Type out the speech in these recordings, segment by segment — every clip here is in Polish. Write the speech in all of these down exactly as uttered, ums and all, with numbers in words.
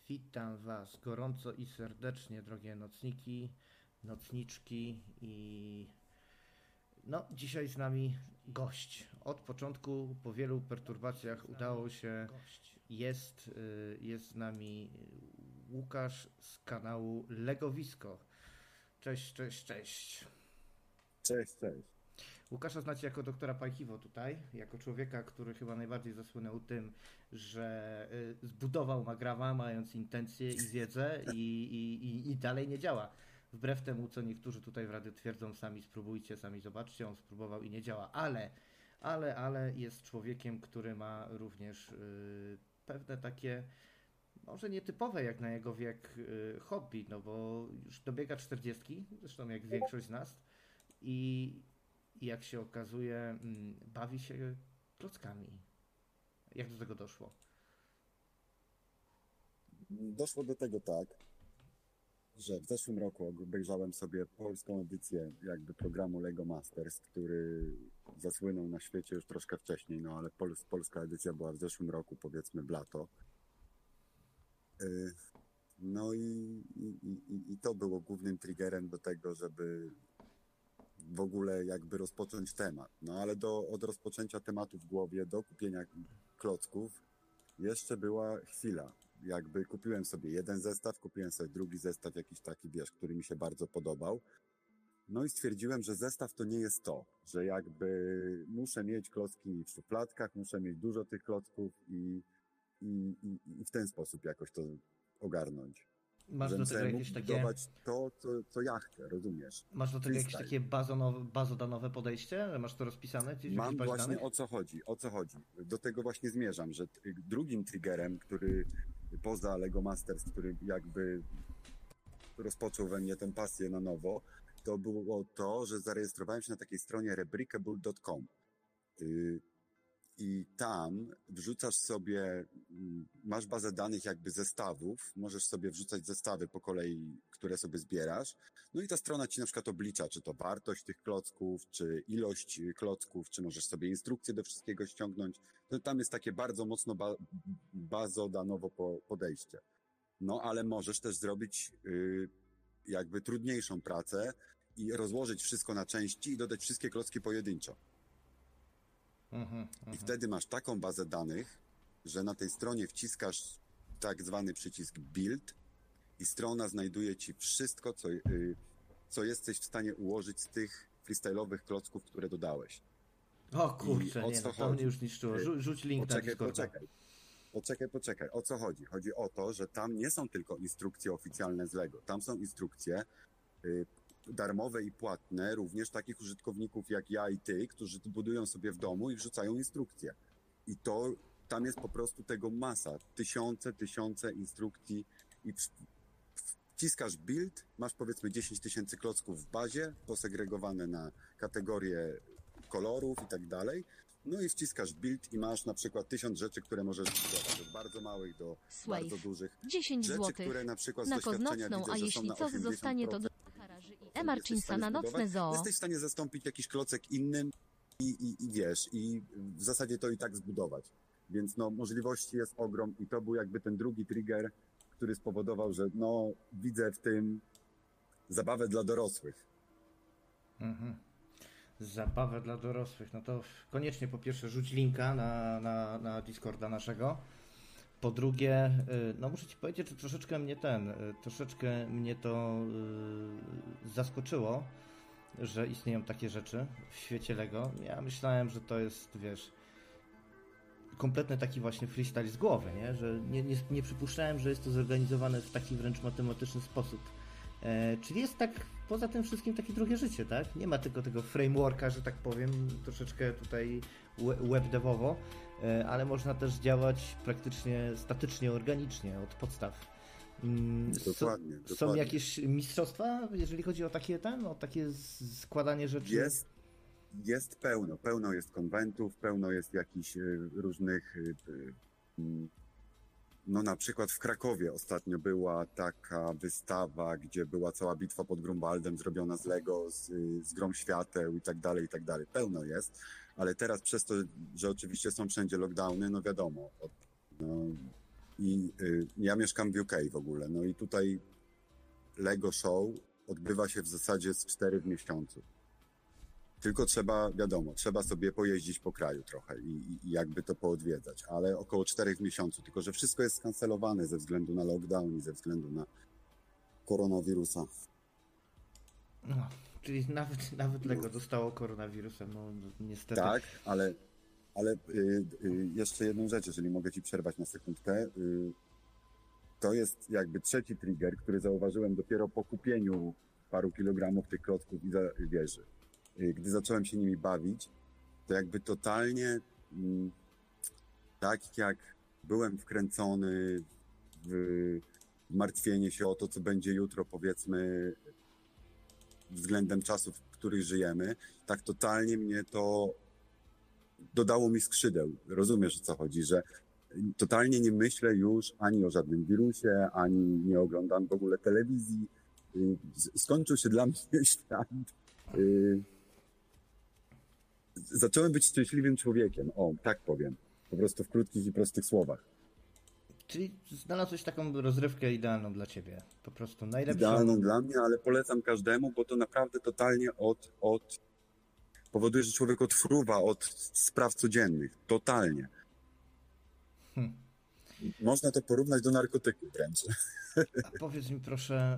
Witam Was gorąco i serdecznie, drogie nocniki, nocniczki i no, dzisiaj z nami gość. Od początku, po wielu perturbacjach udało się, jest, y, jest z nami Łukasz z kanału Legowisko. Cześć, cześć, cześć. Cześć, cześć. Łukasza znacie jako doktora Pajchiwo tutaj, jako człowieka, który chyba najbardziej zasłynął tym, że y, zbudował Magrawa, mając intencje i wiedzę i, i, i, i dalej nie działa. Wbrew temu, co niektórzy tutaj w radiu twierdzą, sami spróbujcie, sami zobaczcie, on spróbował i nie działa, ale, ale, ale jest człowiekiem, który ma również y, pewne takie, może nietypowe jak na jego wiek, y, hobby, no bo już dobiega czterdziestki, zresztą jak większość z nas, i i jak się okazuje, mm, bawi się klockami. Jak do tego doszło? Doszło do tego tak, że w zeszłym roku obejrzałem sobie polską edycję jakby programu Lego Masters, który zasłynął na świecie już troszkę wcześniej, no ale pol polska edycja była w zeszłym roku, powiedzmy w lato. Y, No i, i, i, i to było głównym triggerem do tego, żeby w ogóle jakby rozpocząć temat. No ale do, od rozpoczęcia tematu w głowie do kupienia klocków jeszcze była chwila. Jakby kupiłem sobie jeden zestaw, kupiłem sobie drugi zestaw, jakiś taki, wiesz, który mi się bardzo podobał. No i stwierdziłem, że zestaw to nie jest to, że jakby muszę mieć klocki w szufladkach, muszę mieć dużo tych klocków i, i, i, i w ten sposób jakoś to ogarnąć. Masz do Żebym tego sobie mógł jakieś takie, budować to, co, co ja chcę, rozumiesz? masz do tego jakieś Freestyle. takie bazonowe, bazodanowe podejście? Że masz to rozpisane gdzieś w jakiejś Mam bazie właśnie danych? o co chodzi, o co chodzi. Do tego właśnie zmierzam, że t- drugim triggerem, który poza Lego Masters, który jakby rozpoczął we mnie tę pasję na nowo, to było to, że zarejestrowałem się na takiej stronie rebrickable kropka com. Y, I tam wrzucasz sobie, mm, masz bazę danych jakby zestawów, możesz sobie wrzucać zestawy po kolei, które sobie zbierasz. No i ta strona ci na przykład oblicza, czy to wartość tych klocków, czy ilość klocków, czy możesz sobie instrukcje do wszystkiego ściągnąć. To tam jest takie bardzo mocno ba bazodanowo po podejście. No ale możesz też zrobić yy, jakby trudniejszą pracę i rozłożyć wszystko na części i dodać wszystkie klocki pojedynczo. Mhm, I mhm. wtedy masz taką bazę danych, że na tej stronie wciskasz tak zwany przycisk build i strona znajduje ci wszystko, co, yy, co jesteś w stanie ułożyć z tych freestyle'owych klocków, które dodałeś. O kurczę, o nie, co no to chodzi? mnie już niszczyło. Rzu rzuć link na Poczekaj, Discorda. poczekaj. Poczekaj, poczekaj. O co chodzi? Chodzi o to, że tam nie są tylko instrukcje oficjalne z Lego. Tam są instrukcje y, darmowe i płatne, również takich użytkowników jak ja i ty, którzy budują sobie w domu i wrzucają instrukcje. I to, tam jest po prostu tego masa. Tysiące, tysiące instrukcji i w, wciskasz build, masz powiedzmy dziesięć tysięcy klocków w bazie, posegregowane na kategorie kolorów i tak dalej. No i wciskasz build i masz na przykład tysiąc rzeczy, które możesz zbudować, od bardzo małych do Slave. bardzo dużych. dziesięć Rzeczy, złotych. które na przykład z Na doświadczenia Koznocną, widzę, a że są jeśli na co osiemdziesiąt zostanie, to do procent Haraży i jesteś w Emarcinsa stanie na zbudować. nocne zoo. Jesteś w stanie zastąpić jakiś klocek innym i, i, i wiesz, i w zasadzie to i tak zbudować. Więc no, możliwości jest ogrom i to był jakby ten drugi trigger, który spowodował, że no, widzę w tym zabawę dla dorosłych. Mhm. Zabawę dla dorosłych. No to koniecznie po pierwsze rzuć linka na, na, na Discorda naszego. Po drugie, y, no muszę ci powiedzieć, że troszeczkę mnie ten, y, troszeczkę mnie to y, zaskoczyło, że istnieją takie rzeczy w świecie Lego. Ja myślałem, że to jest, wiesz, kompletny taki właśnie freestyle z głowy, nie? Że nie, nie, nie przypuszczałem, że jest to zorganizowane w taki wręcz matematyczny sposób. E, czyli jest tak, poza tym wszystkim takie drugie życie, tak? Nie ma tylko tego frameworka, że tak powiem, troszeczkę tutaj web devowo, e, ale można też działać praktycznie statycznie, organicznie, od podstaw. Mm, Dokładnie, są, dokładnie. są jakieś mistrzostwa, jeżeli chodzi o takie ten, o takie składanie rzeczy? Jest, jest pełno, pełno jest konwentów, pełno jest jakichś y, różnych y, y, no na przykład w Krakowie ostatnio była taka wystawa, gdzie była cała bitwa pod Grunwaldem zrobiona z Lego, z, z grą świateł i tak dalej, i tak dalej. Pełno jest, ale teraz przez to, że oczywiście są wszędzie lockdowny, no wiadomo, od, no, I y, ja mieszkam w U K w ogóle, no i tutaj Lego Show odbywa się w zasadzie z cztery w miesiącu. Tylko trzeba, wiadomo, trzeba sobie pojeździć po kraju trochę i, i jakby to poodwiedzać, ale około czterech w miesiącu, tylko że wszystko jest skancelowane ze względu na lockdown i ze względu na koronawirusa. No, czyli nawet, nawet Lego dostało koronawirusem, no niestety. Tak, ale, ale y, y, jeszcze jedną rzecz, jeżeli mogę ci przerwać na sekundkę. Y, to jest jakby trzeci trigger, który zauważyłem dopiero po kupieniu paru kilogramów tych klocków i za, wieży. Y, gdy zacząłem się nimi bawić, to jakby totalnie y, tak jak byłem wkręcony w martwienie się o to, co będzie jutro, powiedzmy, względem czasów, w których żyjemy, tak totalnie mnie to dodało mi skrzydeł. Rozumiesz, o co chodzi, że totalnie nie myślę już ani o żadnym wirusie, ani nie oglądam w ogóle telewizji. Skończył się dla mnie świat. Zacząłem być szczęśliwym człowiekiem. O, tak powiem. Po prostu w krótkich i prostych słowach. Czyli znalazłeś taką rozrywkę idealną dla ciebie. Po prostu najlepszą. Idealną dla mnie, ale polecam każdemu, bo to naprawdę totalnie od, od powoduje, że człowiek odfruwa od spraw codziennych. Totalnie. Hmm. Można to porównać do narkotyku wręcz. A powiedz mi proszę,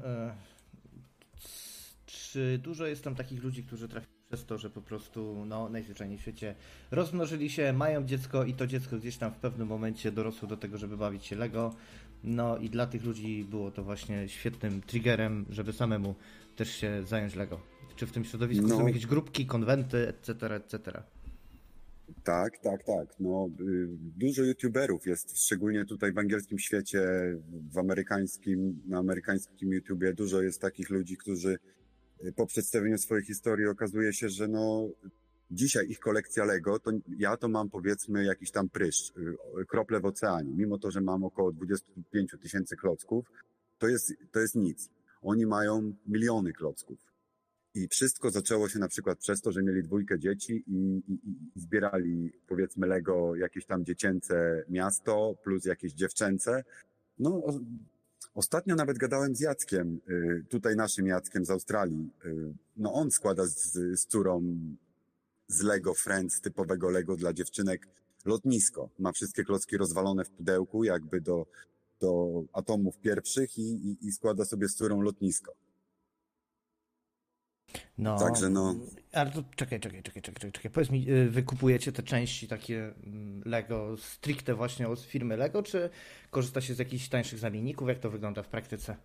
czy dużo jest tam takich ludzi, którzy trafili przez to, że po prostu no, najzwyczajniej w świecie rozmnożyli się, mają dziecko i to dziecko gdzieś tam w pewnym momencie dorosło do tego, żeby bawić się Lego. No i dla tych ludzi było to właśnie świetnym triggerem, żeby samemu też się zająć Lego. Czy w tym środowisku no. są jakieś grupki, konwenty, et cetera, et cetera? Tak, tak, tak. No, dużo youtuberów jest, szczególnie tutaj w angielskim świecie, w amerykańskim, na amerykańskim YouTubie dużo jest takich ludzi, którzy po przedstawieniu swojej historii okazuje się, że no dzisiaj ich kolekcja Lego, to ja to mam powiedzmy jakiś tam pryszcz, krople w oceanie. Mimo to, że mam około dwadzieścia pięć tysięcy klocków, to jest, to jest nic. Oni mają miliony klocków. I wszystko zaczęło się na przykład przez to, że mieli dwójkę dzieci i, i, i zbierali powiedzmy Lego jakieś tam dziecięce miasto plus jakieś dziewczęce. No o, ostatnio nawet gadałem z Jackiem, y, tutaj naszym Jackiem z Australii. Y, no on składa z, z córą z Lego Friends, typowego Lego dla dziewczynek, lotnisko. Ma wszystkie klocki rozwalone w pudełku jakby do, do atomów pierwszych i, i, i składa sobie z córą lotnisko. No, Także no. Ale to czekaj, czekaj, czekaj, czekaj, czekaj. Powiedz mi, wy kupujecie te części takie Lego stricte właśnie od firmy Lego, czy korzysta się z jakichś tańszych zamienników? Jak to wygląda w praktyce?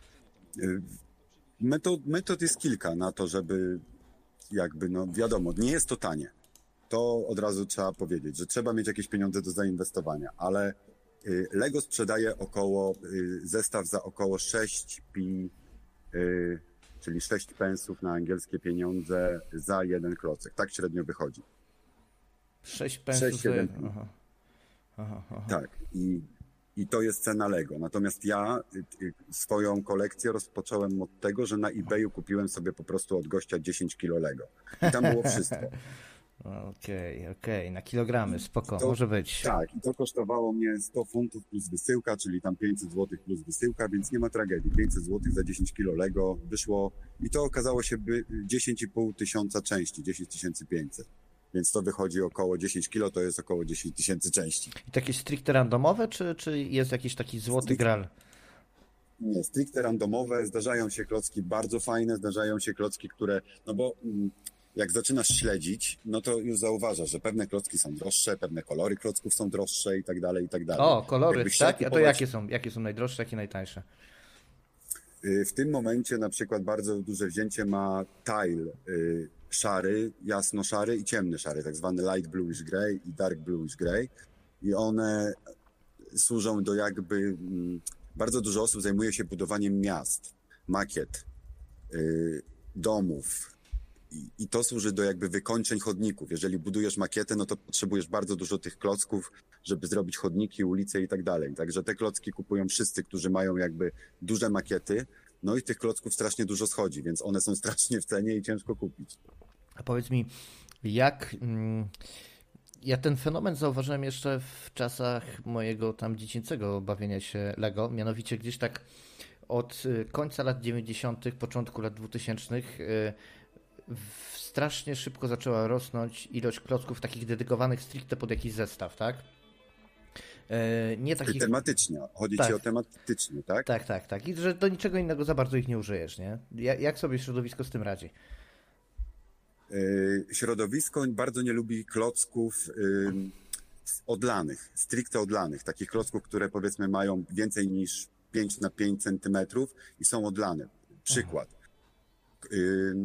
Metod, metod jest kilka na to, żeby jakby, no wiadomo, nie jest to tanie. To od razu trzeba powiedzieć, że trzeba mieć jakieś pieniądze do zainwestowania, ale Lego sprzedaje około, zestaw za około sześć pi, czyli sześć pensów na angielskie pieniądze za jeden klocek. Tak średnio wychodzi. sześć pensów sześć siedem za... aha. Aha, aha. Tak. I, I to jest cena Lego. Natomiast ja swoją kolekcję rozpocząłem od tego, że na eBayu kupiłem sobie po prostu od gościa dziesięć kilo Lego. I tam było wszystko. Okej, okay, okej. Okay. Na kilogramy, spoko, to, może być. Tak. I to kosztowało mnie sto funtów plus wysyłka, czyli tam pięćset złotych plus wysyłka, więc nie ma tragedii. pięćset złotych za dziesięć kilo Lego wyszło i to okazało się by dziesięć i pół tysiąca części, dziesięć tysięcy pięćset. Więc to wychodzi około dziesięć kilo, to jest około dziesięć tysięcy części. I takie stricte randomowe, czy, czy jest jakiś taki złoty Strict... gral? Nie, stricte randomowe. Zdarzają się klocki bardzo fajne, zdarzają się klocki, które, no bo jak zaczynasz śledzić, no to już zauważasz, że pewne klocki są droższe, pewne kolory klocków są droższe i tak dalej, i tak dalej. O, kolory, Jakbyś tak? kupować... A to jakie są? Jakie są najdroższe, jakie najtańsze? W tym momencie na przykład bardzo duże wzięcie ma tile szary, jasno-szary i ciemny szary, tak zwany light bluish grey i dark bluish grey. I one służą do jakby... Bardzo dużo osób zajmuje się budowaniem miast, makiet, domów. I, I to służy do jakby wykończeń chodników. Jeżeli budujesz makietę, no to potrzebujesz bardzo dużo tych klocków, żeby zrobić chodniki, ulice i tak dalej. Także te klocki kupują wszyscy, którzy mają jakby duże makiety. No i tych klocków strasznie dużo schodzi, więc one są strasznie w cenie i ciężko kupić. A powiedz mi, jak, Ja ten fenomen zauważyłem jeszcze w czasach mojego tam dziecięcego bawienia się Lego, mianowicie gdzieś tak od końca lat dziewięćdziesiątych, początku lat dwutysięcznych strasznie szybko zaczęła rosnąć ilość klocków takich dedykowanych stricte pod jakiś zestaw, tak? Nie takich... Tematycznie, chodzi tak. ci o tematycznie, tak? Tak, tak, tak. I że do niczego innego za bardzo ich nie użyjesz, nie? Jak sobie środowisko z tym radzi? Środowisko bardzo nie lubi klocków odlanych, stricte odlanych, takich klocków, które powiedzmy mają więcej niż pięć na pięć centymetrów i są odlane. Przykład. Aha.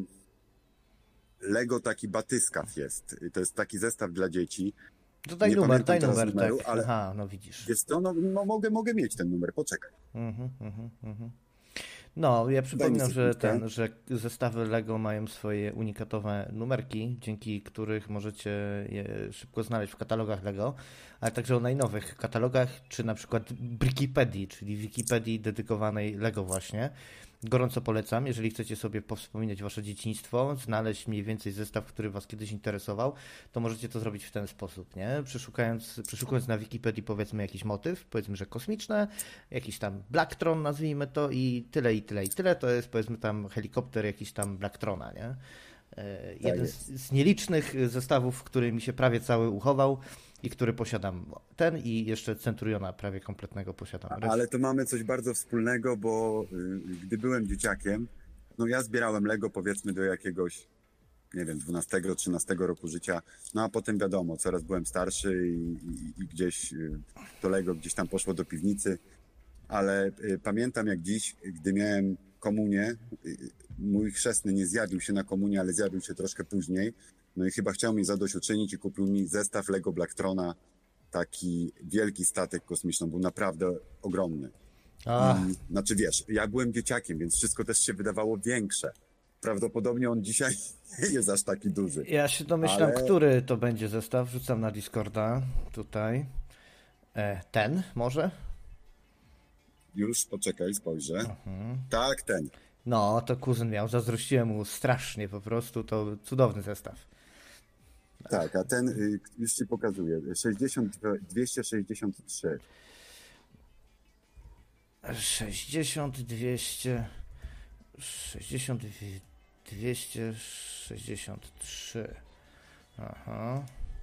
Lego taki batyskaw jest. To jest taki zestaw dla dzieci. To daj nie numer, daj numer, numeru, tak. Ale Aha, no widzisz. Jest to, no, no mogę, mogę mieć ten numer, poczekaj. Mhm, mhm, mhm. No, ja przypominam, że, ten, że zestawy Lego mają swoje unikatowe numerki, dzięki których możecie je szybko znaleźć w katalogach Lego, ale także o najnowszych katalogach, czy na przykład Brikipedii, czyli Wikipedii dedykowanej Lego właśnie. Gorąco polecam, jeżeli chcecie sobie powspominać wasze dzieciństwo, znaleźć mniej więcej zestaw, który was kiedyś interesował, to możecie to zrobić w ten sposób, nie? Przeszukając, przeszukując na Wikipedii powiedzmy jakiś motyw, powiedzmy, że kosmiczne, jakiś tam Blacktron nazwijmy to i tyle, i tyle, i tyle, to jest powiedzmy tam helikopter jakiś tam Blacktrona, nie? Tak jeden z, z nielicznych zestawów, który mi się prawie cały uchował i który posiadam. Ten i jeszcze Centuriona prawie kompletnego posiadam. Ale to mamy coś bardzo wspólnego, bo gdy byłem dzieciakiem, no ja zbierałem Lego powiedzmy do jakiegoś, nie wiem, dwunastego, trzynastego roku życia, no a potem wiadomo, coraz byłem starszy i, i, i gdzieś to Lego gdzieś tam poszło do piwnicy, ale pamiętam jak dziś, gdy miałem komunię, mój chrzestny nie zjawił się na komunię, ale zjawił się troszkę później. No i chyba chciał mi zadośćuczynić i kupił mi zestaw Lego Blacktrona, taki wielki statek kosmiczny, był naprawdę ogromny. I, znaczy wiesz, ja byłem dzieciakiem, więc wszystko też się wydawało większe. Prawdopodobnie on dzisiaj nie jest aż taki duży. Ja się domyślam, ale... który to będzie zestaw, wrzucam na Discorda, tutaj. E, ten może? Już, poczekaj, spojrzę. Uh-huh. Tak, ten. No, to kuzyn miał, zazdrościłem mu strasznie po prostu, to cudowny zestaw. Tak, a ten już ci pokazuję, sześćdziesiąt, dwieście sześćdziesiąt trzy. sześćdziesiąt, dwieście, sześćdziesiąt, dwieście sześćdziesiąt trzy. Aha.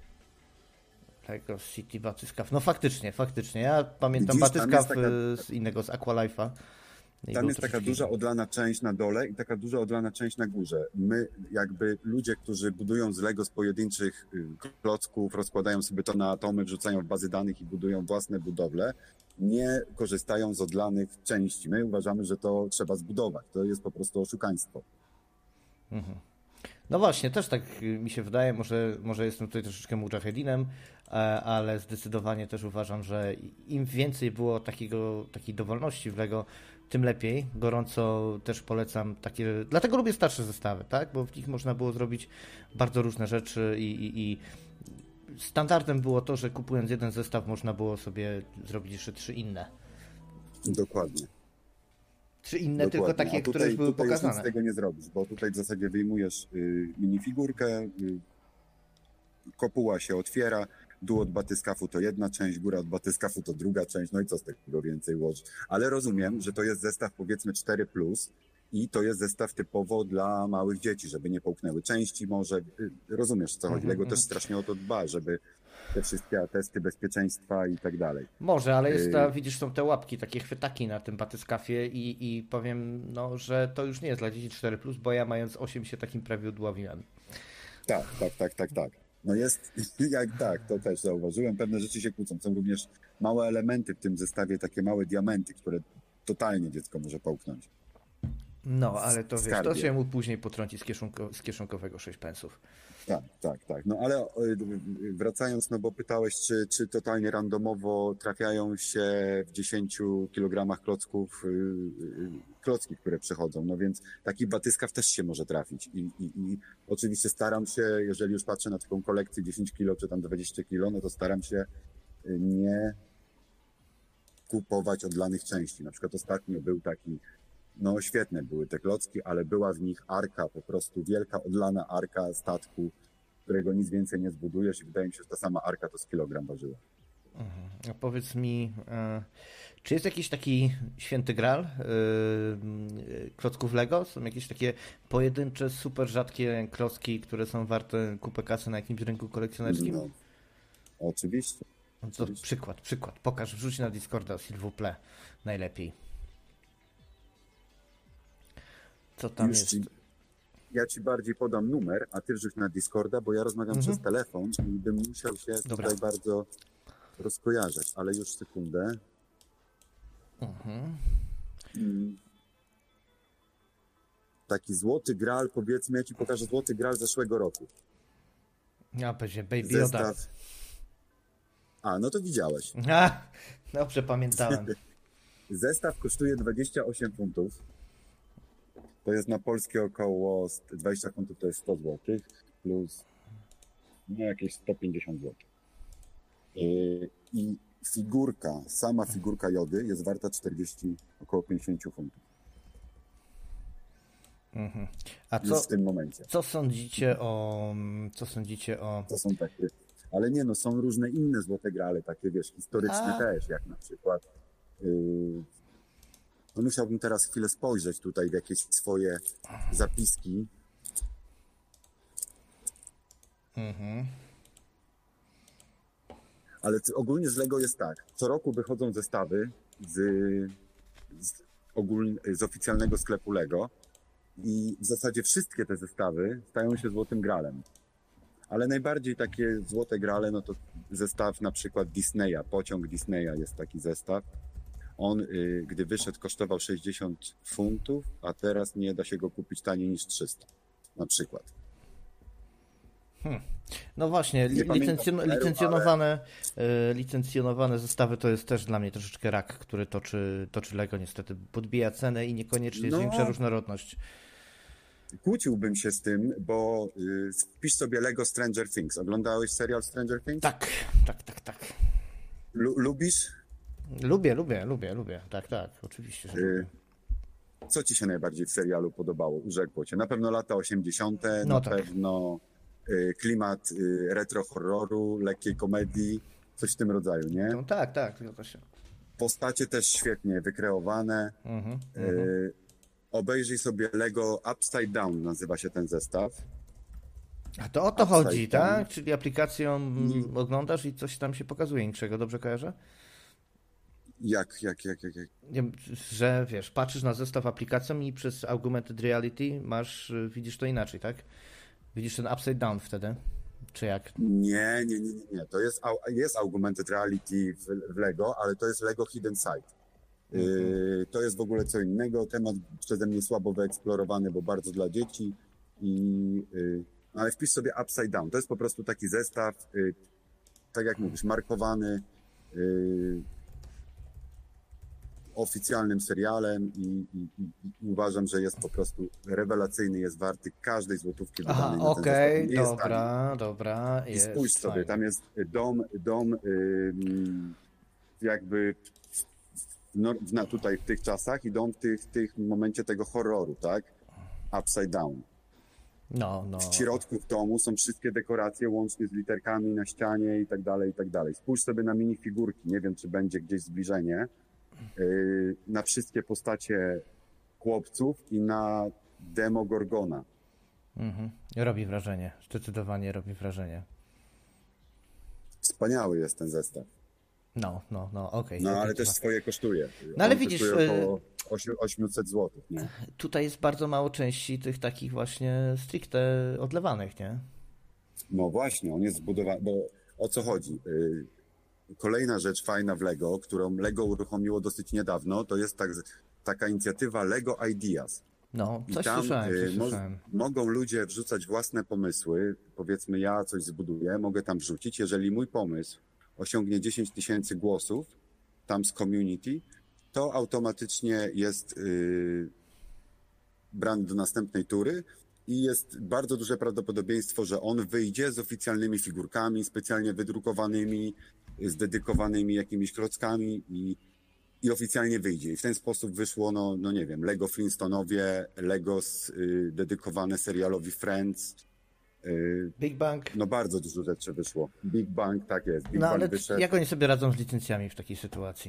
Lego City Batyskaw. No faktycznie, faktycznie. Ja pamiętam Widzisz, Batyskaw taka... z innego, z Aqualife'a. Tam jest taka duża odlana część na dole i taka duża odlana część na górze. My jakby ludzie, którzy budują z Lego z pojedynczych klocków, rozkładają sobie to na atomy, wrzucają w bazy danych i budują własne budowle, nie korzystają z odlanych części. My uważamy, że to trzeba zbudować. To jest po prostu oszukaństwo. Mhm. No właśnie, też tak mi się wydaje, może, może jestem tutaj troszeczkę mujahedinem, ale zdecydowanie też uważam, że im więcej było takiego, takiej dowolności w Lego, tym lepiej. Gorąco też polecam takie, dlatego lubię starsze zestawy, tak? Bo w nich można było zrobić bardzo różne rzeczy i, i, i standardem było to, że kupując jeden zestaw można było sobie zrobić jeszcze trzy inne. Dokładnie. Trzy inne, Dokładnie. tylko takie, tutaj, które już były tutaj pokazane. Tutaj z tego nie zrobisz, bo tutaj w zasadzie wyjmujesz y, minifigurkę, y, kopuła się otwiera, dół od batyskafu to jedna część, góra od batyskafu to druga część, no i co z tego więcej łoży. Ale rozumiem, że to jest zestaw powiedzmy cztery plus i to jest zestaw typowo dla małych dzieci, żeby nie połknęły części może. Rozumiesz, co chodzi. Lego mm-hmm. też strasznie o to dba, żeby te wszystkie testy bezpieczeństwa i tak dalej. Może, ale jest ta, widzisz, są te łapki, takie chwytaki na tym batyskafie i, i powiem, no, że to już nie jest dla dzieci cztery plus, bo ja mając osiem się takim prawie udławiłem. Tak, tak, tak, tak, tak. No jest, jak tak, to też zauważyłem, pewne rzeczy się kłócą. Są również małe elementy w tym zestawie, takie małe diamenty, które totalnie dziecko może połknąć. No, ale to wiesz, to się mu później potrąci z, kieszonko, z kieszonkowego sześć pensów. Tak, tak, tak. No ale wracając, no bo pytałeś, czy, czy totalnie randomowo trafiają się w dziesięciu kilogramach klocków klocki, które przechodzą. No więc taki batyskaw też się może trafić. I, i, i oczywiście staram się, jeżeli już patrzę na taką kolekcję dziesięć kilo czy tam dwadzieścia kilo, no to staram się nie kupować odlanych części. Na przykład ostatnio był taki, no świetne były te klocki, ale była w nich arka, po prostu wielka odlana arka statku którego nic więcej nie zbudujesz i wydaje mi się, że ta sama arka to z kilogram ważyła. Mhm. A powiedz mi, e, czy jest jakiś taki święty graal e, klocków Lego? Są jakieś takie pojedyncze, super rzadkie klocki, które są warte kupę kasy na jakimś rynku kolekcjonerskim? No, oczywiście. No to przykład, przykład. Pokaż, wrzuć na Discorda, s'il vous plaît, najlepiej. Co tam Już jest? Ci, ja ci bardziej podam numer, a ty wrzuć na Discorda, bo ja rozmawiam Mhm. przez telefon i bym musiał się Dobra. tutaj bardzo rozkojarzać, ale już sekundę. Mhm. Mm. Taki złoty graal, powiedzmy, ja ci pokażę złoty graal zeszłego roku. Ja będzie Baby Yoda. Zestaw. A, no to widziałeś. A, dobrze pamiętałem. Zestaw kosztuje dwadzieścia osiem funtów. To jest na polskie około dwadzieścia funtów, to jest sto złotych, plus no jakieś sto pięćdziesiąt złotych. Yy, I figurka, sama figurka Jody jest warta czterdzieści, około pięćdziesiąt funtów. Mhm. A Już co, w tym momencie. co sądzicie o... Co sądzicie o... To są takie, ale nie no, są różne inne złote graale, takie wiesz, historyczne A. też, jak na przykład yy, no musiałbym teraz chwilę spojrzeć tutaj w jakieś swoje zapiski. Mhm. Ale ty, ogólnie z Lego jest tak, co roku wychodzą zestawy z, z, ogólnie, z oficjalnego sklepu Lego i w zasadzie wszystkie te zestawy stają się złotym graalem. Ale najbardziej takie złote graale, no to zestaw na przykład Disneya, pociąg Disneya jest taki zestaw. On, y, gdy wyszedł, kosztował sześćdziesiąt funtów, a teraz nie da się go kupić taniej niż trzysta, na przykład. Hmm. No właśnie, li, Nie pamiętam licencjon, numeru, licencjonowane, y, licencjonowane zestawy to jest też dla mnie troszeczkę rak, który toczy, toczy Lego niestety. Podbija cenę i niekoniecznie No. zwiększa różnorodność. Kłóciłbym się z tym, bo y, wpisz sobie Lego Stranger Things. Oglądałeś serial Stranger Things? Tak, tak, tak, tak. Lu- lubisz? Lubię, lubię, lubię, lubię. Tak, tak, oczywiście, że Y, lubię. Co ci się najbardziej w serialu podobało, urzekło cię? Na pewno lata osiemdziesiąte, No na tak. pewno y, klimat y, retro horroru, lekkiej komedii, coś w tym rodzaju, nie? No, tak, tak, zgadza się. Postacie też świetnie wykreowane. Mhm, Y, mhm. obejrzyj sobie Lego Upside Down, nazywa się ten zestaw. A to o to Upside chodzi, down. tak? Czyli aplikacją mm, I- oglądasz i coś tam się pokazuje innego, dobrze kojarzę? Jak, jak, jak, jak, jak? Nie wiem, że wiesz, patrzysz na zestaw aplikacją i przez augmented reality masz, y, widzisz to inaczej, tak? Widzisz ten upside down wtedy, czy jak? Nie, nie, nie, nie, nie. To jest, au- jest augmented reality w, w Lego, ale to jest Lego Hidden Side. Yy, to jest w ogóle co innego. Temat przeze mnie słabo wyeksplorowany, bo bardzo dla dzieci. I, yy, ale wpisz sobie Upside Down. To jest po prostu taki zestaw, yy, tak jak mówisz, markowany yy, oficjalnym serialem i, i, i, i uważam, że jest po prostu rewelacyjny, jest warty każdej złotówki Aha, wydanej na ten okej, zestaw. Nie jest tani. dobra, dobra. I Jest, spójrz sobie, fajnie. tam jest dom, dom ym, jakby no, w, na, tutaj w tych czasach i dom w tych, tych momencie tego horroru, tak? Upside down. No, no. W środku w domu są wszystkie dekoracje łącznie z literkami na ścianie i tak dalej, i tak dalej. Spójrz sobie na minifigurki, nie wiem, czy będzie gdzieś zbliżenie, yy, na wszystkie postacie chłopców i na demo Gorgona. Mhm. Robi wrażenie, zdecydowanie robi wrażenie. Wspaniały jest ten zestaw. No, no, no, okej. No, okej, ale to też ma- swoje kosztuje. No, ale On widzisz, kosztuje y- około osie- osiemset złotych, nie? Tutaj jest bardzo mało części tych takich właśnie stricte odlewanych, nie? No właśnie, on jest zbudowany, bo o co chodzi? Y, Kolejna rzecz fajna w Lego, którą Lego uruchomiło dosyć niedawno, to jest tak, taka inicjatywa Lego Ideas. No, I coś tam słyszałem, y, coś mo- słyszałem. mogą ludzie wrzucać własne pomysły. Powiedzmy, ja coś zbuduję, mogę tam wrzucić. Jeżeli mój pomysł osiągnie dziesięć tysięcy głosów tam z community, to automatycznie jest y, brany do następnej tury i jest bardzo duże prawdopodobieństwo, że on wyjdzie z oficjalnymi figurkami, specjalnie wydrukowanymi, z dedykowanymi jakimiś klockami i, i oficjalnie wyjdzie. I w ten sposób wyszło, no, no nie wiem, Lego Flintstonowie, Legos y, dedykowane serialowi Friends, Big Bang. No bardzo dużo rzeczy wyszło. Big Bang, tak jest. Big No Bang ale wyszedł. jak oni sobie radzą z licencjami w takiej sytuacji?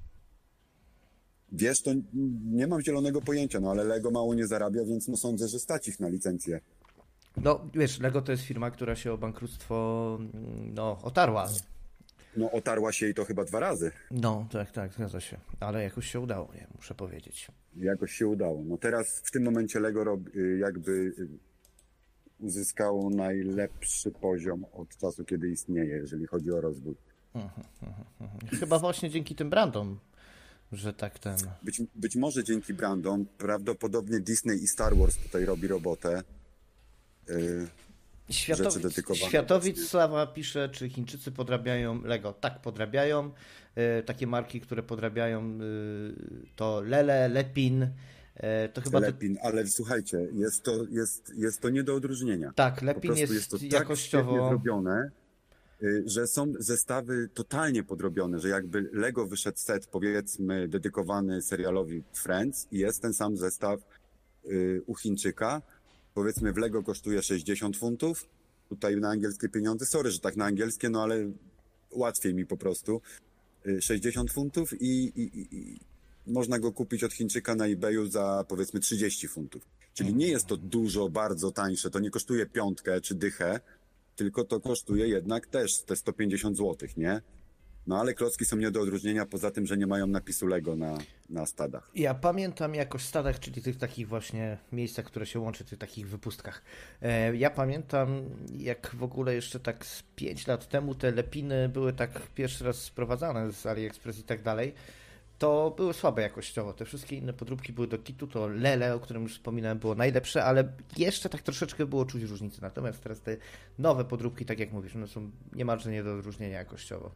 Wiesz, to nie mam zielonego pojęcia, no ale Lego mało nie zarabia, więc no sądzę, że stać ich na licencję. No wiesz, Lego to jest firma, która się o bankructwo no, otarła. No otarła się i to chyba dwa razy. No tak, tak, zgadza się. Ale jakoś się udało, nie, muszę powiedzieć. Jakoś się udało. No teraz w tym momencie Lego rob, jakby uzyskało najlepszy poziom od czasu, kiedy istnieje, jeżeli chodzi o rozwój. Mhm, mhm, mhm. Chyba właśnie dzięki tym brandom, że tak ten... Być, być może dzięki brandom, prawdopodobnie Disney i Star Wars tutaj robi robotę. Yy, Światowic, Światowic Sława pisze, czy Chińczycy podrabiają Lego. Tak, podrabiają. Yy, takie marki, które podrabiają yy, to Lele, Lepin. Yy, to chyba Lepin, te... ale słuchajcie, jest to, jest, jest to nie do odróżnienia. Tak, Lepin jest, jest to jakościowo tak zrobione, że są zestawy totalnie podrobione, że jakby Lego wyszedł set, powiedzmy, dedykowany serialowi Friends i jest ten sam zestaw y, u Chińczyka. Powiedzmy w Lego kosztuje sześćdziesiąt funtów, tutaj na angielskie pieniądze, sorry, że tak na angielskie, no ale łatwiej mi po prostu, y, sześćdziesiąt funtów i, i, i można go kupić od Chińczyka na eBayu za powiedzmy trzydzieści funtów. Czyli nie jest to dużo, bardzo tańsze, to nie kosztuje piątkę czy dychę, tylko to kosztuje jednak też te sto pięćdziesiąt złotych, nie? No ale klocki są nie do odróżnienia, poza tym, że nie mają napisu Lego na, na stadach. Ja pamiętam jakoś stadach, czyli tych takich właśnie miejscach, które się łączy, tych takich wypustkach. Ja pamiętam, jak w ogóle jeszcze tak z pięć lat temu te Lepiny były tak pierwszy raz sprowadzane z AliExpress i tak dalej, to były słabe jakościowo. Te wszystkie inne podróbki były do kitu, to Lele, o którym już wspominałem, było najlepsze, ale jeszcze tak troszeczkę było czuć różnicę. Natomiast teraz te nowe podróbki, tak jak mówisz, one są niemalże nie do odróżnienia jakościowo.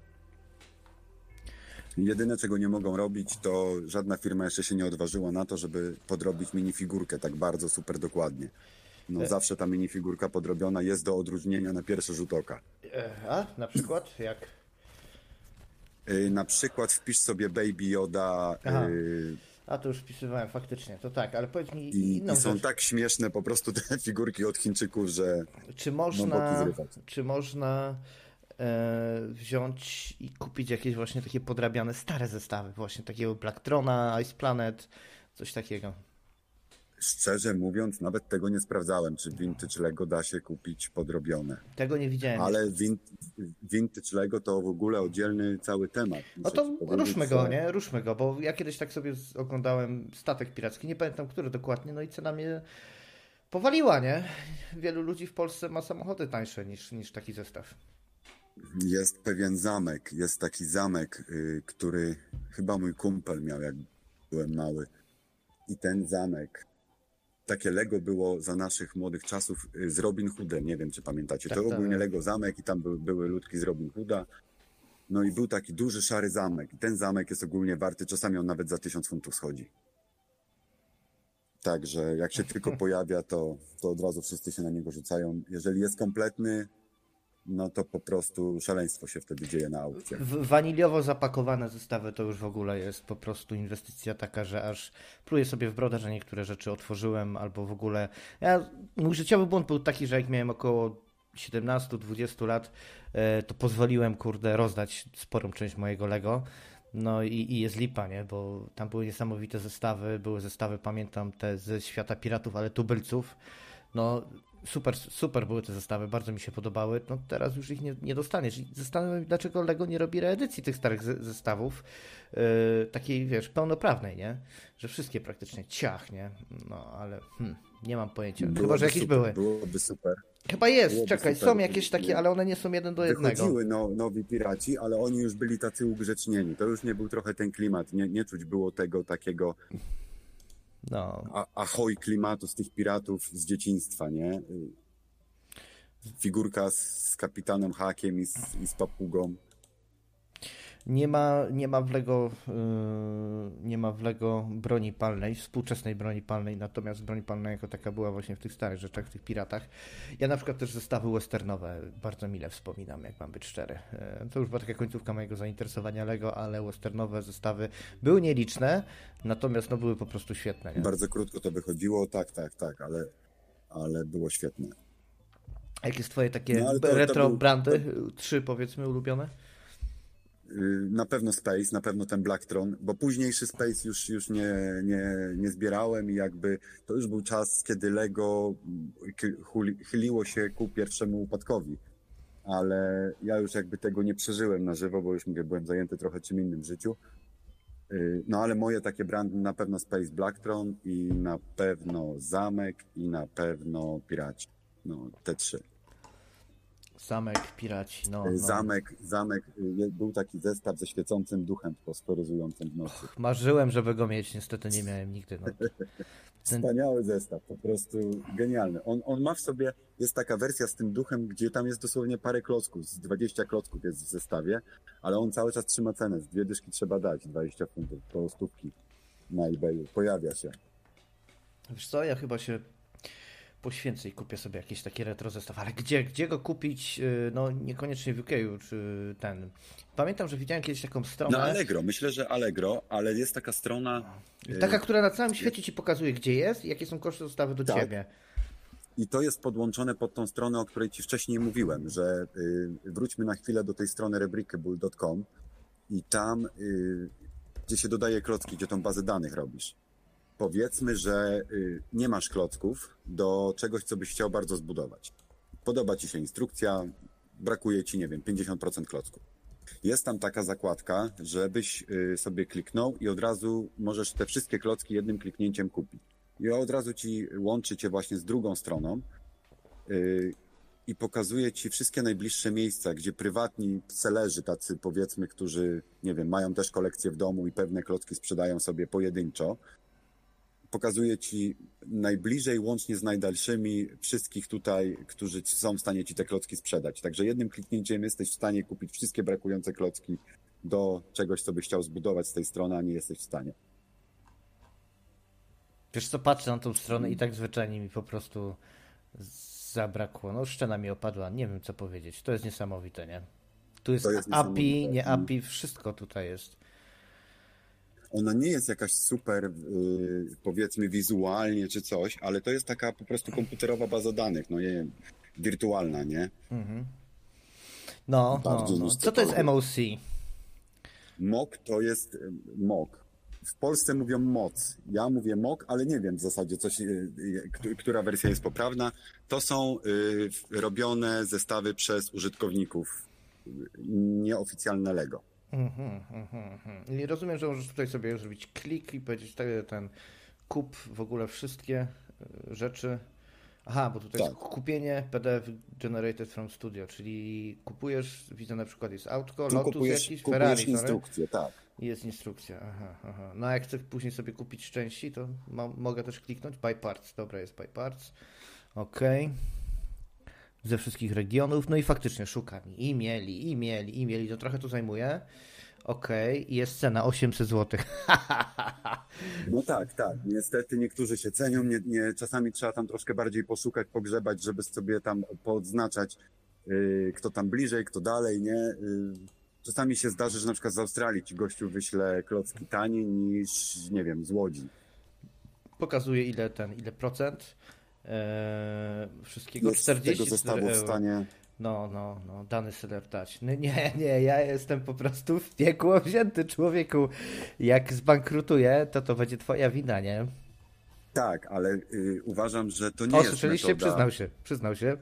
Jedyne, czego nie mogą robić, to żadna firma jeszcze się nie odważyła na to, żeby podrobić minifigurkę tak bardzo super dokładnie. No e... zawsze ta minifigurka podrobiona jest do odróżnienia na pierwszy rzut oka. A na przykład jak? Na przykład wpisz sobie Baby Yoda. Yy... A to już wpisywałem faktycznie, to tak, ale powiedz mi I, inną i są rzecz. tak śmieszne po prostu te figurki od Chińczyków, że czy można, czy można e, wziąć i kupić jakieś właśnie takie podrabiane stare zestawy, właśnie takiego Blacktrona, Ice Planet, coś takiego? Szczerze mówiąc, nawet tego nie sprawdzałem, czy Vintage Lego da się kupić podrobione. Tego nie widziałem. Ale win, Vintage Lego to w ogóle oddzielny cały temat. No to ruszmy go, nie? Ruszmy go, bo ja kiedyś tak sobie oglądałem Statek Piracki, nie pamiętam który dokładnie, no i cena mnie powaliła, nie? Wielu ludzi w Polsce ma samochody tańsze niż, niż taki zestaw. Jest pewien zamek, jest taki zamek, yy, który chyba mój kumpel miał, jak byłem mały. I ten zamek, takie Lego było za naszych młodych czasów z Robin Hoodem, nie wiem czy pamiętacie. Tak, to tak. Ogólnie Lego zamek i tam były, były ludki z Robin Hooda. No i był taki duży, szary zamek. I ten zamek jest ogólnie warty, czasami on nawet za tysiąc funtów schodzi. Także jak się tylko pojawia, to, to od razu wszyscy się na niego rzucają. Jeżeli jest kompletny, no to po prostu szaleństwo się wtedy dzieje na aukcjach. Waniliowo zapakowane zestawy to już w ogóle jest po prostu inwestycja taka, że aż pluję sobie w brodę, że niektóre rzeczy otworzyłem albo w ogóle... Ja, mój życiowy błąd był taki, że jak miałem około siedemnaście dwadzieścia lat, to pozwoliłem, kurde, rozdać sporą część mojego Lego. No i, i jest lipa, nie? Bo tam były niesamowite zestawy, były zestawy, pamiętam, te ze Świata Piratów, ale tubylców. No super, super były te zestawy, bardzo mi się podobały. No teraz już ich nie, nie dostaniesz. I zastanawiam się, dlaczego Lego nie robi reedycji tych starych zestawów, yy, takiej, wiesz, pełnoprawnej, nie? Że wszystkie praktycznie ciach, nie? No ale hmm, nie mam pojęcia. Byłoby Chyba, że jakieś super, były. Byłoby super. Chyba jest, Byłoby czekaj, super. Są jakieś takie, ale one nie są jeden do jednego. Wychodziły no, nowi piraci, ale oni już byli tacy ugrzecznieni. To już nie był trochę ten klimat. Nie, nie czuć było tego takiego no. a, ahoj klimatu z tych piratów z dzieciństwa, nie? Figurka z, z kapitanem Hakiem i z, i z papugą. Nie ma, nie ma w Lego, yy, nie ma w Lego broni palnej, współczesnej broni palnej, natomiast broń palna jako taka była właśnie w tych starych rzeczach, w tych piratach. Ja na przykład też zestawy westernowe bardzo mile wspominam, jak mam być szczery. Yy, to już była taka końcówka mojego zainteresowania Lego, ale westernowe zestawy były nieliczne, natomiast no, były po prostu świetne. Nie? Bardzo krótko to wychodziło, tak, tak, tak, ale, ale było świetne. A jakie jest twoje takie No, ale to- to retro był- brandy? Trzy powiedzmy ulubione? Y, Na pewno Space, na pewno ten Blacktron, bo późniejszy Space już, już nie, nie, nie zbierałem i jakby to już był czas, kiedy Lego ky- chuli- chyliło się ku pierwszemu upadkowi. Ale ja już jakby tego nie przeżyłem na żywo, bo już mówię, byłem zajęty trochę czym innym w życiu. Y, No ale moje takie brandy na pewno Space Blacktron i na pewno Zamek i na pewno Piraci. No, te trzy. Zamek, Piraci, no. no. Zamek, zamek, y, był taki zestaw ze świecącym duchem fosforyzującym w nocy. Marzyłem, żeby go mieć, niestety nie miałem nigdy. No. Ten... Wspaniały zestaw, po prostu genialny. On, on ma w sobie, jest taka wersja z tym duchem, gdzie tam jest dosłownie parę klocków, z dwadzieścia klocków jest w zestawie, ale on cały czas trzyma cenę, z dwie dyszki trzeba dać, dwadzieścia funtów, po stówki na eBayu, pojawia się. Wiesz co, ja chyba się poświęcę i kupię sobie jakiś taki retro zestaw, ale gdzie, gdzie go kupić? No niekoniecznie w U K czy ten. Pamiętam, że widziałem kiedyś taką stronę. No Allegro, myślę, że Allegro, ale jest taka strona... Taka, która na całym świecie ci pokazuje, gdzie jest i jakie są koszty dostawy do Tak. ciebie. I to jest podłączone pod tą stronę, o której ci wcześniej mówiłem, że y, wróćmy na chwilę do tej strony rebrickable kropka com i tam, y, gdzie się dodaje klocki, gdzie tą bazę danych robisz. Powiedzmy, że y, nie masz klocków do czegoś, co byś chciał bardzo zbudować. Podoba ci się instrukcja, brakuje ci, nie wiem, pięćdziesiąt procent klocków. Jest tam taka zakładka, żebyś y, sobie kliknął i od razu możesz te wszystkie klocki jednym kliknięciem kupić. I od razu ci łączy cię właśnie z drugą stroną yy, i pokazuje ci wszystkie najbliższe miejsca, gdzie prywatni sellerzy, tacy powiedzmy, którzy, nie wiem, mają też kolekcję w domu i pewne klocki sprzedają sobie pojedynczo. Pokazuje ci najbliżej, łącznie z najdalszymi, wszystkich tutaj, którzy są w stanie ci te klocki sprzedać. Także jednym kliknięciem jesteś w stanie kupić wszystkie brakujące klocki do czegoś, co byś chciał zbudować z tej strony, a nie jesteś w stanie. Wiesz co, patrzę na tą stronę i tak zwyczajnie mi po prostu zabrakło. No szczena mi opadła, nie wiem co powiedzieć. To jest niesamowite, nie? Tu jest, jest A P I, niesamowite. nie A P I, wszystko tutaj jest. Ona nie jest jakaś super, yy, powiedzmy, wizualnie czy coś, ale to jest taka po prostu komputerowa baza danych, no nie wiem, wirtualna, nie? Mhm. No, no, no. Co to jest M O C? M O C to jest y, M O C. W Polsce mówią moc. Ja mówię M O C, ale nie wiem w zasadzie, coś, y, y, która wersja jest poprawna. To są y, robione zestawy przez użytkowników, y, nieoficjalne Lego. Mhm, mhm, mhm. I rozumiem, że możesz tutaj sobie zrobić klik i powiedzieć ten, ten kup w ogóle wszystkie rzeczy. Aha, bo tutaj Tak. jest kupienie P D F generated from studio, czyli kupujesz, widzę na przykład jest autko, Tu Lotus kupujesz, jakiś, kupujesz Ferrari, instrukcję, tak. i jest instrukcja. Aha, aha. No a jak chcę później sobie kupić części, to ma, mogę też kliknąć buy parts. Dobra, jest buy parts. Okej. Okay. Ze wszystkich regionów. No i faktycznie szukam. I mieli, i mieli, i mieli. To trochę tu zajmuje. Okej. Okay. Jest cena osiemset złotych. No tak, tak. Niestety niektórzy się cenią. Nie, nie, czasami trzeba tam troszkę bardziej poszukać, pogrzebać, żeby sobie tam poodznaczać, yy, kto tam bliżej, kto dalej, nie? Yy, czasami się zdarzy, że na przykład z Australii ci gościu wyśle klocki taniej niż, nie wiem, z Łodzi. Pokazuje ile ten, ile procent eee, wszystkiego. Jest czterdzieści tego zestawu w stanie... No, no, no, dany seller dać. No nie, nie, ja jestem po prostu w piekło wzięty, człowieku. Jak zbankrutuję, to to będzie twoja wina, nie? Tak, ale y, uważam, że to nie o, jest słyszeliście? metoda... Przyznał się, przyznał się.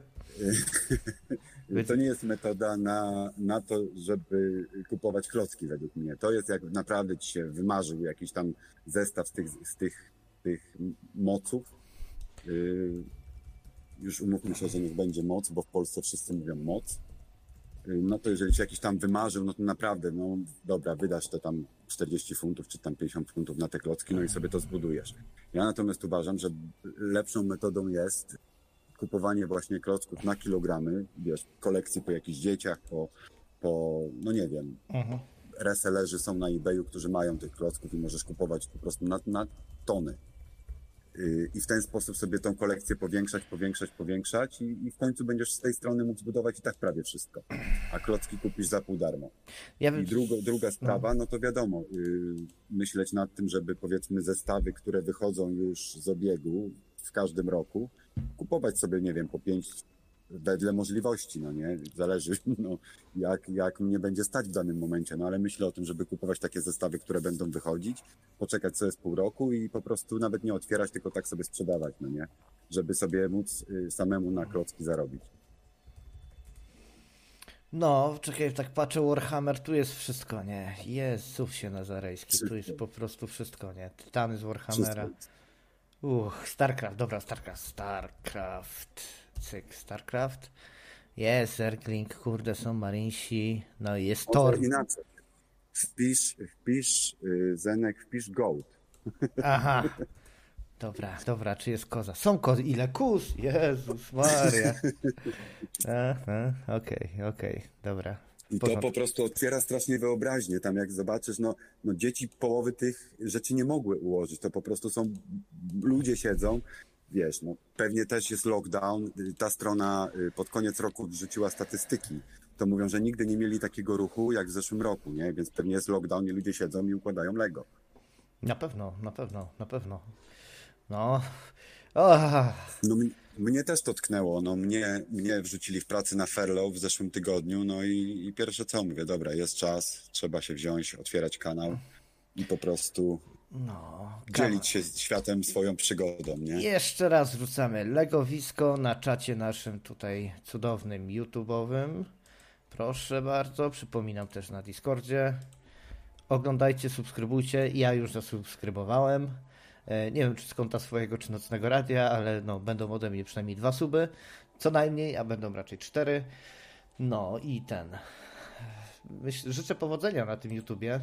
To nie jest metoda na, na to, żeby kupować klocki według mnie. To jest jak naprawdę ci się wymarzył jakiś tam zestaw z tych, z tych, tych moców. Yy, już umówmy się, że niech będzie moc, bo w Polsce wszyscy mówią moc. Yy, no to jeżeli ci jakiś tam wymarzył, no to naprawdę, no dobra, wydasz to tam czterdzieści funtów, czy tam pięćdziesiąt funtów na te klocki, no i sobie to zbudujesz. Ja natomiast uważam, że lepszą metodą jest kupowanie właśnie klocków na kilogramy, wiesz, kolekcji po jakichś dzieciach, po, po no nie wiem, uh-huh. resellerzy są na eBayu, którzy mają tych klocków i możesz kupować po prostu na, na tony. Yy, I w ten sposób sobie tą kolekcję powiększać, powiększać, powiększać i, i w końcu będziesz z tej strony mógł zbudować i tak prawie wszystko. A klocki kupisz za pół darmo. Ja I drugo, druga sprawa, no to wiadomo, yy, myśleć nad tym, żeby powiedzmy zestawy, które wychodzą już z obiegu w każdym roku, kupować sobie, nie wiem, po pięć wedle możliwości, no nie? Zależy, no, jak, jak mnie będzie stać w danym momencie, no ale myślę o tym, żeby kupować takie zestawy, które będą wychodzić, poczekać sobie z pół roku i po prostu nawet nie otwierać, tylko tak sobie sprzedawać, no nie? Żeby sobie móc samemu na klocki zarobić. No, czekaj, tak patrzę, Warhammer, tu jest wszystko, nie? Jezus się Nazarejski, tu jest po prostu wszystko, nie? Tytany z Warhammera. Uch, StarCraft, dobra, StarCraft, StarCraft, cyk, StarCraft. Jest Zergling, kurde, są Marinesi, no i jest Thor. Inaczej, wpisz, wpisz yy, Zenek, wpisz Gold. Aha, dobra, dobra, czy jest koza? Są kozy, ile kus? Jezus Maria. Aha, okej, okay, okej, okay, dobra. I to po prostu otwiera strasznie wyobraźnię. Tam jak zobaczysz, no, no dzieci połowy tych rzeczy nie mogły ułożyć. To po prostu są, ludzie siedzą, wiesz, no pewnie też jest lockdown. Ta strona pod koniec roku wrzuciła statystyki. To mówią, że nigdy nie mieli takiego ruchu jak w zeszłym roku, nie? Więc pewnie jest lockdown i ludzie siedzą i układają Lego. Na pewno, na pewno, na pewno. No. Oh. No mnie też to tknęło, no mnie, mnie wrzucili w pracy na furlough w zeszłym tygodniu, no i, i pierwsze co, mówię, dobra, jest czas, trzeba się wziąć, otwierać kanał i po prostu no, dzielić się z światem swoją przygodą, nie? Jeszcze raz wrzucamy Legowisko na czacie naszym tutaj cudownym YouTube'owym. Proszę bardzo, przypominam też na Discordzie. Oglądajcie, subskrybujcie, ja już zasubskrybowałem. Nie wiem, czy z konta swojego, czy Nocnego Radia, ale no, będą ode mnie przynajmniej dwa suby, co najmniej, a będą raczej cztery. No i ten. Myśl, życzę powodzenia na tym YouTubie.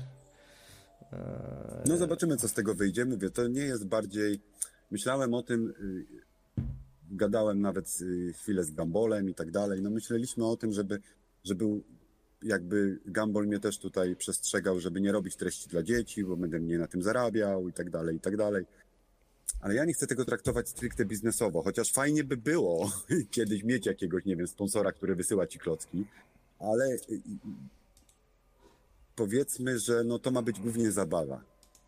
No zobaczymy, co z tego wyjdzie. Mówię, to nie jest bardziej... Myślałem o tym, gadałem nawet chwilę z Gambolem i tak dalej. No myśleliśmy o tym, żeby, żeby jakby Gumball mnie też tutaj przestrzegał, żeby nie robić treści dla dzieci, bo będę mniej na tym zarabiał i tak dalej, i tak dalej. Ale ja nie chcę tego traktować stricte biznesowo, chociaż fajnie by było kiedyś mieć jakiegoś, nie wiem, sponsora, który wysyła ci klocki, ale powiedzmy, że no to ma być głównie zabawa.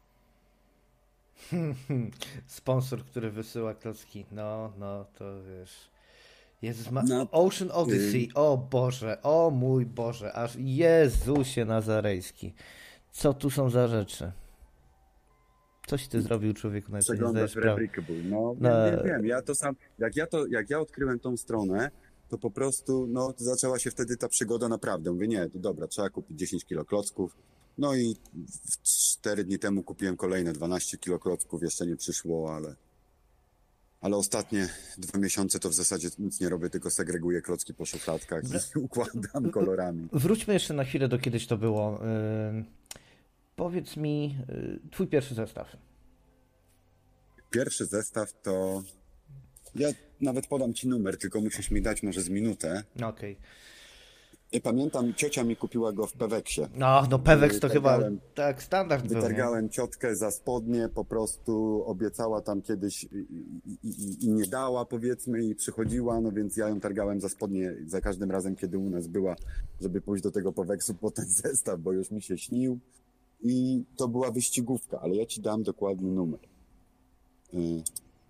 Sponsor, który wysyła klocki, no, no, to wiesz... Jezus ma... No, Ocean Odyssey, y... o Boże, o mój Boże, aż Jezusie Nazarejski. Co tu są za rzeczy? Coś ty zrobił, człowieku, na to nie zdajesz sprawy. No, no, wiem, wiem, ja to sam, jak ja to, jak ja odkryłem tą stronę, to po prostu, no, zaczęła się wtedy ta przygoda naprawdę. Mówię, nie, to dobra, trzeba kupić dziesięć kilo klocków. No i cztery dni temu kupiłem kolejne dwanaście kilo klocków, jeszcze nie przyszło, ale... Ale ostatnie dwa miesiące to w zasadzie nic nie robię, tylko segreguję klocki po szufladkach i układam kolorami. Wróćmy jeszcze na chwilę do kiedyś to było. Yy, powiedz mi, yy, twój pierwszy zestaw. Pierwszy zestaw to... Ja nawet podam ci numer, tylko musisz mi dać może z minutę. Okej. Okay. Ja pamiętam, ciocia mi kupiła go w Peweksie. No, no Peweks to chyba tak standard był. Wytargałem ciotkę za spodnie, po prostu obiecała tam kiedyś i, i, i, i nie dała, powiedzmy, i przychodziła, no więc ja ją targałem za spodnie za każdym razem, kiedy u nas była, żeby pójść do tego Peweksu po ten zestaw, bo już mi się śnił. I to była wyścigówka, ale ja ci dam dokładny numer. Y...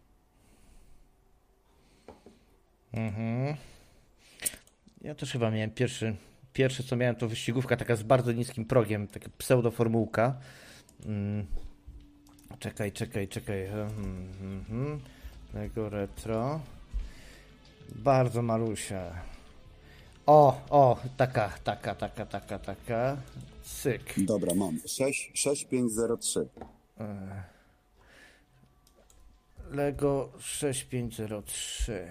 Mhm. Ja też chyba miałem pierwszy, pierwszy co miałem to wyścigówka taka z bardzo niskim progiem, taka pseudoformułka. Hmm. Czekaj, czekaj, czekaj. Hmm, hmm. Lego Retro. Bardzo malusia. O, o, taka, taka, taka, taka, taka. Cyk. Dobra, mam. sześć pięć zero trzy. Lego sześć pięć zero trzy.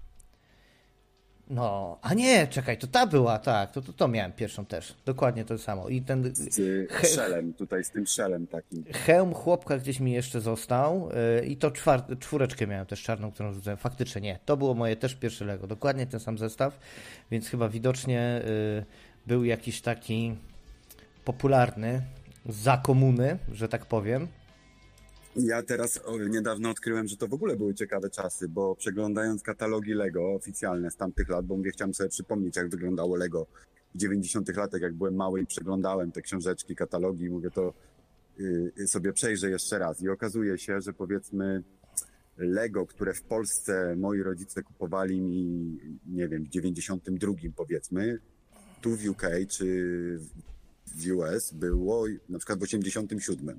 No, a nie, czekaj, to ta była, tak, to, to, to miałem pierwszą też, dokładnie to samo. I ten z he... szelem, tutaj z tym szelem takim. Hełm chłopka gdzieś mi jeszcze został yy, i to czwar... czwóreczkę miałem też czarną, którą rzucałem, faktycznie nie, to było moje też pierwsze Lego, dokładnie ten sam zestaw, więc chyba widocznie yy, był jakiś taki popularny za komuny, że tak powiem. Ja teraz o, niedawno odkryłem, że to w ogóle były ciekawe czasy, bo przeglądając katalogi Lego oficjalne z tamtych lat, bo mówię, chciałem sobie przypomnieć, jak wyglądało Lego w dziewięćdziesiątych latach, jak byłem mały i przeglądałem te książeczki, katalogi, mówię, to yy, sobie przejrzę jeszcze raz i okazuje się, że powiedzmy Lego, które w Polsce moi rodzice kupowali mi, nie wiem, w dziewięćdziesiątym drugim powiedzmy, tu w U K czy w U S było na przykład w osiemdziesiątym siódmym.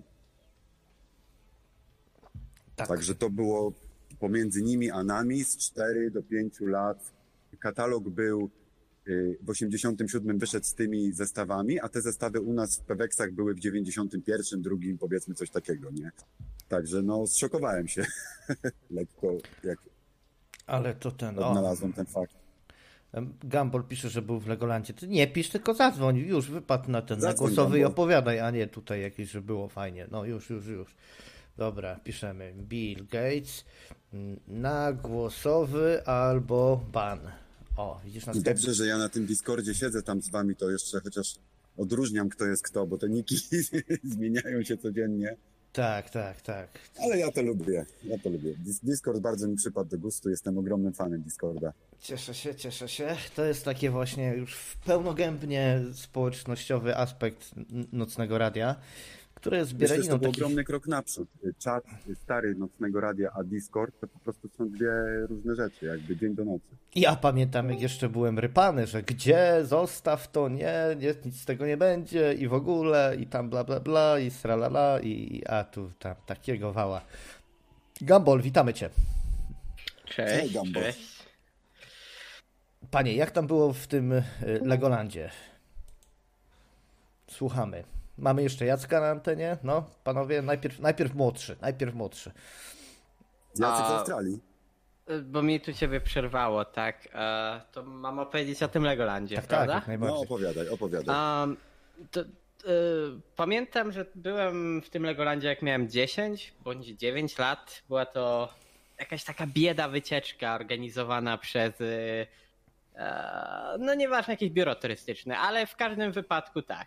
Tak. Także to było pomiędzy nimi a nami z czterech do pięciu lat. Katalog był w osiemdziesiątym siódmym wyszedł z tymi zestawami, a te zestawy u nas w Peweksach były w dziewięćdziesiątym pierwszym, drugim, powiedzmy coś takiego, nie? Także no, zszokowałem się lekko, jak Ale to ten, odnalazłem o. ten fakt. Gumball pisze, że był w Legolandzie. Ty nie pisz, tylko zadzwoń, już wypadł na ten Zadzwoń, na głosowy Gumball. I opowiadaj, a nie tutaj jakieś, że było fajnie. No już, już, już. Dobra, piszemy. Bill Gates na głosowy albo ban. O, widzisz na I dobrze, że ja na tym Discordzie siedzę tam z wami, to jeszcze chociaż odróżniam, kto jest kto, bo te niki zmieniają się codziennie. Tak, tak, tak. Ale ja to lubię, ja to lubię. Discord bardzo mi przypadł do gustu, jestem ogromnym fanem Discorda. Cieszę się, cieszę się. To jest takie właśnie już pełnogębnie społecznościowy aspekt Nocnego Radia, który jest zbieraniną Myślę, że to był takich... ogromny krok naprzód. Czat stary Nocnego Radia, a Discord to po prostu są dwie różne rzeczy, jakby dzień do nocy. Ja pamiętam, jak jeszcze byłem rypany, że gdzie, zostaw to, nie, nie, nic z tego nie będzie i w ogóle, i tam bla bla bla, i sralala, i a tu tam takiego wała. Gumball, witamy cię. Cześć, Cześć, Gumball. cześć. Panie, jak tam było w tym Legolandzie? Słuchamy. Mamy jeszcze Jacka na antenie? No, panowie, najpierw, najpierw młodszy, najpierw młodszy. Jacek z Australii. Bo mi tu ciebie przerwało, tak? E, to mam opowiedzieć o tym Legolandzie, Tak, prawda? tak, jak najbardziej. No opowiadaj, opowiadaj. Um, to, e, pamiętam, że byłem w tym Legolandzie jak miałem dziesięć bądź dziewięć lat. Była to jakaś taka bieda wycieczka organizowana przez e, e, no nieważne, jakieś biuro turystyczne, ale w każdym wypadku tak.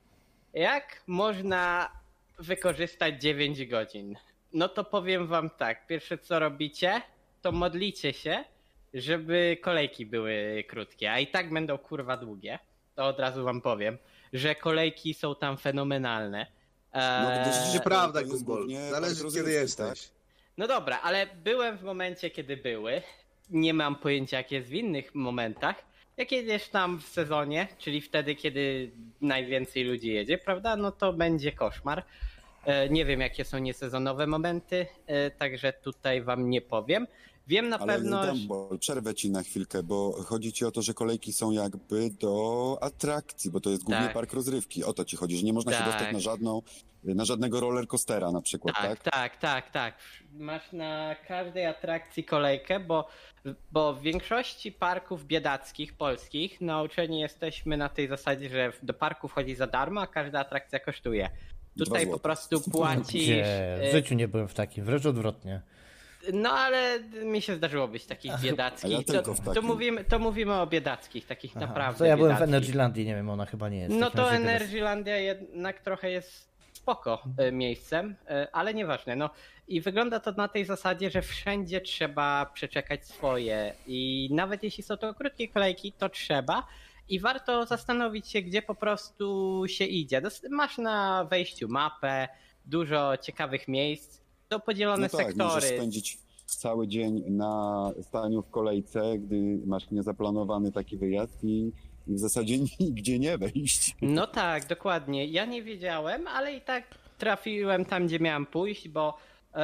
Jak można wykorzystać dziewięć godzin? No to powiem wam tak, pierwsze co robicie, to modlicie się, żeby kolejki były krótkie, a i tak będą kurwa długie. To od razu wam powiem, że kolejki są tam fenomenalne. No, Eee, to Nieprawda, prawda, Gumball. Zależy kiedy jesteś. No dobra, ale byłem w momencie, kiedy były. Nie mam pojęcia, jak jest w innych momentach. Jak jedziesz tam w sezonie, czyli wtedy, kiedy najwięcej ludzi jedzie, prawda, no to będzie koszmar. Nie wiem, jakie są niesezonowe momenty, także tutaj wam nie powiem. Wiem na Ale pewno... Ale Gumball, przerwę ci na chwilkę, bo chodzi ci o to, że kolejki są jakby do atrakcji, bo to jest głównie Tak. park rozrywki. O to ci chodzi, że nie można Tak. się dostać na żadną, na żadnego rollercoastera na przykład, tak? Tak, tak, tak, tak. Masz na każdej atrakcji kolejkę, bo, bo w większości parków biedackich polskich nauczeni jesteśmy na tej zasadzie, że do parku wchodzi za darmo, a każda atrakcja kosztuje. Tutaj po prostu płacisz... Gdzie? W życiu nie byłem w takim, wręcz odwrotnie. No ale mi się zdarzyło być takich biedackich. A ja tylko to, w takim. to, mówimy, to mówimy o biedackich, takich Aha, naprawdę to ja byłem w biedackich. Energylandii, nie wiem, ona chyba nie jest. No W takim to razie teraz- Energylandia jednak trochę jest spoko e, miejscem, e, ale nieważne. No i wygląda to na tej zasadzie, że wszędzie trzeba przeczekać swoje i nawet jeśli są to krótkie kolejki, to trzeba i warto zastanowić się, gdzie po prostu się idzie. Dos- Masz na wejściu mapę, dużo ciekawych miejsc, to podzielone No tak, sektory. możesz spędzić cały dzień na staniu w kolejce, gdy masz niezaplanowany taki wyjazd i, i w zasadzie nigdzie nie wejść. No tak, dokładnie. Ja nie wiedziałem, ale i tak trafiłem tam, gdzie miałem pójść, bo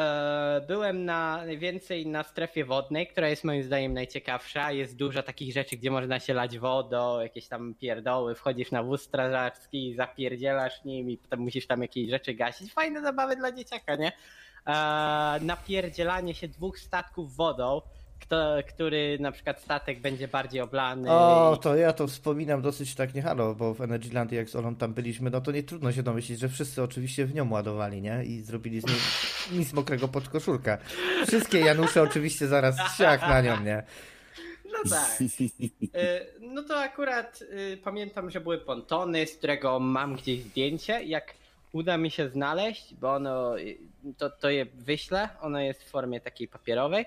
e, byłem na najwięcej na strefie wodnej, która jest moim zdaniem najciekawsza. Jest dużo takich rzeczy, gdzie można się lać wodą, jakieś tam pierdoły, wchodzisz na wóz strażacki, zapierdzielasz nim i potem musisz tam jakieś rzeczy gasić. Fajne zabawy dla dzieciaka, nie? E, napierdzielanie się dwóch statków wodą, kto, który na przykład statek będzie bardziej oblany. O, i- to ja to wspominam dosyć tak nie halo, bo w Energylandii jak z Olą tam byliśmy, no to nie trudno się domyślić, że wszyscy oczywiście w nią ładowali, nie? I zrobili z niej nic mokrego pod koszulka. Wszystkie Janusze oczywiście zaraz siak na nią, nie? No tak. Y, No to akurat y, pamiętam, że były pontony, z którego mam gdzieś zdjęcie. Jak uda mi się znaleźć, bo ono, y, to, to je wyślę, ono jest w formie takiej papierowej.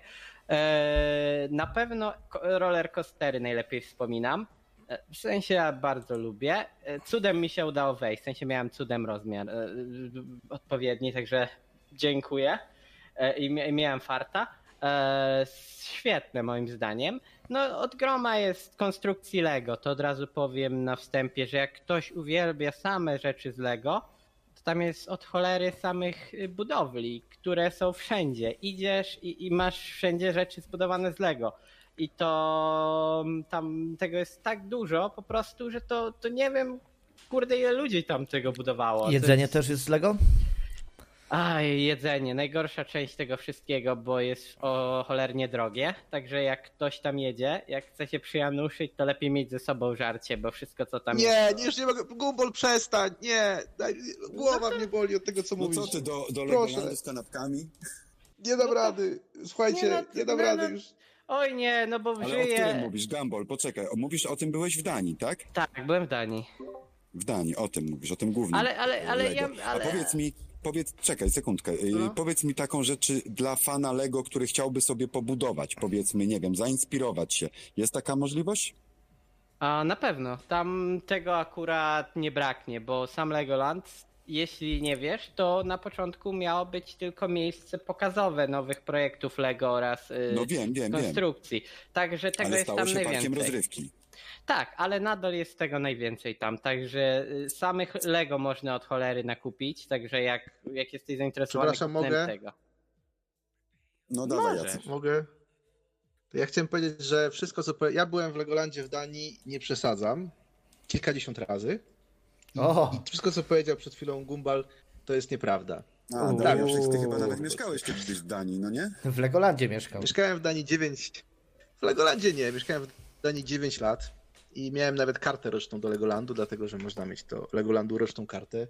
E, Na pewno ko- roller coastery najlepiej wspominam. E, W sensie ja bardzo lubię. E, Cudem mi się udało wejść, w sensie miałem cudem rozmiar e, odpowiedni, także dziękuję. E, I mia- i miałem farta. E, świetne moim zdaniem. No od groma jest konstrukcji Lego, to od razu powiem na wstępie, że jak ktoś uwielbia same rzeczy z Lego, to tam jest od cholery samych budowli, które są wszędzie. Idziesz i, i masz wszędzie rzeczy zbudowane z Lego. I to tam tego jest tak dużo po prostu, że to, to nie wiem, kurde, ile ludzi tam tego budowało. Jedzenie jest... też jest z Lego? Aj, jedzenie, najgorsza część tego wszystkiego, bo jest o cholernie drogie, także jak ktoś tam jedzie, jak chce się przyjanuszyć, to lepiej mieć ze sobą żarcie, bo wszystko co tam nie, jest... Nie, już nie mogę, Gumball, przestań, nie, daj, głowa no to... mnie boli od tego, co no mówisz. No co ty, do, do Legolandu z kanapkami? Nie dam no to... rady, słuchajcie, nie, no, nie dam no, rady już. Oj nie, no bo Ale żyję... o którym mówisz, Gumball, poczekaj, mówisz o tym, byłeś w Danii, tak? Tak, byłem w Danii. W Danii, o tym mówisz, o tym głównym. Ale, ale, ale Lego. ja... Ale... A powiedz mi, Powiedz, czekaj sekundkę, no. Powiedz mi taką rzecz dla fana Lego, który chciałby sobie pobudować, powiedzmy, nie wiem, zainspirować się. Jest taka możliwość? A na pewno, tam tego akurat nie braknie, bo sam Legoland, jeśli nie wiesz, to na początku miało być tylko miejsce pokazowe nowych projektów Lego oraz no wiem, wiem, konstrukcji. Wiem. Także tego Ale jest tam stało się najwięcej. parkiem rozrywki. Tak, ale nadal jest tego najwięcej tam, także samych Lego można od cholery nakupić, także jak, jak jesteś zainteresowany, Przepraszam, mogę? tego. No dawaj, Jacek. Mogę? Ja chciałem powiedzieć, że wszystko co... Ja byłem w Legolandzie w Danii, nie przesadzam, kilkadziesiąt razy. I, i wszystko co powiedział przed chwilą Gumball, to jest nieprawda. A, Dariusz, ty chyba nawet mieszkałeś kiedyś w Danii, no nie? W Legolandzie mieszkał. Mieszkałem w Danii dziewięć... W Legolandzie nie, mieszkałem w Danii dziewięć lat. I miałem nawet kartę roczną do Legolandu, dlatego że można mieć do Legolandu roczną kartę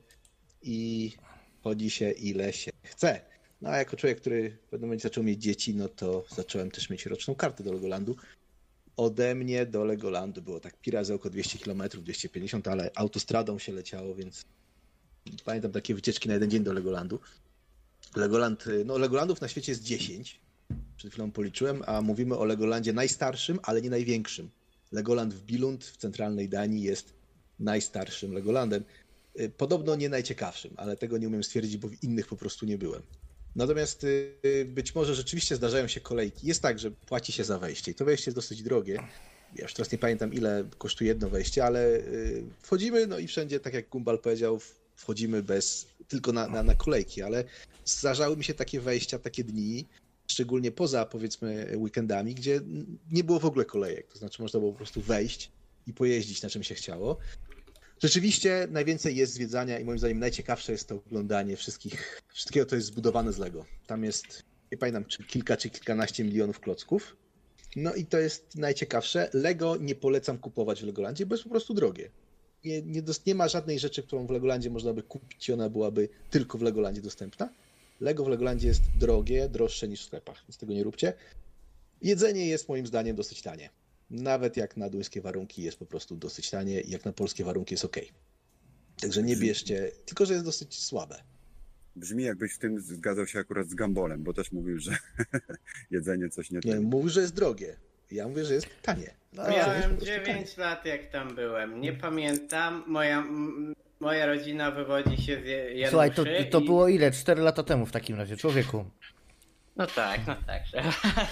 i chodzi się ile się chce. No a jako człowiek, który w pewnym momencie zaczął mieć dzieci, no to zacząłem też mieć roczną kartę do Legolandu. Ode mnie do Legolandu było tak pi razy około dwieście kilometrów, dwieście pięćdziesiąt, ale autostradą się leciało, więc pamiętam takie wycieczki na jeden dzień do Legolandu. Legoland, no Legolandów na świecie jest dziesięć, przed chwilą policzyłem, a mówimy o Legolandzie najstarszym, ale nie największym. Legoland w Billund w centralnej Danii jest najstarszym Legolandem. Podobno nie najciekawszym, ale tego nie umiem stwierdzić, bo w innych po prostu nie byłem. Natomiast być może rzeczywiście zdarzają się kolejki. Jest tak, że płaci się za wejście i to wejście jest dosyć drogie. Ja już teraz nie pamiętam, ile kosztuje jedno wejście, ale wchodzimy, no i wszędzie, tak jak Gumball powiedział, wchodzimy bez, tylko na, na, na kolejki, ale zdarzały mi się takie wejścia, takie dni, szczególnie poza, powiedzmy, weekendami, gdzie nie było w ogóle kolejek. To znaczy można było po prostu wejść i pojeździć, na czym się chciało. Rzeczywiście najwięcej jest zwiedzania i moim zdaniem najciekawsze jest to oglądanie wszystkich, wszystkiego, co jest zbudowane z Lego. Tam jest, nie pamiętam, czy kilka, czy kilkanaście milionów klocków. No i to jest najciekawsze. Lego nie polecam kupować w Legolandzie, bo jest po prostu drogie. Nie, nie, nie ma żadnej rzeczy, którą w Legolandzie można by kupić i ona byłaby tylko w Legolandzie dostępna. Lego w Legolandzie jest drogie, droższe niż w sklepach, więc tego nie róbcie. Jedzenie jest moim zdaniem dosyć tanie. Nawet jak na duńskie warunki jest po prostu dosyć tanie i jak na polskie warunki jest ok. Także nie bierzcie, tylko że jest dosyć słabe. Brzmi jakbyś w tym zgadzał się akurat z Gumbolem, bo też mówił, że jedzenie coś nie... Nie, mówił, że jest drogie. Ja mówię, że jest tanie. No, miałem dziewięć lat jak tam byłem. Nie pamiętam. Moja, moja rodzina wywodzi się z Januszy. Słuchaj, to, to i... było ile? cztery lata temu w takim razie, człowieku. No tak, no tak. Że...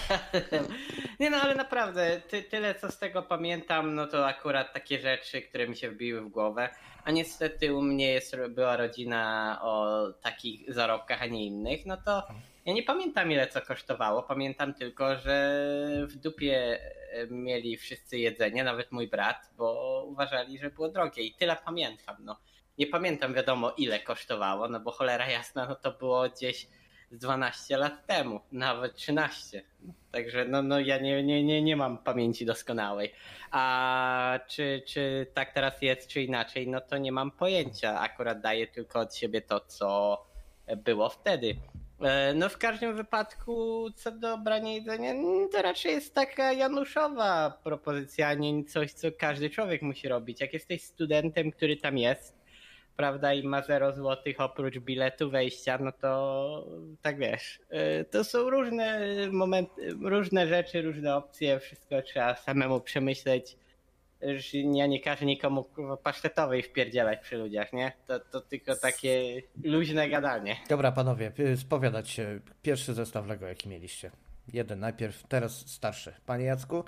Nie no, ale naprawdę, ty, tyle co z tego pamiętam, no to akurat takie rzeczy, które mi się wbiły w głowę. A niestety u mnie jest, była rodzina o takich zarobkach, a nie innych, no to ja nie pamiętam ile co kosztowało. Pamiętam tylko, że w dupie mieli wszyscy jedzenie, nawet mój brat, bo uważali, że było drogie i tyle pamiętam. No. Nie pamiętam wiadomo ile kosztowało, no bo cholera jasna, no to było gdzieś z dwanaście lat temu, nawet trzynaście. Także no, no ja nie, nie, nie, nie mam pamięci doskonałej. A czy, czy tak teraz jest, czy inaczej, no to nie mam pojęcia. Akurat daję tylko od siebie to, co było wtedy. No w każdym wypadku co do brania jedzenia, to raczej jest taka januszowa propozycja, a nie coś, co każdy człowiek musi robić. Jak jesteś studentem, który tam jest, prawda, i ma zero złotych oprócz biletu wejścia, no to tak wiesz, to są różne momenty, różne rzeczy, różne opcje, wszystko trzeba samemu przemyśleć. Ja nie każę nikomu pasztetowej wpierdzielać przy ludziach, nie? To, to tylko takie luźne gadanie. Dobra, panowie, spowiadać się. Pierwszy zestaw Lego, jaki mieliście. jeden najpierw, teraz starszy. Panie Jacku?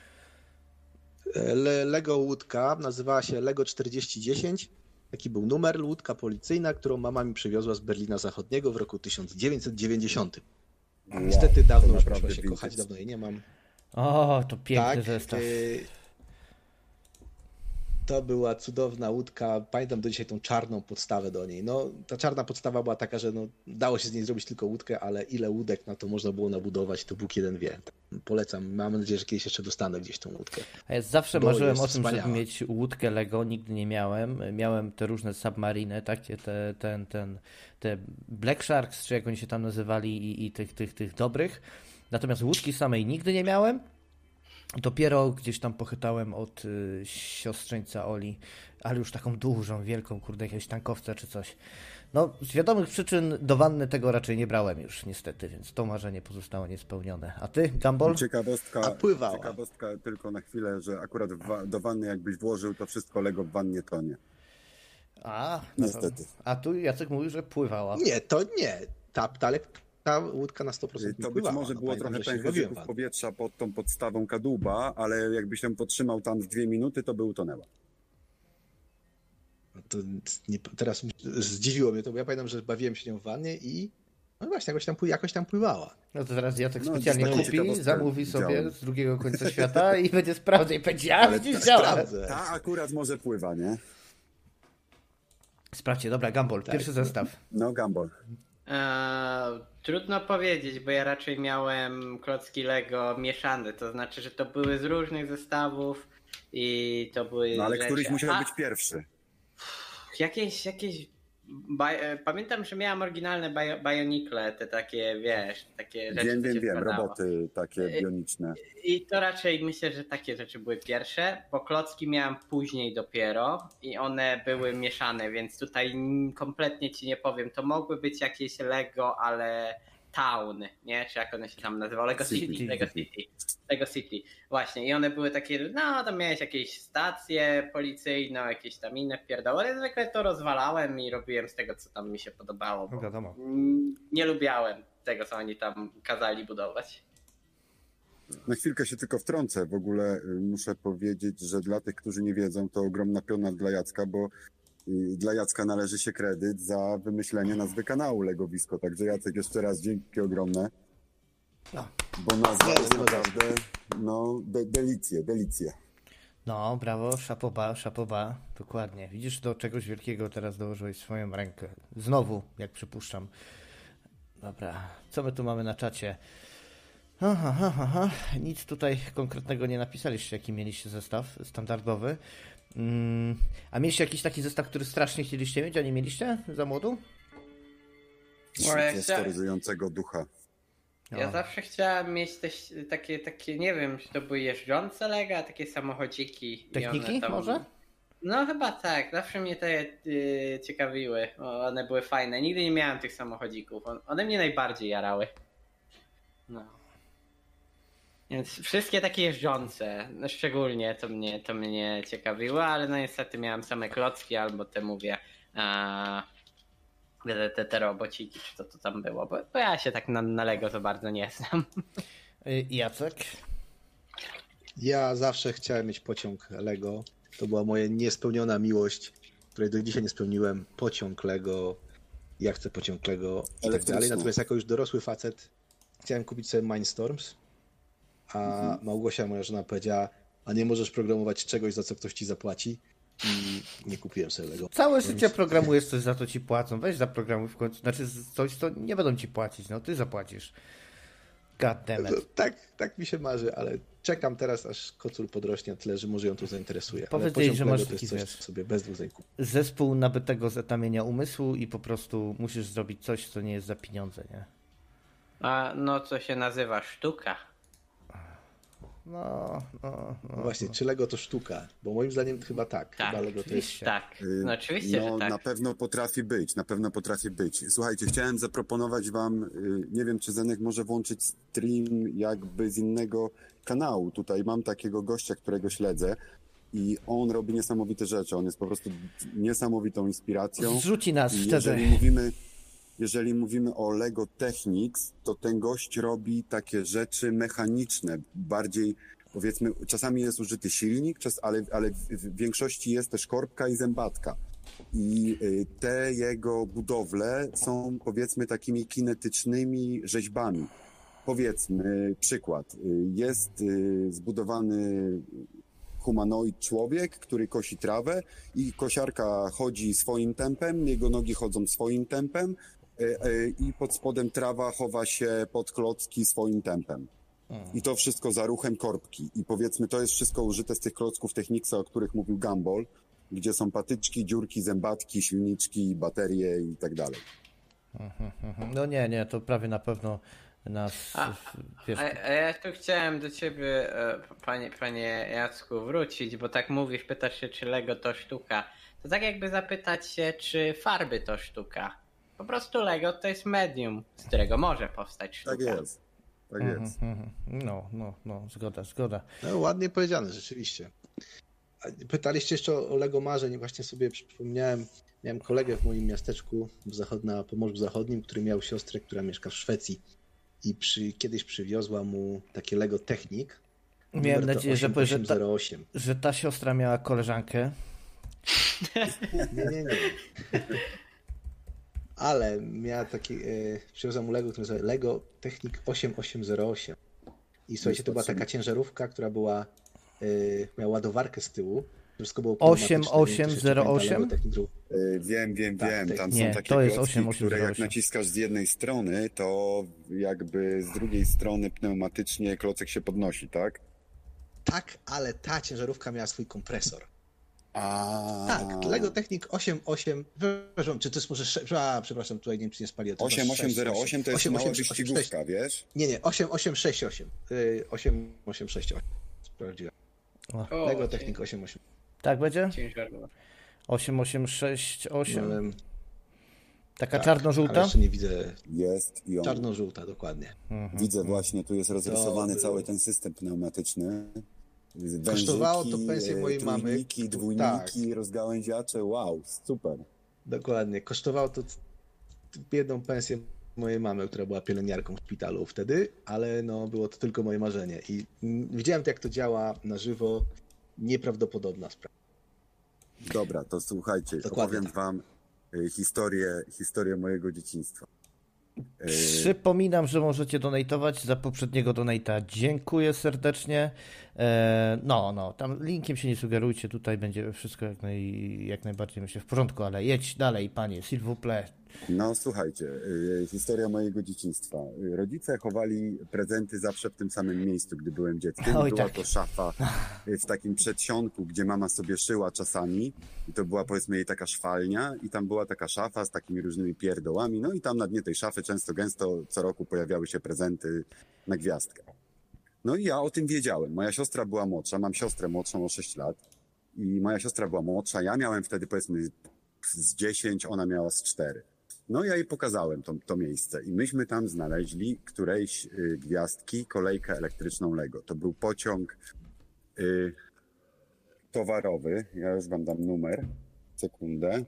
Le- Lego łódka nazywała się Lego czterdzieści dziesięć. Taki był numer, łódka policyjna, którą mama mi przywiozła z Berlina Zachodniego w roku tysiąc dziewięćset dziewięćdziesiątym. Wow, Niestety dawno to już naprawdę poszła się vintage. kochać, dawno jej nie mam. O, to piękny Tak, zestaw. y, to była cudowna łódka. Pamiętam do dzisiaj tą czarną podstawę do niej. No, ta czarna podstawa była taka, że no, dało się z niej zrobić tylko łódkę, ale ile łódek na to można było nabudować, to Bóg jeden wie. Polecam. Mam nadzieję, że kiedyś jeszcze dostanę gdzieś tą łódkę. A ja zawsze Bo marzyłem jest o tym, wspaniała. żeby mieć łódkę Lego, nigdy nie miałem. Miałem te różne submariny, takie te, ten, ten, te Black Sharks, czy jak oni się tam nazywali i, i tych, tych, tych dobrych. Natomiast łódki samej nigdy nie miałem. Dopiero gdzieś tam pochytałem od y, siostrzeńca Oli, ale już taką dużą, wielką, kurde, jakiegoś tankowca czy coś. No, z wiadomych przyczyn do wanny tego raczej nie brałem już, niestety, więc to marzenie pozostało niespełnione. A ty, Gumball? Ciekawostka, A pływała. ciekawostka tylko na chwilę, że akurat w wa- do wanny jakbyś włożył, to wszystko Lego w wannie tonie. A, Niestety. A tu Jacek mówił, że pływała. Nie, to nie. Ta, ta, ta łódka na sto procent To nie być pływała. może No, było pamiętam, trochę że się pęcherzyków bawiłem w wannie. powietrza pod tą podstawą kadłuba, ale jakbyś ją potrzymał tam z dwie minuty, to by utonęła. No to nie, teraz mi- zdziwiło mnie to, bo ja pamiętam, że bawiłem się nią w wannie i no właśnie, jakoś tam, pły- jakoś tam pływała. No to teraz Jacek No, specjalnie taką kupi, ciekawostkę zamówi sobie widziałem. z drugiego końca świata i będzie sprawdzał i będzie, ja Ale widzisz, tak działa. Sprawdzę. Ta akurat może pływa, nie? Sprawdźcie, dobra, Gumball, Tak. pierwszy zestaw. No, Gumball. Eee, trudno powiedzieć, bo ja raczej miałem klocki Lego mieszane, to znaczy, że to były z różnych zestawów i to były No ale rzeczy... któryś musiał A, być pierwszy. Jakieś, jakieś... Baj... e, Pamiętam, że miałem oryginalne bio... Bionikle, te takie, wiesz, takie rzeczy, Wiem, co wiem, się wiem, wkładało. roboty takie Y- bioniczne. I to raczej myślę, że takie rzeczy były pierwsze, bo klocki miałem później dopiero i one były mieszane, więc tutaj n- kompletnie ci nie powiem. To mogły być jakieś Lego, ale Town, nie? Czy jak one się tam nazywały? Lego City. City. Lego City. Lego City. Właśnie. I one były takie, no tam miałeś jakieś stacje policyjne, jakieś tam inne pierdoły, ale zwykle to rozwalałem i robiłem z tego, co tam mi się podobało. No Bo wiadomo. mm, nie lubiałem tego, co oni tam kazali budować. Na chwilkę się tylko wtrącę. W ogóle y, muszę powiedzieć, że dla tych, którzy nie wiedzą, to ogromna piona dla Jacka, bo y, dla Jacka należy się kredyt za wymyślenie nazwy kanału Legowisko. Także Jacek, jeszcze raz dzięki ogromne. No. Bo nazwa Nie, jest nie ma naprawdę, no, de, delicje, delicje. No, brawo, szapoba, szapoba, dokładnie. Widzisz, do czegoś wielkiego teraz dołożyłeś swoją rękę. Znowu, jak przypuszczam. Dobra, co my tu mamy na czacie? Aha, aha, aha. Nic tutaj konkretnego nie napisaliście, jaki mieliście zestaw standardowy. Mm, a mieliście jakiś taki zestaw, który strasznie chcieliście mieć, a nie mieliście za młodu? No, ja Historyzującego ducha. Ja No. zawsze chciałem mieć też takie, takie, nie wiem, czy to były jeżdżące Lega, takie samochodziki. i Techniki one tam... może? No chyba tak, zawsze mnie te y, ciekawiły, o, one były fajne. Nigdy nie miałem tych samochodzików, On, one mnie najbardziej jarały. No. Więc wszystkie takie jeżdżące, no szczególnie to mnie, to mnie ciekawiło, ale no niestety miałem same klocki albo te mówię, a, te, te, te robociki, czy to, to tam było, bo, bo ja się tak na, na Lego za bardzo nie znam. Y, Jacek? Ja zawsze chciałem mieć pociąg Lego. To była moja niespełniona miłość, której do dzisiaj nie spełniłem. Pociąg Lego, ja chcę pociąg Lego i tak Elektryczny. dalej. Natomiast jako już dorosły facet chciałem kupić sobie Mindstorms, a Mhm. Małgosia, moja żona, powiedziała, a nie możesz programować czegoś, za co ktoś ci zapłaci, i nie kupiłem sobie Lego. Całe życie programujesz coś, za to ci płacą. Weź zaprogramuj w końcu. Znaczy coś, co nie będą ci płacić. No ty zapłacisz. God damn To, it. tak, tak mi się marzy, ale czekam teraz, aż kocur podrośnie na tyle, że może ją to zainteresuje. Ale Powiedz jej, pociąg że Lego masz to jest taki, coś, wiesz, co sobie bez dwóch zdań kupię. Zespół nabytego zetamienia umysłu i po prostu musisz zrobić coś, co nie jest za pieniądze, nie? A no co się nazywa sztuka. No, no, no. No właśnie, czy Lego to sztuka? Bo moim zdaniem chyba tak. Tak, Chyba Lego to jest... oczywiście. Tak, Y, no oczywiście, no, że tak. na pewno potrafi być, na pewno potrafi być. Słuchajcie, chciałem zaproponować wam, y, nie wiem, czy Zenek może włączyć stream jakby z innego kanału. Tutaj mam takiego gościa, którego śledzę i on robi niesamowite rzeczy. On jest po prostu niesamowitą inspiracją. Zrzuci nas I wtedy. jeżeli mówimy, jeżeli mówimy o Lego Technics, to ten gość robi takie rzeczy mechaniczne, bardziej powiedzmy, czasami jest użyty silnik, czas, ale, ale w większości jest też korbka i zębatka. I te jego budowle są powiedzmy takimi kinetycznymi rzeźbami. Powiedzmy przykład, jest zbudowany humanoid człowiek, który kosi trawę i kosiarka chodzi swoim tempem, jego nogi chodzą swoim tempem i pod spodem trawa chowa się pod klocki swoim tempem. I to wszystko za ruchem korbki. I powiedzmy, to jest wszystko użyte z tych klocków Technicsa, o których mówił Gumball, gdzie są patyczki, dziurki, zębatki, silniczki, baterie i tak dalej. No nie, nie, to prawie na pewno nas... A, wiesz... a, a ja tu chciałem do ciebie, panie, panie Jacku, wrócić, bo tak mówisz, pytasz się, czy Lego to sztuka. To tak jakby zapytać się, czy farby to sztuka. Po prostu Lego to jest medium, z którego może powstać sztuka. Tak jest. Tak jest. No, no, no, zgoda, zgoda. No, ładnie powiedziane, rzeczywiście. Pytaliście jeszcze o Lego marzeń. Właśnie sobie przypomniałem, miałem kolegę w moim miasteczku w zachod- na Pomorzu Zachodnim, który miał siostrę, która mieszka w Szwecji i przy, kiedyś przywiozła mu takie Lego Technic. Miałem nadzieję, że, powie, że, ta, zero osiem. że ta siostra miała koleżankę. Nie, nie, nie. Ale miała taki, e, przywiozła mu Lego, który nazywa Lego Technic osiem osiem zero osiem. I słuchajcie, to była taka ciężarówka, która była, e, miała ładowarkę z tyłu. Wszystko było osiem osiem zero osiem? Yy, wiem, wiem, tak, wiem. Tam nie, są takie to jest klocki, osiem osiem zero osiem. które jak naciskasz z jednej strony, to jakby z drugiej strony pneumatycznie klocek się podnosi, tak? Tak, ale ta ciężarówka miała swój kompresor. A. Tak, Lego Technic osiem osiem, przepraszam, czy to jest może sześć, a, przepraszam, tutaj nie wiem, czy nie spaliłem. osiem osiem zero osiem to jest mała wyścigówka, wiesz? Nie, nie, osiem osiem sześć osiem. Yy, osiem osiem sześć osiem. Sprawdziłem. O, Lego Technic osiem osiem. Tak będzie? Ciężarówka. osiem osiem sześć osiem. No, taka tak, czarno-żółta? ale jeszcze nie widzę. Jest i on. Czarno-żółta, dokładnie. Mhm. Widzę właśnie, tu jest rozrysowany to cały ten system pneumatyczny. Wężyki, kosztowało to pensję mojej mamy. Trójniki, dwójniki, tak. Rozgałęziacze, wow, super. Dokładnie, kosztowało to jedną pensję mojej mamy, która była pielęgniarką w szpitalu wtedy, ale no było to tylko moje marzenie i widziałem, jak to działa na żywo, nieprawdopodobna sprawa. Dobra, to słuchajcie, Dokładnie opowiem tak. wam historię, historię mojego dzieciństwa. Przypominam, że możecie donatować za poprzedniego donata. Dziękuję serdecznie. No, no, tam linkiem się nie sugerujcie, tutaj będzie wszystko jak, naj, jak najbardziej myślę w porządku, ale jedź dalej, panie, s'il vous plaît. No słuchajcie, historia mojego dzieciństwa. Rodzice chowali prezenty zawsze w tym samym miejscu, gdy byłem dzieckiem. Oj, była tak. to szafa w takim przedsionku, gdzie mama sobie szyła czasami i to była powiedzmy jej taka szwalnia i tam była taka szafa z takimi różnymi pierdołami, no i tam na dnie tej szafy często gęsto co roku pojawiały się prezenty na gwiazdkę. No i ja o tym wiedziałem. Moja siostra była młodsza, mam siostrę młodszą o sześć lat i moja siostra była młodsza, ja miałem wtedy powiedzmy z dziesięć, ona miała z cztery. No ja jej pokazałem to, to miejsce i myśmy tam znaleźli którejś y, gwiazdki, kolejkę elektryczną Lego. To był pociąg y, towarowy, ja już wam dam numer, sekundę.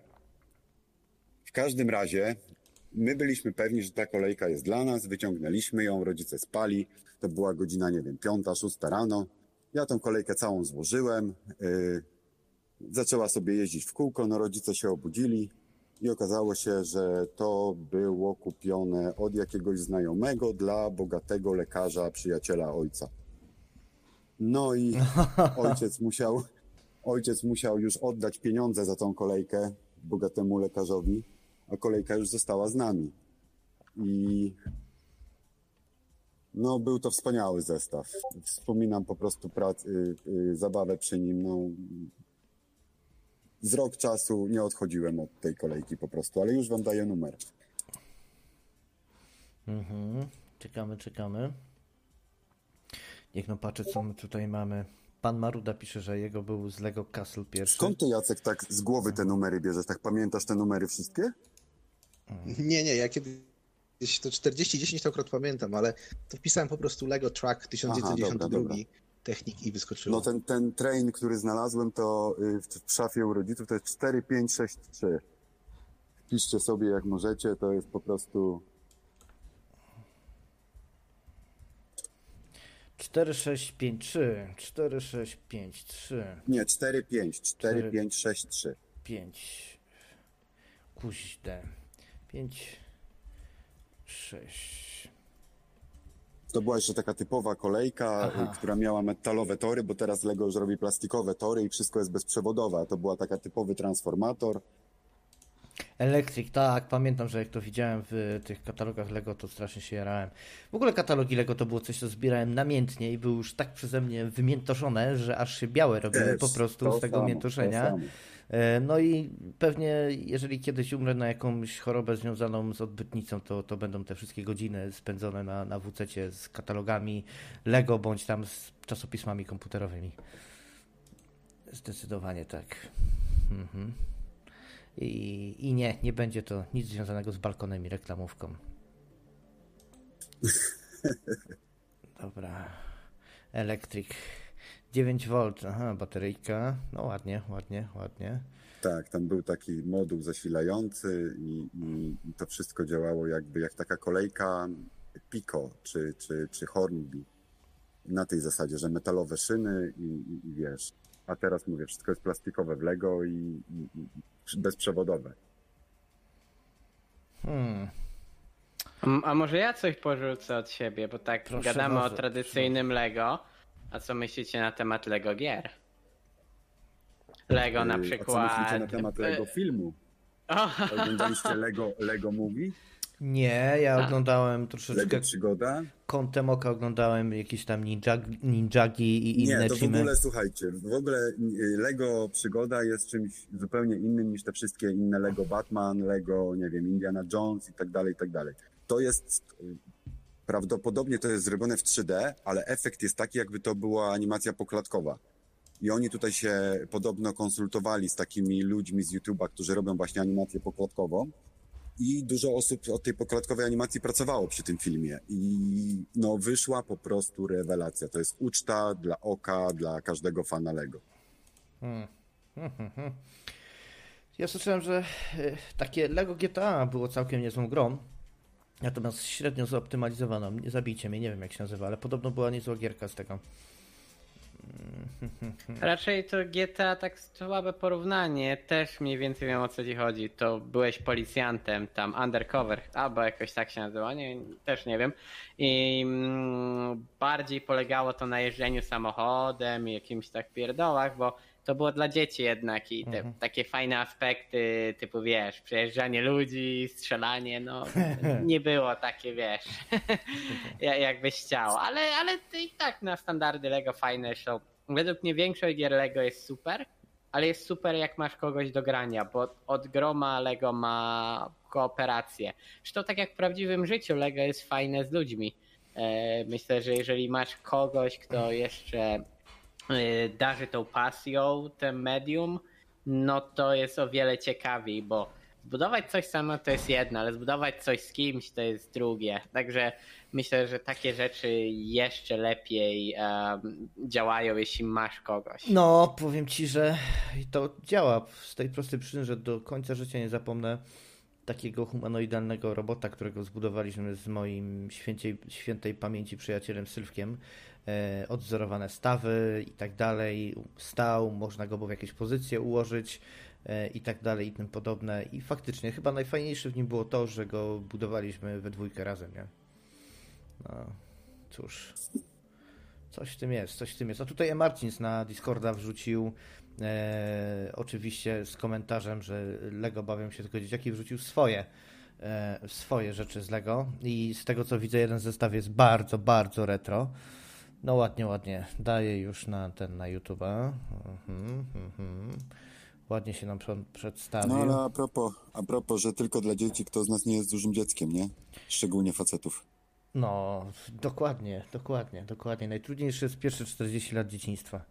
W każdym razie my byliśmy pewni, że ta kolejka jest dla nas, wyciągnęliśmy ją, rodzice spali, to była godzina, nie wiem, piąta, szósta rano. Ja tą kolejkę całą złożyłem, y, zaczęła sobie jeździć w kółko, no rodzice się obudzili. I okazało się, że to było kupione od jakiegoś znajomego dla bogatego lekarza, przyjaciela ojca. No i ojciec musiał, ojciec musiał już oddać pieniądze za tą kolejkę bogatemu lekarzowi, a kolejka już została z nami. I no był to wspaniały zestaw. Wspominam po prostu prac, y, y, zabawę przy nim, no... Z rok czasu nie odchodziłem od tej kolejki po prostu, ale już wam daję numer. Mhm. Czekamy, czekamy. Niech no patrzę, co my tutaj mamy. Pan Maruda pisze, że jego był z Lego Castle pierwszy. Skąd ty, Jacek, tak z głowy te numery bierzesz? Tak pamiętasz te numery wszystkie? Nie, nie, ja kiedyś to czterdzieści dziesięć to akurat pamiętam, ale to wpisałem po prostu Lego Truck tysiąc dziewięćset dziewięćdziesiąty drugi. Technik i wyskoczyło. No ten, ten train, który znalazłem, to w, w szafie u rodziców to jest cztery pięć sześć trzy. Piszcie sobie jak możecie, to jest po prostu... cztery sześć pięć trzy, cztery sześć pięć trzy. Nie, cztery pięć, cztery pięć sześć trzy. pięć. Kuźde. pięć, sześć. To była jeszcze taka typowa kolejka, Aha. która miała metalowe tory, bo teraz Lego już robi plastikowe tory i wszystko jest bezprzewodowe. To była taka typowy transformator. Electric, tak, pamiętam, że jak to widziałem w tych katalogach Lego, to strasznie się jarałem. W ogóle katalogi Lego to było coś, co zbierałem namiętnie i było już tak przeze mnie wymiętoszone, że aż się białe robiły Też, po prostu to z tego samo, miętoszenia. to samo. No i pewnie, jeżeli kiedyś umrę na jakąś chorobę związaną z odbytnicą, to, to będą te wszystkie godziny spędzone na, na W C-cie z katalogami Lego, bądź tam z czasopismami komputerowymi. Zdecydowanie tak. Mhm. I, I nie, nie będzie to nic związanego z balkonem i reklamówką. Dobra. Electric. dziewięć wolt. Aha, bateryjka. No ładnie, ładnie, ładnie. Tak, tam był taki moduł zasilający i, i, i to wszystko działało jakby jak taka kolejka Pico czy, czy, czy Hornby. Na tej zasadzie, że metalowe szyny i, i, i wiesz. A teraz mówię, wszystko jest plastikowe w Lego i, i, i bezprzewodowe. Hmm. A, a może ja coś porzucę od siebie, bo tak Proszę gadamy bardzo, o tradycyjnym Lego. A co myślicie na temat Lego gier? Lego na Yy, przykład... A co myślicie na temat Lego filmu? Oglądaliście Lego, Lego Movie? Nie, ja A. oglądałem troszeczkę Lego Przygoda? kątem oka, oglądałem jakieś tam ninjagi, ninjagi i inne Nie, to w filmy. ogóle słuchajcie, w ogóle y, Lego Przygoda jest czymś zupełnie innym niż te wszystkie inne Lego Batman, Lego, nie wiem, Indiana Jones i tak dalej, i tak dalej. To jest, y, prawdopodobnie to jest zrobione w trzy D, ale efekt jest taki, jakby to była animacja poklatkowa. I oni tutaj się podobno konsultowali z takimi ludźmi z YouTube'a, którzy robią właśnie animację poklatkową. I dużo osób od tej poklatkowej animacji pracowało przy tym filmie. I no wyszła po prostu rewelacja. To jest uczta dla oka, dla każdego fana Lego. Hmm. Hmm, hmm, hmm. Ja słyszałem, że y, takie Lego G T A było całkiem niezłą grą. Natomiast średnio zoptymalizowaną. Nie zabijcie mnie, nie wiem jak się nazywa, ale podobno była niezła gierka z tego. Raczej to G T A tak słabe porównanie, też mniej więcej wiem o co ci chodzi. To byłeś policjantem, tam undercover, albo jakoś tak się nazywa, nie, też nie wiem. I mm, bardziej polegało to na jeżdżeniu samochodem i jakimś tak pierdołach, bo to było dla dzieci jednak i te Mhm. takie fajne aspekty, typu wiesz, przejeżdżanie ludzi, strzelanie, no nie było takie, wiesz, ja- jakbyś chciał, ale, ale to i tak na standardy Lego fajne są. Według mnie większość gier Lego jest super, ale jest super jak masz kogoś do grania, bo od groma Lego ma kooperację. Zresztą tak jak w prawdziwym życiu Lego jest fajne z ludźmi. E, Myślę, że jeżeli masz kogoś, kto jeszcze e, darzy tą pasją, tym medium, no to jest o wiele ciekawiej, bo zbudować coś samo to jest jedno, ale zbudować coś z kimś to jest drugie. Także myślę, że takie rzeczy jeszcze lepiej um, działają, jeśli masz kogoś. No, powiem ci, że to działa z tej prostej przyczyny, że do końca życia nie zapomnę takiego humanoidalnego robota, którego zbudowaliśmy z moim święciej, świętej pamięci przyjacielem Sylwkiem. E, odzorowane stawy i tak dalej. Stał, można go było w jakieś pozycje ułożyć e, i tak dalej i tym podobne. I faktycznie chyba najfajniejsze w nim było to, że go budowaliśmy we dwójkę razem, nie? No, cóż... Coś w tym jest, coś w tym jest. A tutaj E. Marcins na Discorda wrzucił e, oczywiście z komentarzem, że Lego bawią się tylko dzieciaki, wrzucił swoje e, swoje rzeczy z Lego i z tego co widzę jeden zestaw jest bardzo, bardzo retro. No ładnie, ładnie. Daję już na ten, na YouTube'a. Mhm, mhm. Ładnie się nam przedstawił. No ale a propos, a propos, że tylko dla dzieci, kto z nas nie jest dużym dzieckiem, nie? Szczególnie facetów. No, dokładnie, dokładnie, dokładnie. Najtrudniejsze jest pierwsze czterdzieści lat dzieciństwa.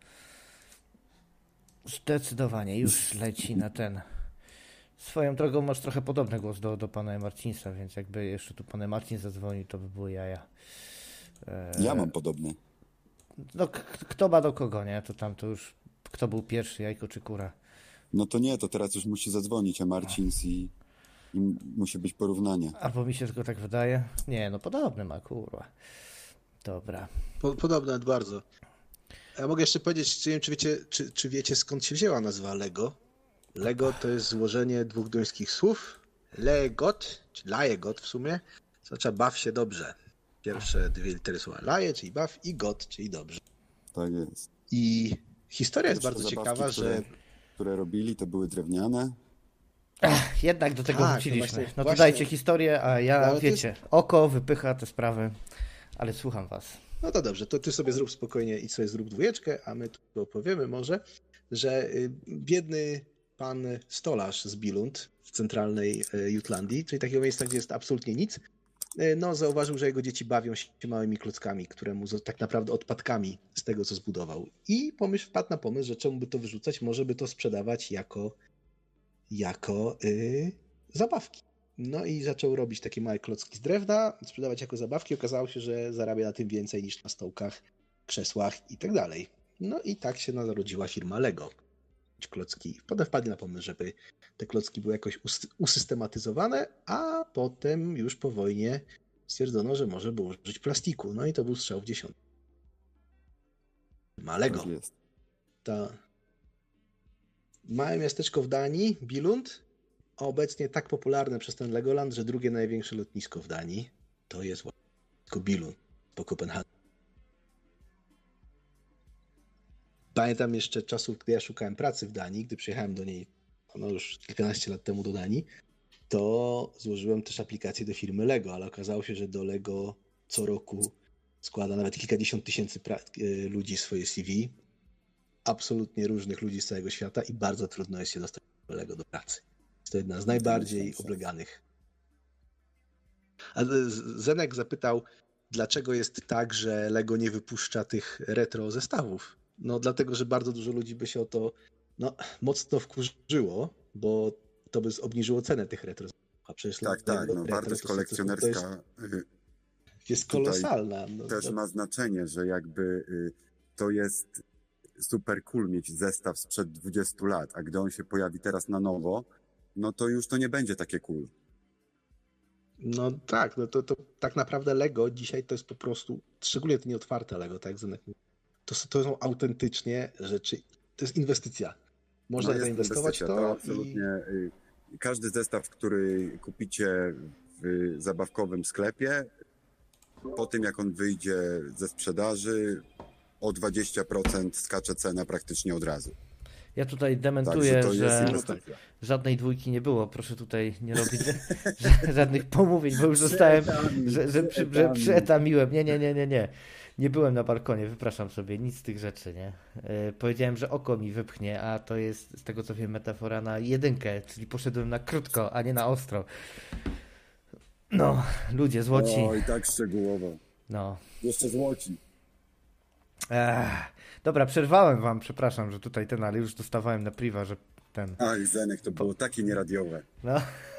Zdecydowanie, już leci na ten. Swoją drogą masz trochę podobny głos do, do pana Marcinsa, więc jakby jeszcze tu pan Marcin zadzwonił, to by było jaja. Eee, Ja mam podobny. No, k- kto ma do kogo, nie? To tam to już, kto był pierwszy, jajko czy kura. No to nie, to teraz już musi zadzwonić, a Marcins i... i musi być porównanie. Albo mi się tylko tak wydaje. Nie, no podobny ma, kurwa. Dobra. Po, podobne bardzo. Ja mogę jeszcze powiedzieć, czy, nie wiem, czy, wiecie, czy, czy wiecie skąd się wzięła nazwa Lego? Lego to jest złożenie dwóch duńskich słów. Legot, czy lajegot w sumie, to znaczy baw się dobrze. Pierwsze dwie litery słowa laje, czyli baw, i got, czyli dobrze. Tak jest. I historia jest Pierwsze bardzo zabawki, ciekawa, które, że... które robili, to były drewniane. Ach, jednak do tego Tak, no wróciliśmy. właśnie- No to właśnie- dajcie historię, a ja, No, ale to wiecie, oko wypycha te sprawy, ale słucham was. No to dobrze, to ty sobie zrób spokojnie i sobie zrób dwójeczkę, a my tu opowiemy może, że y, biedny pan stolarz z Billund w centralnej y, Jutlandii, czyli takiego miejsca, gdzie jest absolutnie nic, y, no zauważył, że jego dzieci bawią się małymi klockami, które mu z- tak naprawdę odpadkami z tego, co zbudował. I pomyśl, wpadł na pomysł, że czemu by to wyrzucać, może by to sprzedawać jako, jako y, zabawki. No i zaczął robić takie małe klocki z drewna, sprzedawać jako zabawki. Okazało się, że zarabia na tym więcej niż na stołkach, krzesłach i tak dalej. No i tak się narodziła firma Lego. Klocki. Potem wpadli na pomysł, żeby te klocki były jakoś us- usystematyzowane, a potem już po wojnie stwierdzono, że może było użyć plastiku. No i to był strzał w dziesiątkę. Firma Lego. Tak jest. Ta... Małe miasteczko w Danii, Billund, obecnie tak popularne przez ten Legoland, że drugie największe lotnisko w Danii to jest lotnisko Billund po Kopenhadze. Pamiętam jeszcze czasów, gdy ja szukałem pracy w Danii, gdy przyjechałem do niej no już kilkanaście lat temu do Danii, to złożyłem też aplikację do firmy Lego, ale okazało się, że do Lego co roku składa nawet kilkadziesiąt tysięcy pra- ludzi swoje C V, absolutnie różnych ludzi z całego świata i bardzo trudno jest się dostać do Lego do pracy. Jest to jedna z najbardziej obleganych. A Zenek zapytał, dlaczego jest tak, że Lego nie wypuszcza tych retro zestawów. No dlatego, że bardzo dużo ludzi by się o to no, mocno wkurzyło, bo to by obniżyło cenę tych retro zestawów. A przecież Tak, tak, no, wartość kolekcjonerska jest, jest kolosalna. No, też to... ma znaczenie, że jakby to jest super cool mieć zestaw sprzed dwudziestu lat, a gdy on się pojawi teraz na nowo, no to już to nie będzie takie cool. No tak, no to, to tak naprawdę Lego dzisiaj to jest po prostu, szczególnie te nieotwarte Lego, tak, Zenek? To, to są autentycznie rzeczy, to jest inwestycja. Można no zainwestować w to. to absolutnie. I... Każdy zestaw, który kupicie w zabawkowym sklepie, po tym jak on wyjdzie ze sprzedaży, o dwadzieścia procent skacze cena praktycznie od razu. Ja tutaj dementuję, to że żadnej dwójki nie było. Proszę tutaj nie robić żadnych pomówień, bo już zostałem, że, że, przy, że przyetamiłem. Nie, nie, nie, nie, nie. Nie byłem na balkonie, wypraszam sobie, nic z tych rzeczy, nie. Yy, powiedziałem, że oko mi wypchnie, a to jest, z tego co wiem, metafora na jedynkę, czyli poszedłem na krótko, a nie na ostro. No, ludzie złoci. O, i tak szczegółowo. No. Jeszcze złoci. Ech, dobra, przerwałem wam, przepraszam, że tutaj ten, ale już dostawałem na priwa, że ten... Aj, Zenek, to było takie nieradiowe. No.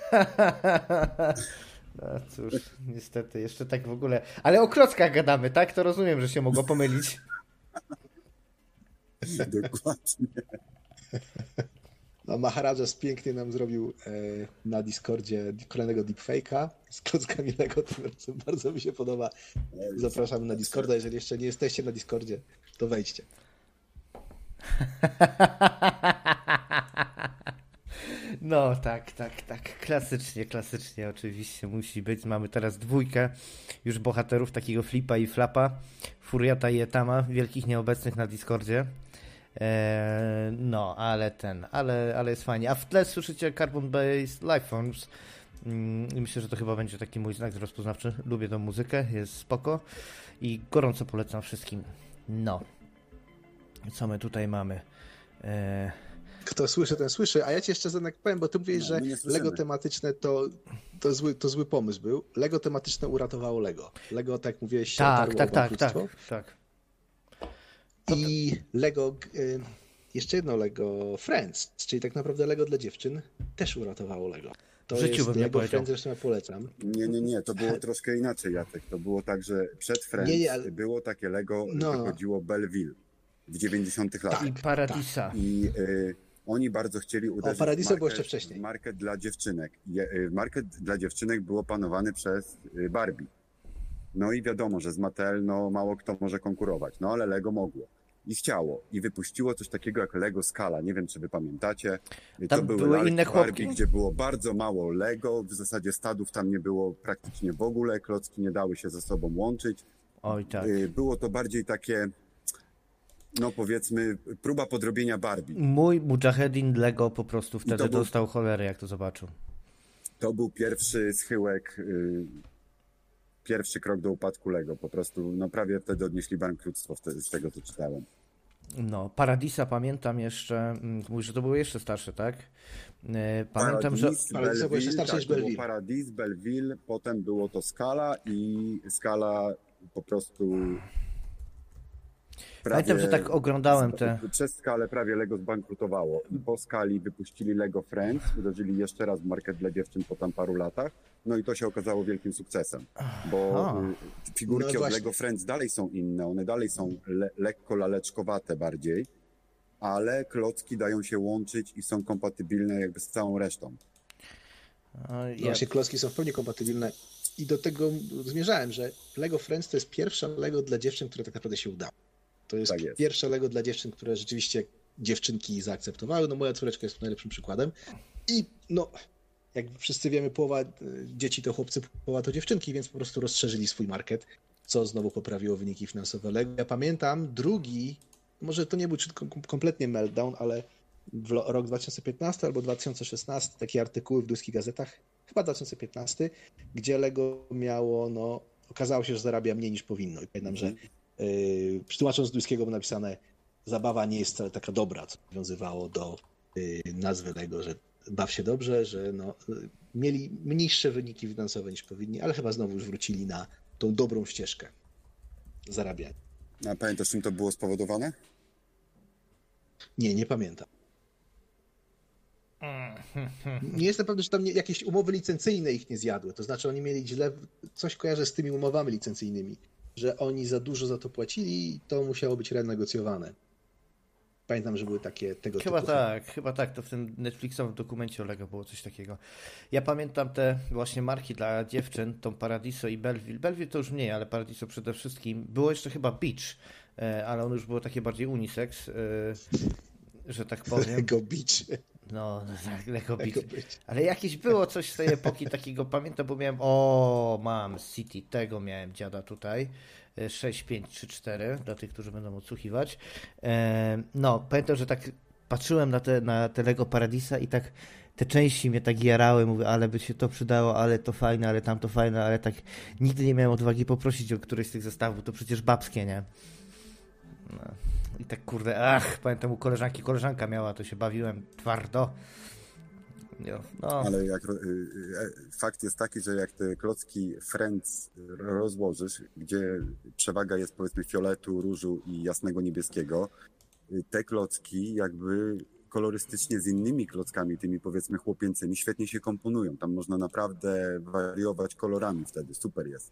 No cóż, niestety, jeszcze tak w ogóle... Ale o klockach gadamy, tak? To rozumiem, że się mogło pomylić. Dokładnie. No, Maharajas pięknie nam zrobił e, na Discordzie kolejnego deepfake'a z klockami Lego, to bardzo, bardzo mi się podoba. Zapraszamy na Discorda, jeżeli jeszcze nie jesteście na Discordzie, to wejdźcie. No tak, tak, tak, klasycznie, klasycznie oczywiście musi być. Mamy teraz dwójkę już bohaterów, takiego Flipa i Flapa, Furiata i Etama, wielkich nieobecnych na Discordzie. Eee, no, ale ten, ale, ale jest fajnie. A w tle słyszycie Carbon Based Lifeforms i myślę, że to chyba będzie taki mój znak rozpoznawczy. Lubię tą muzykę, jest spoko i gorąco polecam wszystkim. No, co my tutaj mamy? Eee... Kto słyszy, ten słyszy, a ja ci jeszcze Zenek powiem, bo ty mówisz, no, że Lego tematyczne to, to, zły, to zły pomysł był. Lego tematyczne uratowało Lego. Lego, tak jak mówiłeś, się tak, otarło tak, o tak, bankructwo. tak, tak. I Lego, y, jeszcze jedno Lego Friends, czyli tak naprawdę Lego dla dziewczyn, też uratowało Lego. To w życiu jest bym nie Lego powiedział. Friends, zresztą ja polecam. Nie, nie, nie, to było troszkę inaczej, Jacek. To było tak, że przed Friends nie, nie, ale... było takie Lego, no. wychodziło Belleville w dziewięćdziesiątych latach. I Paradisa. I y, Oni bardzo chcieli uderzyć O, Paradiso w markę, było jeszcze wcześniej. markę dla dziewczynek. Je, market dla dziewczynek było panowany przez Barbie. No i wiadomo, że z Mattel no, mało kto może konkurować, no ale Lego mogło. I chciało. I wypuściło coś takiego jak Lego Scala. Nie wiem, czy wy pamiętacie. Tam to były, były lalki inne Barbie, chłopki? gdzie było bardzo mało Lego. W zasadzie stadów tam nie było praktycznie w ogóle. Klocki nie dały się ze sobą łączyć. Oj tak. Było to bardziej takie, no powiedzmy, próba podrobienia Barbie. Mój Mujahedin Lego po prostu wtedy był- dostał cholery, jak to zobaczył. To był pierwszy schyłek, y, pierwszy krok do upadku Lego. Po prostu, no prawie wtedy odnieśli bankructwo wtedy, z tego, co czytałem. No, Paradisa pamiętam jeszcze, mm, mówisz, że to były jeszcze starsze, tak? E, Pamiętam, że... Paradis, Paradis był jeszcze Belleville, starszy tak, niż to było Belleville. Paradis, Belleville, potem było to Scala i Scala po prostu prawie... Pamiętam, że tak oglądałem te... Przez Scalę prawie Lego zbankrutowało. I po Scali wypuścili Lego Friends, uderzyli jeszcze raz w market dla dziewczyn po tam paru latach. No i to się okazało wielkim sukcesem, bo A. y, figurki No od właśnie. Lego Friends dalej są inne, one dalej są le lekko laleczkowate bardziej, ale klocki dają się łączyć i są kompatybilne jakby z całą resztą. O, No ja... Właśnie klocki są w pełni kompatybilne i do tego zmierzałem, że Lego Friends to jest pierwsza Lego dla dziewczyn, które tak naprawdę się udało. To jest, Tak jest. pierwsze Lego dla dziewczyn, które rzeczywiście dziewczynki zaakceptowały. No moja córeczka jest najlepszym przykładem. I no, jak wszyscy wiemy, połowa y, dzieci to chłopcy, połowa to dziewczynki, więc po prostu rozszerzyli swój market, co znowu poprawiło wyniki finansowe Lego. Ja pamiętam drugi, może to nie był kom- kompletnie meltdown, ale w lo- rok dwa tysiące piętnasty albo dwa tysiące szesnasty takie artykuły w duńskich gazetach, chyba dwa tysiące piętnasty, gdzie Lego miało, no, okazało się, że zarabia mniej niż powinno. I pamiętam, że yy, tłumacząc z duńskiego było napisane, zabawa nie jest wcale taka dobra, co nawiązywało do yy, nazwy Lego, że baw się dobrze, że no, yy, mieli mniejsze wyniki finansowe niż powinni, ale chyba znowu już wrócili na tą dobrą ścieżkę zarabiania. A pamiętasz, czym to było spowodowane? Nie, nie pamiętam. Nie jestem pewny, że tam nie, jakieś umowy licencyjne ich nie zjadły. To znaczy oni mieli źle, coś kojarzę z tymi umowami licencyjnymi, że oni za dużo za to płacili i to musiało być renegocjowane. Pamiętam, że były takie tego Chyba typu... tak, chyba tak, to w tym Netflixowym dokumencie o Lego było coś takiego. Ja pamiętam te właśnie marki dla dziewczyn, tą Paradiso i Belleville. Belleville to już mniej, ale Paradiso przede wszystkim. Było jeszcze chyba Beach, e, ale on już było takie bardziej unisex, e, że tak powiem. Lego Beach. No, tak, Lego Beach. Lego Beach. Ale jakieś było coś z tej epoki takiego, pamiętam, bo miałem, o, mam City, tego miałem dziada tutaj, sześć pięć trzy cztery, dla tych, którzy będą odsłuchiwać. E, no, pamiętam, że tak patrzyłem na te, na te Lego Paradisa i tak te części mnie tak jarały, mówię, ale by się to przydało, ale to fajne, ale tamto fajne, ale tak nigdy nie miałem odwagi poprosić o któryś z tych zestawów, to przecież babskie, nie? No. I tak kurde, ach, pamiętam u koleżanki, koleżanka miała, to się bawiłem twardo. No. Ale jak, y, y, fakt jest taki, że jak te klocki Friends rozłożysz, gdzie przewaga jest powiedzmy fioletu, różu i jasnego niebieskiego, y, te klocki jakby kolorystycznie z innymi klockami, tymi powiedzmy chłopięcymi, świetnie się komponują. Tam można naprawdę wariować kolorami wtedy, super jest.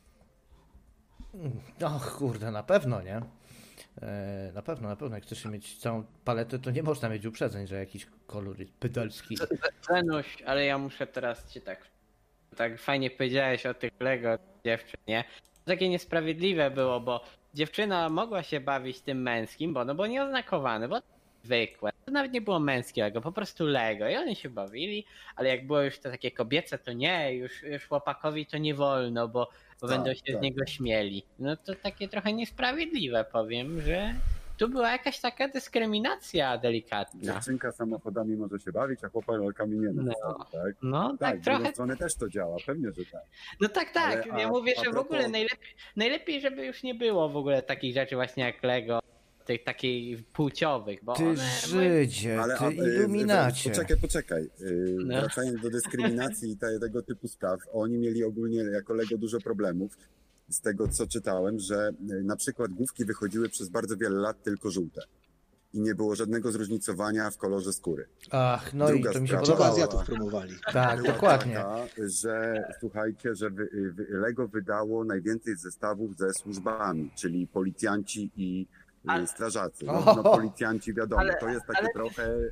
Och, kurde, na pewno, nie? E, na pewno, na pewno. Jak chcesz mieć całą paletę, to nie można mieć uprzedzeń, że jakiś kolor jest pedalski. Zenuś, ale ja muszę teraz cię tak... Tak fajnie powiedziałeś o tych Lego dziewczyn, nie? Takie niesprawiedliwe było, bo dziewczyna mogła się bawić tym męskim, bo no bo nieoznakowane, bo zwykłe. To nawet nie było męskie Lego, po prostu Lego i oni się bawili, ale jak było już to takie kobiece, to nie, już, już chłopakowi to nie wolno, bo, bo Tak, będą się tak. z niego śmieli. No to takie trochę niesprawiedliwe, powiem, że tu była jakaś taka dyskryminacja delikatna. Dziewczynka samochodami może się bawić, a chłopak lalkami nie. No. Tak? No tak, Tak, z trochę. drugiej strony też to działa, pewnie, że tak. No tak, tak. Ale, ja a- mówię, a że w propos- ogóle najlepiej, najlepiej, żeby już nie było w ogóle takich rzeczy właśnie jak Lego, tych takich płciowych, bo Ty one... Żydzie, Ale ty a, y, iluminacie. Poczekaj, poczekaj. Y, No. Wracając do dyskryminacji i te, tego typu spraw, oni mieli ogólnie jako Lego dużo problemów. Z tego, co czytałem, że y, na przykład główki wychodziły przez bardzo wiele lat tylko żółte. I nie było żadnego zróżnicowania w kolorze skóry. Ach, no Druga i to mi się sprawa. Tylko podobało. Azjatów promowali. Tak, Była dokładnie. Taka, że słuchajcie, że wy, wy, Lego wydało najwięcej zestawów ze służbami, czyli policjanci i y, Ale- strażacy. No, O! no policjanci wiadomo, Ale- to jest takie ale- trochę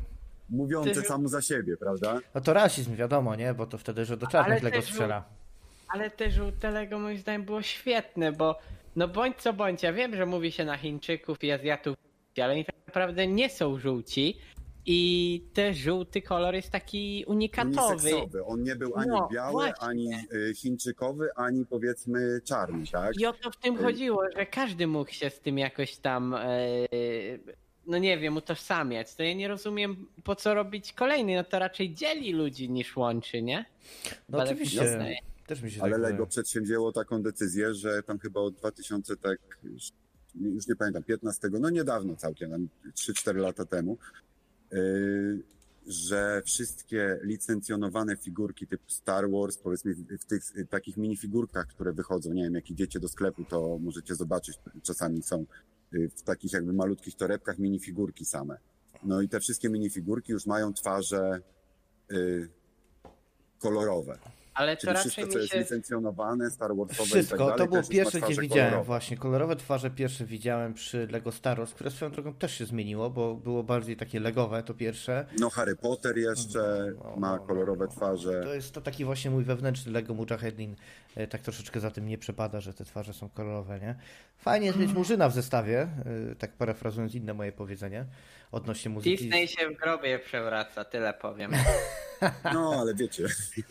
mówiące Ty- samo za siebie, prawda? No to rasizm, wiadomo, nie? Bo to wtedy, że do czarnych Ale Lego też strzela. Ale te żółte Lego moim zdaniem było świetne, bo no bądź co bądź, ja wiem, że mówi się na Chińczyków i Azjatów, ale oni tak naprawdę nie są żółci i ten żółty kolor jest taki unikatowy. Uniseksowy. On nie był ani No, biały, właśnie. ani y, chińczykowy, ani powiedzmy czarny, tak? I o to w tym chodziło, że każdy mógł się z tym jakoś tam, e, no nie wiem, utożsamiać. To ja nie rozumiem, po co robić kolejny, no to raczej dzieli ludzi niż łączy, nie? No Ale oczywiście. jasne. Też mi się Ale tak Lego wydaje. przedsięwzięło taką decyzję, że tam chyba od dwa tysiące, tak, już nie pamiętam, piętnastego, no niedawno całkiem, tam trzy cztery lata temu, yy, że wszystkie licencjonowane figurki typu Star Wars, powiedzmy w tych takich minifigurkach, które wychodzą, nie wiem, jak idziecie do sklepu, to możecie zobaczyć, czasami są w takich jakby malutkich torebkach minifigurki same. No i te wszystkie minifigurki już mają twarze yy, kolorowe. Ale to Czyli raczej wszystko, mi co jest się... licencjonowane, Star Warsowe i tak Wszystko, dalej, to było też już ma pierwsze, gdzie twarze widziałem kolorowe. właśnie. Kolorowe twarze pierwsze widziałem przy Lego Star Wars, które swoją drogą też się zmieniło, bo było bardziej takie legowe, to pierwsze. No Harry Potter jeszcze No, ma no, kolorowe no. twarze. To jest to taki właśnie mój wewnętrzny Lego Mujahedin. e, Tak troszeczkę za tym nie przepada, że te twarze są kolorowe, nie? Fajnie jest mieć Murzyna w zestawie, e, tak parafrazując inne moje powiedzenie odnośnie muzyki. Disney się w grobie przewraca, tyle powiem. No, ale wiecie,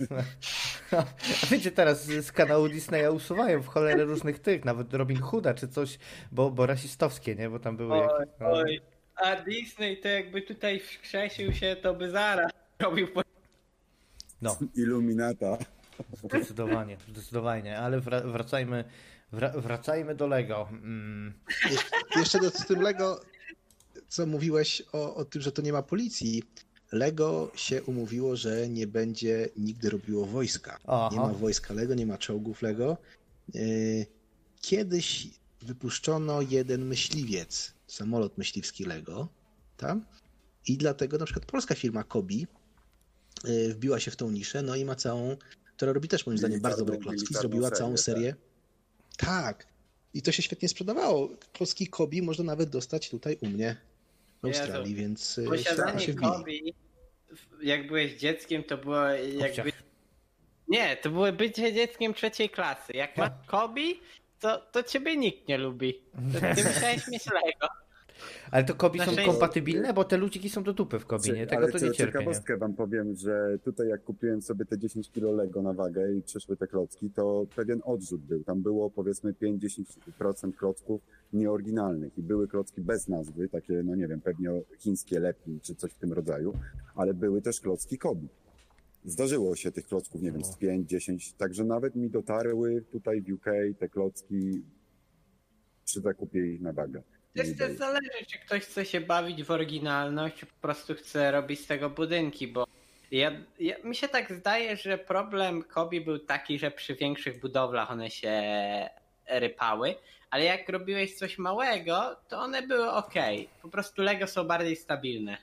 Wiecie, teraz z kanału Disneya usuwają w cholerę różnych tych, nawet Robin Hooda czy coś, bo, bo rasistowskie, nie? Bo tam były... Oj, jakieś- no. oj. A Disney to jakby tutaj wskrzesił się, to by zaraz robił... po- No, Illuminata. zdecydowanie, zdecydowanie, ale wra- wracajmy, wra- wracajmy do Lego. Mm. Jeszcze do z tym Lego, co mówiłeś o, o tym, że to nie ma policji. Lego się umówiło, że nie będzie nigdy robiło wojska. Aha. Nie ma wojska Lego, nie ma czołgów Lego. Yy, Kiedyś wypuszczono jeden myśliwiec, samolot myśliwski Lego, tam. I dlatego na przykład polska firma Kobi yy, wbiła się w tą niszę, no i ma całą, która robi też moim zdaniem bardzo dobre Militarną- klocki, militarną zrobiła całą serię, serię. Tak. I to się świetnie sprzedawało. Klocki Kobi można nawet dostać tutaj u mnie w Jezu. Australii, więc yy, świetnie Posiadanie się wbili. Kobi, jak byłeś dzieckiem, to było jakby... Obciach. Nie, to było bycie dzieckiem trzeciej klasy. Jak masz Kobi, to, to ciebie nikt nie lubi. To ty musiałeś mieć Lego. Ale to Kobi Na są szczęście- kompatybilne, bo te ludziki są do dupy w Kobi, nie? Tego Ale to cie- nie cierpię, nie? ciekawostkę wam powiem, że tutaj jak kupiłem sobie te dziesięć kilo Lego na wagę i przyszły te klocki, to pewien odrzut był. Tam było powiedzmy pięć do dziesięciu procent klocków nieoryginalnych i były klocki bez nazwy, takie no nie wiem, pewnie chińskie lepiej czy coś w tym rodzaju, ale były też klocki Kobi. Zdarzyło się tych klocków, nie wiem, z pięć, dziesięć, także nawet mi dotarły tutaj w U K te klocki przy zakupie ich na wagę. Też też zależy, czy ktoś chce się bawić w oryginalność, czy po prostu chce robić z tego budynki, bo ja, ja, mi się tak zdaje, że problem Kobi był taki, że przy większych budowlach one się rypały, ale jak robiłeś coś małego, to one były ok. Po prostu Lego są bardziej stabilne.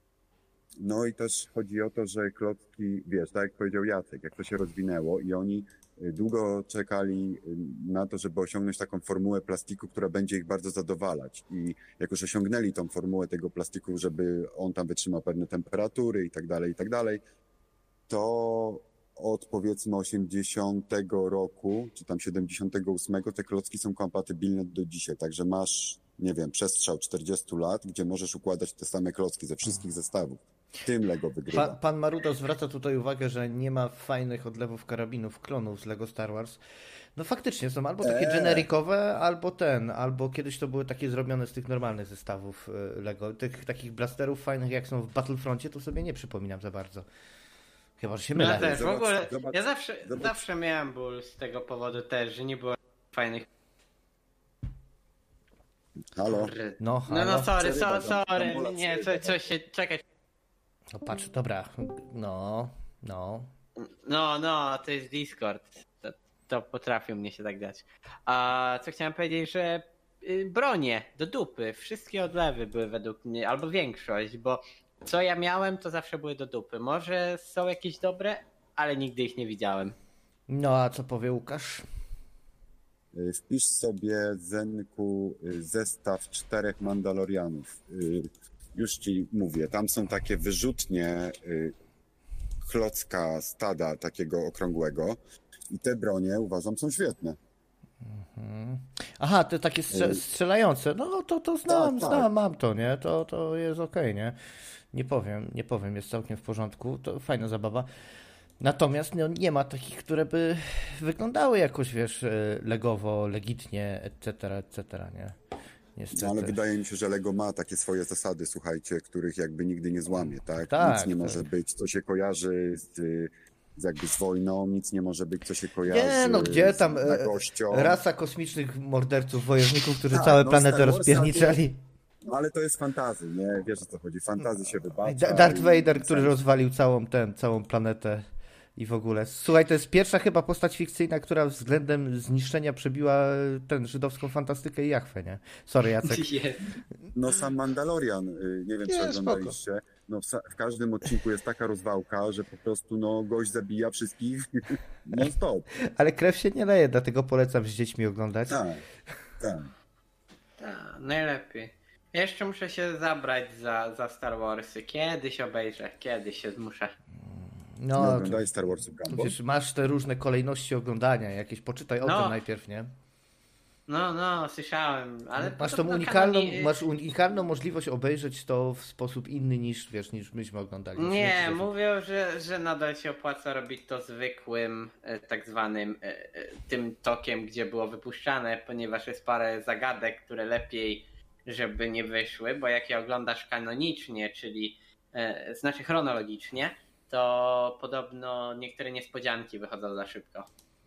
No i też chodzi o to, że klocki, wiesz, tak jak powiedział Jacek, jak to się rozwinęło i oni długo czekali na to, żeby osiągnąć taką formułę plastiku, która będzie ich bardzo zadowalać. I jak już osiągnęli tą formułę tego plastiku, żeby on tam wytrzymał pewne temperatury i tak dalej, i tak dalej, to od powiedzmy osiemdziesiątego roku, czy tam siedemdziesiątego ósmego te klocki są kompatybilne do dzisiaj. Także masz, nie wiem, przestrzał czterdziestu lat, gdzie możesz układać te same klocki ze wszystkich zestawów. Tym Lego wygrywa. Pan, pan Maruda zwraca tutaj uwagę, że nie ma fajnych odlewów karabinów, klonów z Lego Star Wars. No faktycznie są albo takie Eee. generikowe, albo ten, albo kiedyś to były takie zrobione z tych normalnych zestawów y, Lego. Tych takich blasterów fajnych jak są w Battlefroncie, to sobie nie przypominam za bardzo. Chyba, że się mylę. Ja też, w Zobacz, ogóle, zobacz, ja zawsze, zobacz. zawsze miałem ból z tego powodu też, że nie było fajnych... Halo? No, No, no, halo? sorry, Przerywa, so, tam- sorry, ambulans nie, co, przerywa. co się, czekaj. No patrz, dobra, no, no. No, no, to jest Discord. To, to potrafią mnie się tak dać. A co chciałem powiedzieć, że y, bronie do dupy, wszystkie odlewy były według mnie, albo większość, bo co ja miałem, to zawsze były do dupy. Może są jakieś dobre, ale nigdy ich nie widziałem. No a co powie Łukasz? Wpisz sobie, Zenku, zestaw czterech Mandalorianów. już ci mówię, tam są takie wyrzutnie y, klocka stada takiego okrągłego i te bronie uważam są świetne. Mhm. Aha, te takie strze- strzelające, no to, to znam, Tak, tak. znam, mam to, nie? To, to jest okej, nie? Nie powiem, nie powiem, jest całkiem w porządku, to fajna zabawa. Natomiast no, nie ma takich, które by wyglądały jakoś, wiesz, legowo, legitnie, et cetera, et cetera, nie? Niestety. No, ale wydaje mi się, że Lego ma takie swoje zasady, słuchajcie, których jakby nigdy nie złamie, tak? Tak, Nic nie tak. może być, co się kojarzy z, z jakby z wojną, nic nie może być, co się kojarzy Nie, no gdzie tam z e, nagością. rasa kosmicznych morderców, wojowników, którzy Tak, całe no, planety Star Warsa rozpierniczali. No, ale to jest fantazy, nie? Wiesz o co chodzi, fantazy się wybacza. Da- Darth i- Vader, i który sam- rozwalił całą ten, całą planetę i w ogóle. Słuchaj, to jest pierwsza chyba postać fikcyjna, która względem zniszczenia przebiła ten żydowską fantastykę i Jachwę, nie? Sorry, Jacek. Jest. No sam Mandalorian, y, nie wiem czy Nie, oglądaliście, no w, sa- w każdym odcinku jest taka rozwałka, że po prostu no gość zabija wszystkich non stop. Ale krew się nie leje, dlatego polecam z dziećmi oglądać. Tak, tak. Tak, najlepiej. Jeszcze muszę się zabrać za, za Star Warsy. Kiedyś obejrzę, kiedyś się zmuszę. Nie No, to, oglądaj Star Warsów Gambo. wiesz, masz te różne kolejności oglądania, jakieś poczytaj o No. tym najpierw, nie? No, no, słyszałem, ale Masz tą podobno unikalną, kanoni- masz unikalną możliwość obejrzeć to w sposób inny niż, wiesz, niż myśmy oglądali. Nie, Czy- mówią, że, że nadal się opłaca robić to zwykłym, e, tak zwanym e, e, tym tokiem, gdzie było wypuszczane, ponieważ jest parę zagadek, które lepiej, żeby nie wyszły, bo jak je oglądasz kanonicznie, czyli e, znaczy chronologicznie, to podobno niektóre niespodzianki wychodzą za szybko.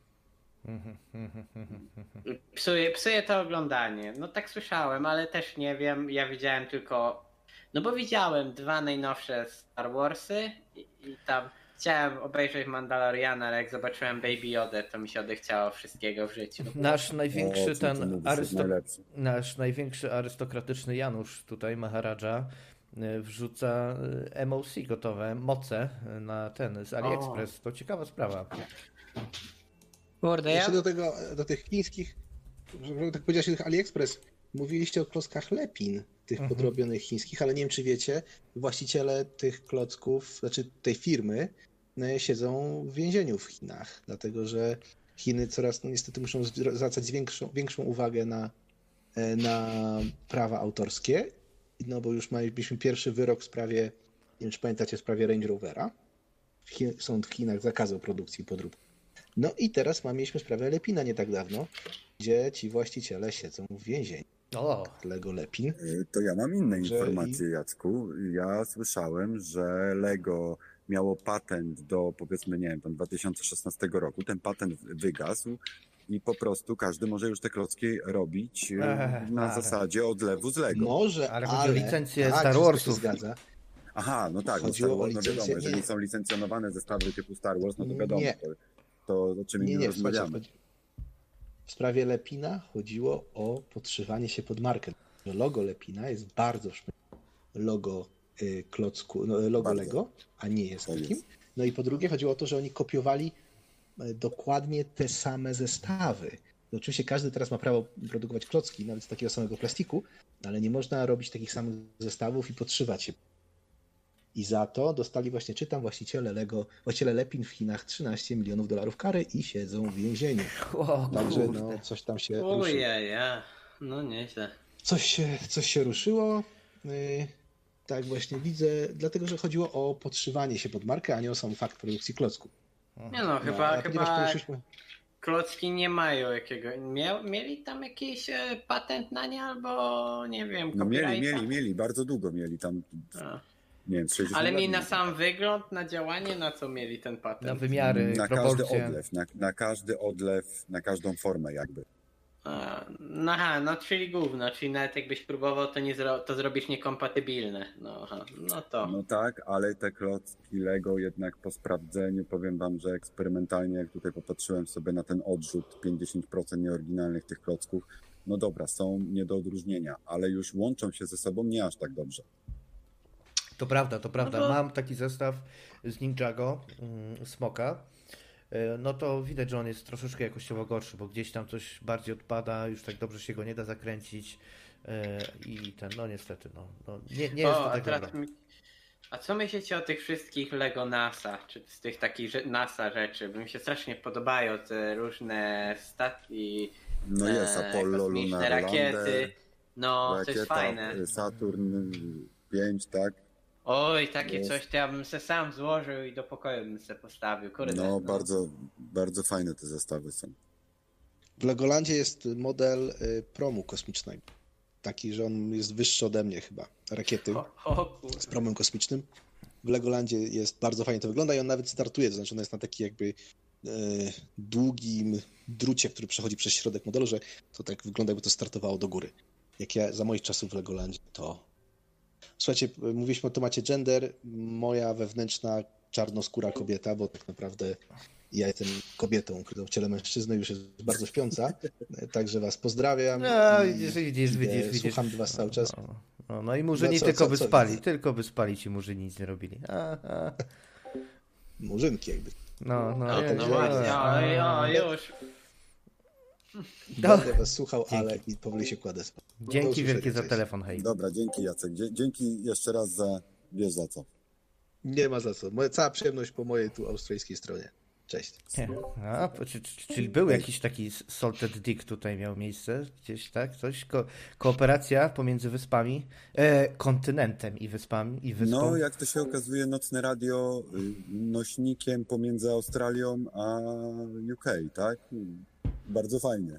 Psuje, psuje to oglądanie. No tak słyszałem, ale też nie wiem. Ja widziałem tylko. No bo widziałem dwa najnowsze Star Warsy i, i tam chciałem obejrzeć Mandaloriana, ale jak zobaczyłem Baby Yoda, to mi się odechciało wszystkiego w życiu. Nasz największy O, co ty ten mówisz, jest arysto... najlepszy. nasz największy arystokratyczny Janusz tutaj, Maharadża, y, wrzuca y, M O C gotowe, moce y, na ten z AliExpress. To ciekawa sprawa. Kurde, ja... Jeszcze do tego, do tych chińskich, że tak powiedziałeś, tych AliExpress, mówiliście o klockach Lepin, tych Mhm. podrobionych chińskich, ale nie wiem, czy wiecie, właściciele tych klocków, znaczy tej firmy, no, siedzą w więzieniu w Chinach, dlatego że Chiny coraz, no niestety muszą zwracać większą, większą uwagę na, na prawa autorskie, no bo już mieliśmy pierwszy wyrok w sprawie, nie wiem, czy pamiętacie, w sprawie Range Rovera. Chin, sąd w Chinach zakazał produkcji podróbki. No i teraz ma, mieliśmy sprawę Lepina nie tak dawno, gdzie ci właściciele siedzą w więzieniu. O, Lego Lepin. Y, To ja mam inne Że informacje, Jacku. Ja słyszałem, że Lego miało patent do, powiedzmy, nie wiem, tam dwa tysiące szesnastego roku. Ten patent wygasł i po prostu każdy może już te klocki robić y, Ech, na ale- zasadzie odlewu z Lego. Może, Ale ale... chodzi o licencję tak, Star wszystko Warsów. się zgadza. Aha, no tak, no Chodziło Star Wars, o no licencję- wiadomo, jeżeli nie. są licencjonowane zestawy typu Star Wars, no to wiadomo, Nie. to, to o czym Nie, innym nie, słuchajcie, rozmawiamy. chodzi... w sprawie Lepina chodziło o podszywanie się pod markę. Logo Lepina jest bardzo szybkie. Logo y, klocku, no, logo Bardzo. Lego, a nie jest To takim. jest. No i po drugie chodziło o to, że oni kopiowali y, dokładnie te same zestawy. No, oczywiście każdy teraz ma prawo produkować klocki, nawet z takiego samego plastiku, ale nie można robić takich samych zestawów i podszywać się. I za to dostali właśnie, czytam, właściciele Lego, właściciele Lepin w Chinach trzynaście milionów dolarów kary i siedzą w więzieniu. o Także kurde. no, coś tam się ruszyło. Ojej, ja. No nieźle. Coś się, coś się ruszyło. Yy, tak właśnie widzę, dlatego że chodziło o podszywanie się pod markę, a nie o sam fakt produkcji klocków. Nie no, No, chyba, a ponieważ chyba poruszyliśmy... klocki nie mają jakiego... Mia... Mieli tam jakiś e, patent na nie albo nie wiem, No mieli, copyrighta? mieli, mieli, bardzo długo mieli tam, A. nie wiem, sześćdziesiąt Ale lat mi na mieli. sam wygląd, na działanie, na co mieli ten patent? Na wymiary, Na proporcje. każdy odlew, na, na każdy odlew, na każdą formę jakby. A, no aha, no czyli gówno, czyli nawet jakbyś próbował, to nie zro... to zrobisz niekompatybilne. No, aha, no to. No tak, ale te klocki Lego jednak po sprawdzeniu, powiem wam, że eksperymentalnie, jak tutaj popatrzyłem sobie na ten odrzut, pięćdziesiąt procent nieoryginalnych tych klocków, no dobra, są nie do odróżnienia, ale już łączą się ze sobą nie aż tak dobrze. To prawda, to prawda. No to- Mam taki zestaw z Ninjago, mm, Smoka. Y, No to widać, że on jest troszeczkę jakościowo gorszy, bo gdzieś tam coś bardziej odpada, już tak dobrze się go nie da zakręcić. i ten, no niestety, no, no nie, nie jest O, to a tak teraz dobre. mi... A co myślicie o tych wszystkich Lego NASA, czy z tych takich rze- NASA rzeczy? Bo mi się strasznie podobają te różne statki, No jest e, Apollo, kosmiczne Lunar rakiety. Lander, No, to jest rakieta fajne. Saturn pięć, tak? Oj, takie Jest. coś to ja bym se sam złożył i do pokoju bym se postawił. Kurde, No, bardzo, bardzo fajne te zestawy są. W Legolandzie jest model y, promu kosmicznego. Taki, że on jest wyższy ode mnie chyba. Rakiety O, o kurde. z promem kosmicznym. W Legolandzie jest bardzo fajnie to wygląda i on nawet startuje, to znaczy on jest na taki jakby e, długim drucie, który przechodzi przez środek modelu, że to tak wygląda, jakby to startowało do góry. Jak ja za moich czasów w Legolandzie to... Słuchajcie, mówiliśmy o temacie gender. Moja wewnętrzna czarnoskóra kobieta, bo tak naprawdę ja jestem kobietą, która w ciele mężczyzny już jest bardzo śpiąca, także was pozdrawiam. No, i widzisz, widzisz, idę, widzisz, widzisz. Słucham was cały czas. No, no, no i murzyni No co, tylko co, by co spali, widzę? tylko by spali ci murzyni, nic nie robili. Aha. Murzynki jakby. No, no, No, nie, no nie, właśnie, nie. o, o, już. Do- Będę was słuchał, Dzięki. ale i powoli się kładę spać. Do Dzięki usłyszenia, wielkie za cześć. telefon, hej. Dobra, dzięki Jacek. Dzie- Dzięki jeszcze raz za, wiesz za co. Nie ma za co. Moja cała przyjemność po mojej tu australijskiej stronie. Cześć. Nie. A, po- czy- czy- czyli był jakiś taki salted dick tutaj miał miejsce gdzieś, tak? Coś? Ko- kooperacja pomiędzy wyspami, e, kontynentem i wyspami, i wyspą. No, jak to się okazuje, Nocne Radio y, nośnikiem pomiędzy Australią a U K, tak? Bardzo fajnie.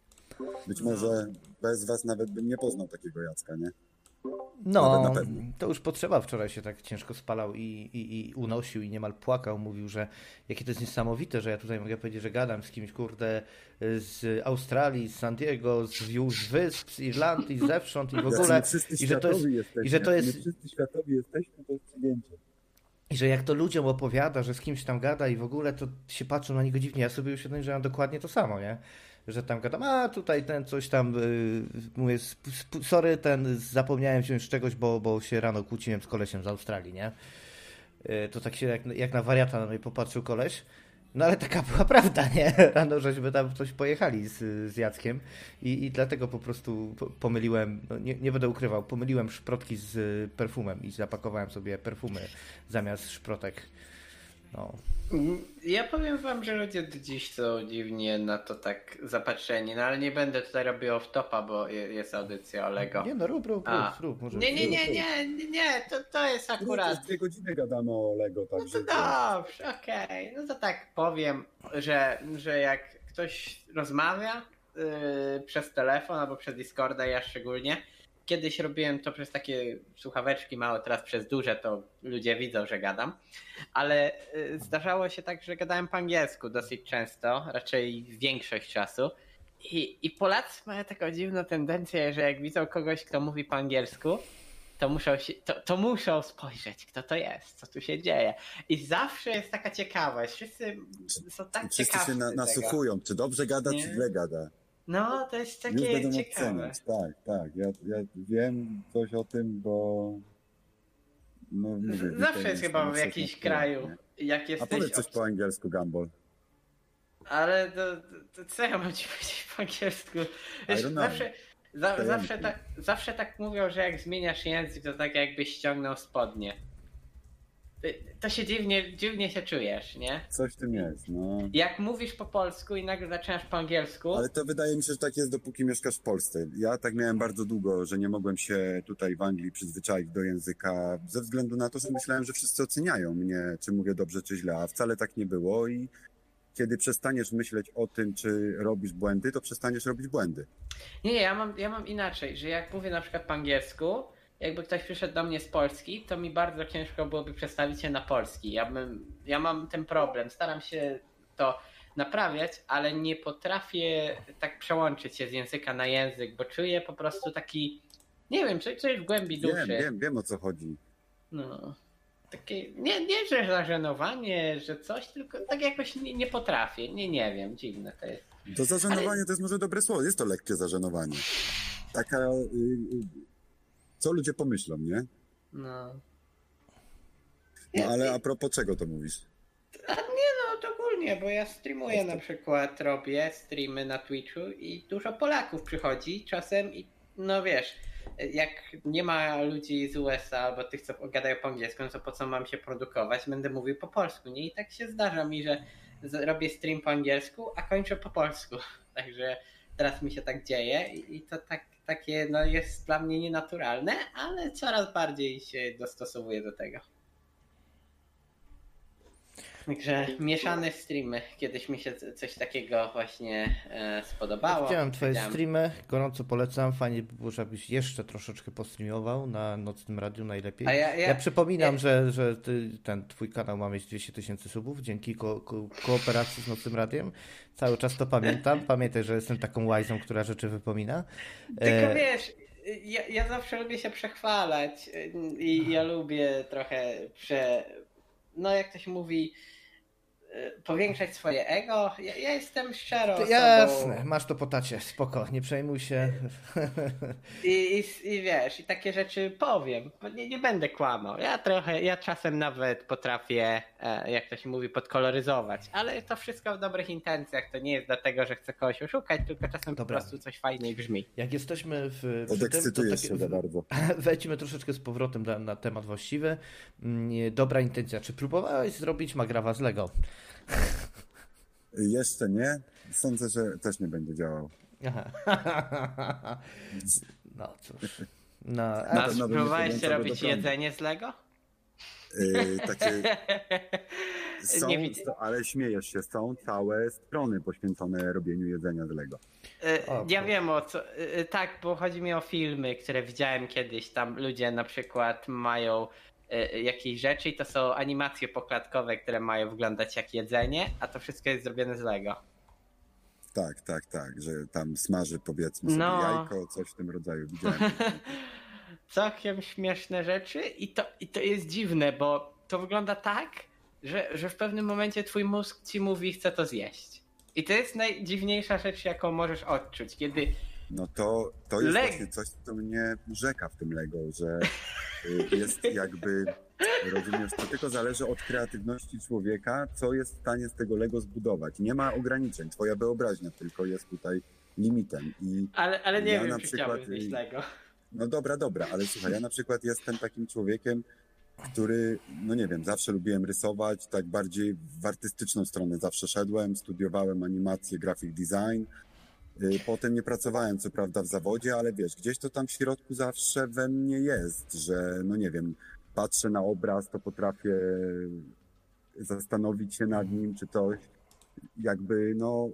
Być może bez was nawet bym nie poznał takiego Jacka, nie? No, Nawet na pewno. to już potrzeba. Wczoraj się tak ciężko spalał i, i, i unosił i niemal płakał. Mówił, że jakie to jest niesamowite, że ja tutaj mogę powiedzieć, że gadam z kimś, kurde, z Australii, z San Diego, z, z wysp, z Irlandii, zewsząd i w ogóle. My wszyscy I że to jest, światowi jesteśmy. i że to jest, My wszyscy światowi jesteśmy, to jest przyjęcie. i że jak to ludziom opowiada, że z kimś tam gada i w ogóle, to się patrzą na niego dziwnie. Ja sobie uświadomiłem, że mam dokładnie to samo, nie? Że tam gadam, a tutaj ten coś tam, yy, mówię, sp- sp- sorry, ten zapomniałem wziąć czegoś, bo, bo się rano kłóciłem z kolesiem z Australii, nie? Yy, to tak się jak, jak na wariata na mnie popatrzył koleś. No ale taka była prawda, nie? Rano żeśmy tam coś pojechali z, z Jackiem i, i dlatego po prostu po- pomyliłem, no nie, nie będę ukrywał, pomyliłem szprotki z perfumem i zapakowałem sobie perfumy zamiast szprotek. No. Ja powiem wam, że ludzie do dziś są dziwnie na to tak zapatrzeni, no ale nie będę tutaj robił off-topa, bo je- jest audycja o Lego. Nie no, rób, rób, A. rób, rób. Może Nie, nie, nie, nie, nie, nie, to, to jest akurat... Akurat dwie godziny gadamy o Lego, No także... to dobrze, okej. No to tak powiem, że, że jak ktoś rozmawia yy, przez telefon albo przez Discorda, ja szczególnie, kiedyś robiłem to przez takie słuchaweczki małe, teraz przez duże, to ludzie widzą, że gadam, ale yy, zdarzało się tak, że gadałem po angielsku dosyć często, raczej większość czasu. I, I Polacy mają taką dziwną tendencję, że jak widzą kogoś, kto mówi po angielsku, to muszą, się, to, to muszą spojrzeć, kto to jest, co tu się dzieje. I zawsze jest taka ciekawość. Wszyscy są tak Wszyscy ciekawi się na, tego. nasłuchują, czy dobrze gada, Nie? czy źle gada. No, to jest Już takie będą ciekawe. oceniać, tak, tak. Ja, ja wiem coś o tym, bo... No, mówię, Z- Zawsze to jest chyba w na jakimś wczesną kraju, szkołę, jak nie? A jesteś... powiedz coś obs- po angielsku, Gumball. Ale to, to co ja mam ci powiedzieć po angielsku? Wiesz, don't know. zawsze, za, To zawsze, ja- tak, zawsze tak mówią, że jak zmieniasz język, to tak jakbyś ściągnął spodnie. Ty- To się dziwnie, dziwnie się czujesz, nie? Coś w tym jest, no. Jak mówisz po polsku i nagle zaczynasz po angielsku, Ale to wydaje mi się, że tak jest, dopóki mieszkasz w Polsce. Ja tak miałem bardzo długo, że nie mogłem się tutaj w Anglii przyzwyczaić do języka, ze względu na to, że myślałem, że wszyscy oceniają mnie, czy mówię dobrze, czy źle, a wcale tak nie było i kiedy przestaniesz myśleć o tym, czy robisz błędy, to przestaniesz robić błędy. Nie, nie, ja mam, ja mam inaczej, że jak mówię na przykład po angielsku, jakby ktoś przyszedł do mnie z Polski, to mi bardzo ciężko byłoby przestawić się na polski. Ja, bym, ja mam ten problem, staram się to naprawiać, ale nie potrafię tak przełączyć się z języka na język, bo czuję po prostu taki, nie wiem, coś, coś w głębi duszy. Wiem, wiem, wiem o co chodzi. No, takie, nie, nie, że zażenowanie, że coś, tylko tak jakoś nie, nie potrafię, nie, nie wiem, dziwne to jest. To zażenowanie to jest może dobre słowo, jest to lekkie zażenowanie. Taka... Y, y, co ludzie pomyślą, nie? No. No ale a propos czego to mówisz? A nie no, to ogólnie, bo ja streamuję na przykład, robię streamy na Twitchu i dużo Polaków przychodzi czasem i no wiesz, jak nie ma ludzi z U S A, albo tych, co gadają po angielsku, no to po co mam się produkować? Będę mówił po polsku, nie? I tak się zdarza mi, że robię stream po angielsku, a kończę po polsku. Także teraz mi się tak dzieje i to tak, takie no, jest dla mnie nienaturalne, ale coraz bardziej się dostosowuję do tego. Także mieszane streamy. Kiedyś mi się coś takiego właśnie e, spodobało. Widziałem twoje Widziałem. streamy, gorąco polecam. Fajnie by było, żebyś jeszcze troszeczkę postreamował na Nocnym Radiu najlepiej. A ja, ja, Ja przypominam, ja... że, że ty, ten twój kanał ma mieć dwieście tysięcy subów dzięki ko- ko- kooperacji z Nocnym Radiem. Cały czas to pamiętam. Pamiętaj, że jestem taką łajzą, która rzeczy wypomina. Tylko wiesz, ja, ja zawsze lubię się przechwalać i ja lubię trochę prze... No jak to się mówi, powiększać swoje ego. Ja, ja jestem szczerą osobą. Jasne, masz to po tacie, spoko, nie przejmuj się. I, i, I wiesz, i takie rzeczy powiem. Nie, nie będę kłamał. Ja trochę, ja czasem nawet potrafię, jak to się mówi, podkoloryzować, ale to wszystko w dobrych intencjach. To nie jest dlatego, że chcę kogoś oszukać, tylko czasem Dobra. po prostu coś fajniej brzmi. Jak jesteśmy w... Podekscytujesz się za bardzo. Wejdźmy troszeczkę z powrotem na, na temat właściwy. Dobra intencja. Czy próbowałeś zrobić Magrawa z Lego? Jeszcze nie. Sądzę, że też nie będzie działał. No cóż. No, A pewno bym nie próbowałeś podłączał robić do prądu. jedzenie z Lego? Yy, takie są, Nie widzę. ale śmiejesz się, są całe strony poświęcone robieniu jedzenia z Lego. O, Ja kur- wiem o co. y, Tak, bo chodzi mi o filmy, które widziałem kiedyś. Tam ludzie na przykład mają y, jakieś rzeczy i to są animacje poklatkowe, które mają wyglądać jak jedzenie, a to wszystko jest zrobione z Lego. Tak, tak, tak, że tam smaży powiedzmy sobie No. jajko, coś w tym rodzaju. Widziałem. Całkiem śmieszne rzeczy i to, i to jest dziwne, bo to wygląda tak, że, że w pewnym momencie twój mózg ci mówi, chce to zjeść. I to jest najdziwniejsza rzecz, jaką możesz odczuć, kiedy No to, to jest Leg- właśnie coś, co mnie urzeka w tym Lego, że y, jest jakby, rozumiesz, to tylko zależy od kreatywności człowieka, co jest w stanie z tego Lego zbudować. Nie ma ograniczeń, twoja wyobraźnia tylko jest tutaj limitem. I Ale, ale nie Ja wiem, na czy przykład, chciałbym zjeść y, Lego. no dobra, dobra, ale słuchaj, ja na przykład jestem takim człowiekiem, który, no nie wiem, zawsze lubiłem rysować, tak bardziej w artystyczną stronę zawsze szedłem, studiowałem animację, graphic design. Y, Potem nie pracowałem, co prawda, w zawodzie, ale wiesz, gdzieś to tam w środku zawsze we mnie jest, że, no nie wiem, patrzę na obraz, to potrafię zastanowić się nad nim, czy coś, jakby, no,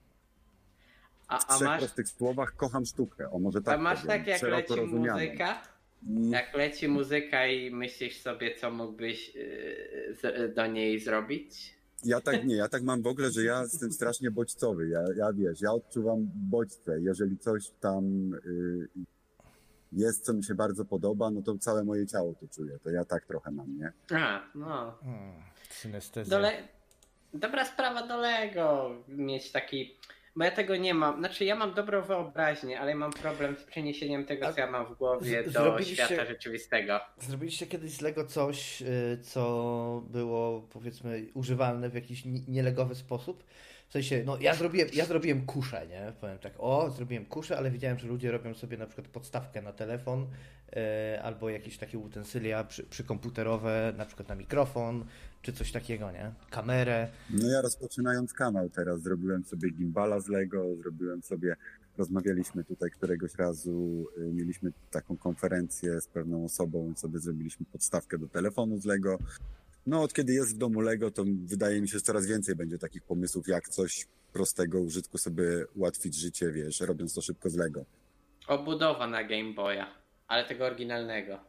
A, w a trzech masz, prostych słowach kocham sztukę, o może a tak masz powiem, tak, jak szeroko leci rozumianą. muzyka? I Jak leci muzyka i myślisz sobie, co mógłbyś yy, z, do niej zrobić? Ja tak nie, ja tak mam w ogóle, że ja jestem strasznie bodźcowy. Ja, ja wiesz, ja odczuwam bodźce. Jeżeli coś tam y, jest, co mi się bardzo podoba, no to całe moje ciało to czuje. To ja tak trochę mam, nie? A, no. Hmm, synestezja. Do Le... Dobra sprawa do Lego mieć taki. Bo ja tego nie mam. Znaczy, ja mam dobrą wyobraźnię, ale mam problem z przeniesieniem tego, A co ja mam w głowie, z- do zrobiliście- świata rzeczywistego. Zrobiliście kiedyś z Lego coś, y, co było, powiedzmy, używalne w jakiś ni- nielegowy sposób? W sensie, no ja zrobiłem, ja zrobiłem kuszę, nie? Powiem tak, o, zrobiłem kuszę, ale widziałem, że ludzie robią sobie na przykład podstawkę na telefon y, albo jakieś takie utensylia przy, przykomputerowe, na przykład na mikrofon, czy coś takiego, nie? Kamerę. No ja rozpoczynając kanał teraz zrobiłem sobie gimbala z Lego, zrobiłem sobie, rozmawialiśmy tutaj któregoś razu, y, mieliśmy taką konferencję z pewną osobą, sobie zrobiliśmy podstawkę do telefonu z Lego. No od kiedy jest w domu Lego, to wydaje mi się, że coraz więcej będzie takich pomysłów, jak coś prostego użytku sobie ułatwić życie, wiesz, robiąc to szybko z Lego. Obudowa na Game Boya, ale tego oryginalnego.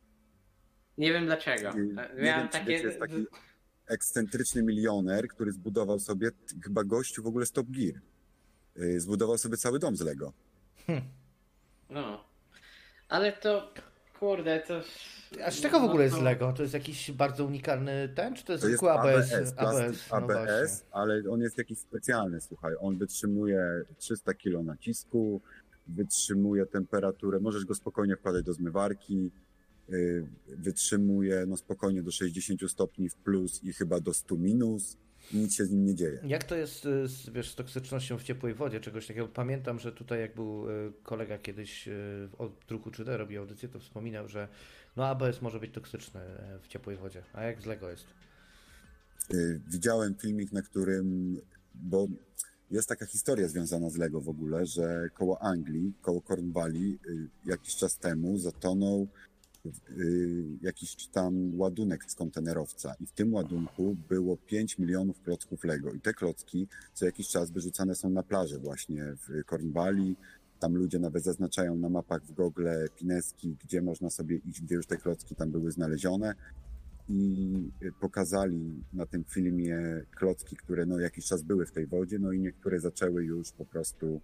Nie wiem dlaczego. I nie Miałem wiem, czy takie. wiecie, jest taki ekscentryczny milioner, który zbudował sobie, t- chyba gościu w ogóle z Top Gear, y, zbudował sobie cały dom z Lego. No. Ale to. Kurde, to. A z czego w ogóle no jest to- Lego? To jest jakiś bardzo unikalny ten, czy to jest To jest zwykły A B S? A B S, plastik no A B S, właśnie. ale on jest jakiś specjalny, słuchaj. On wytrzymuje trzysta kilo nacisku, wytrzymuje temperaturę, możesz go spokojnie wkładać do zmywarki, yy, wytrzymuje no spokojnie do sześćdziesięciu stopni w plus i chyba do stu minus. nic się z nim nie dzieje. Jak to jest z, wiesz, z toksycznością w ciepłej wodzie, czegoś takiego? Pamiętam, że tutaj jak był kolega kiedyś od druku trzy D robił audycję, to wspominał, że no A B S może być toksyczny w ciepłej wodzie. A jak z Lego jest? Widziałem filmik, na którym, bo jest taka historia związana z Lego w ogóle, że koło Anglii, koło Cornwalli jakiś czas temu zatonął jakiś tam ładunek z kontenerowca i w tym ładunku było pięć milionów klocków Lego i te klocki co jakiś czas wyrzucane są na plażę właśnie w Cornwalli. Tam ludzie nawet zaznaczają na mapach w Google pineski, gdzie można sobie iść, gdzie już te klocki tam były znalezione i pokazali na tym filmie klocki, które no jakiś czas były w tej wodzie, no i niektóre zaczęły już po prostu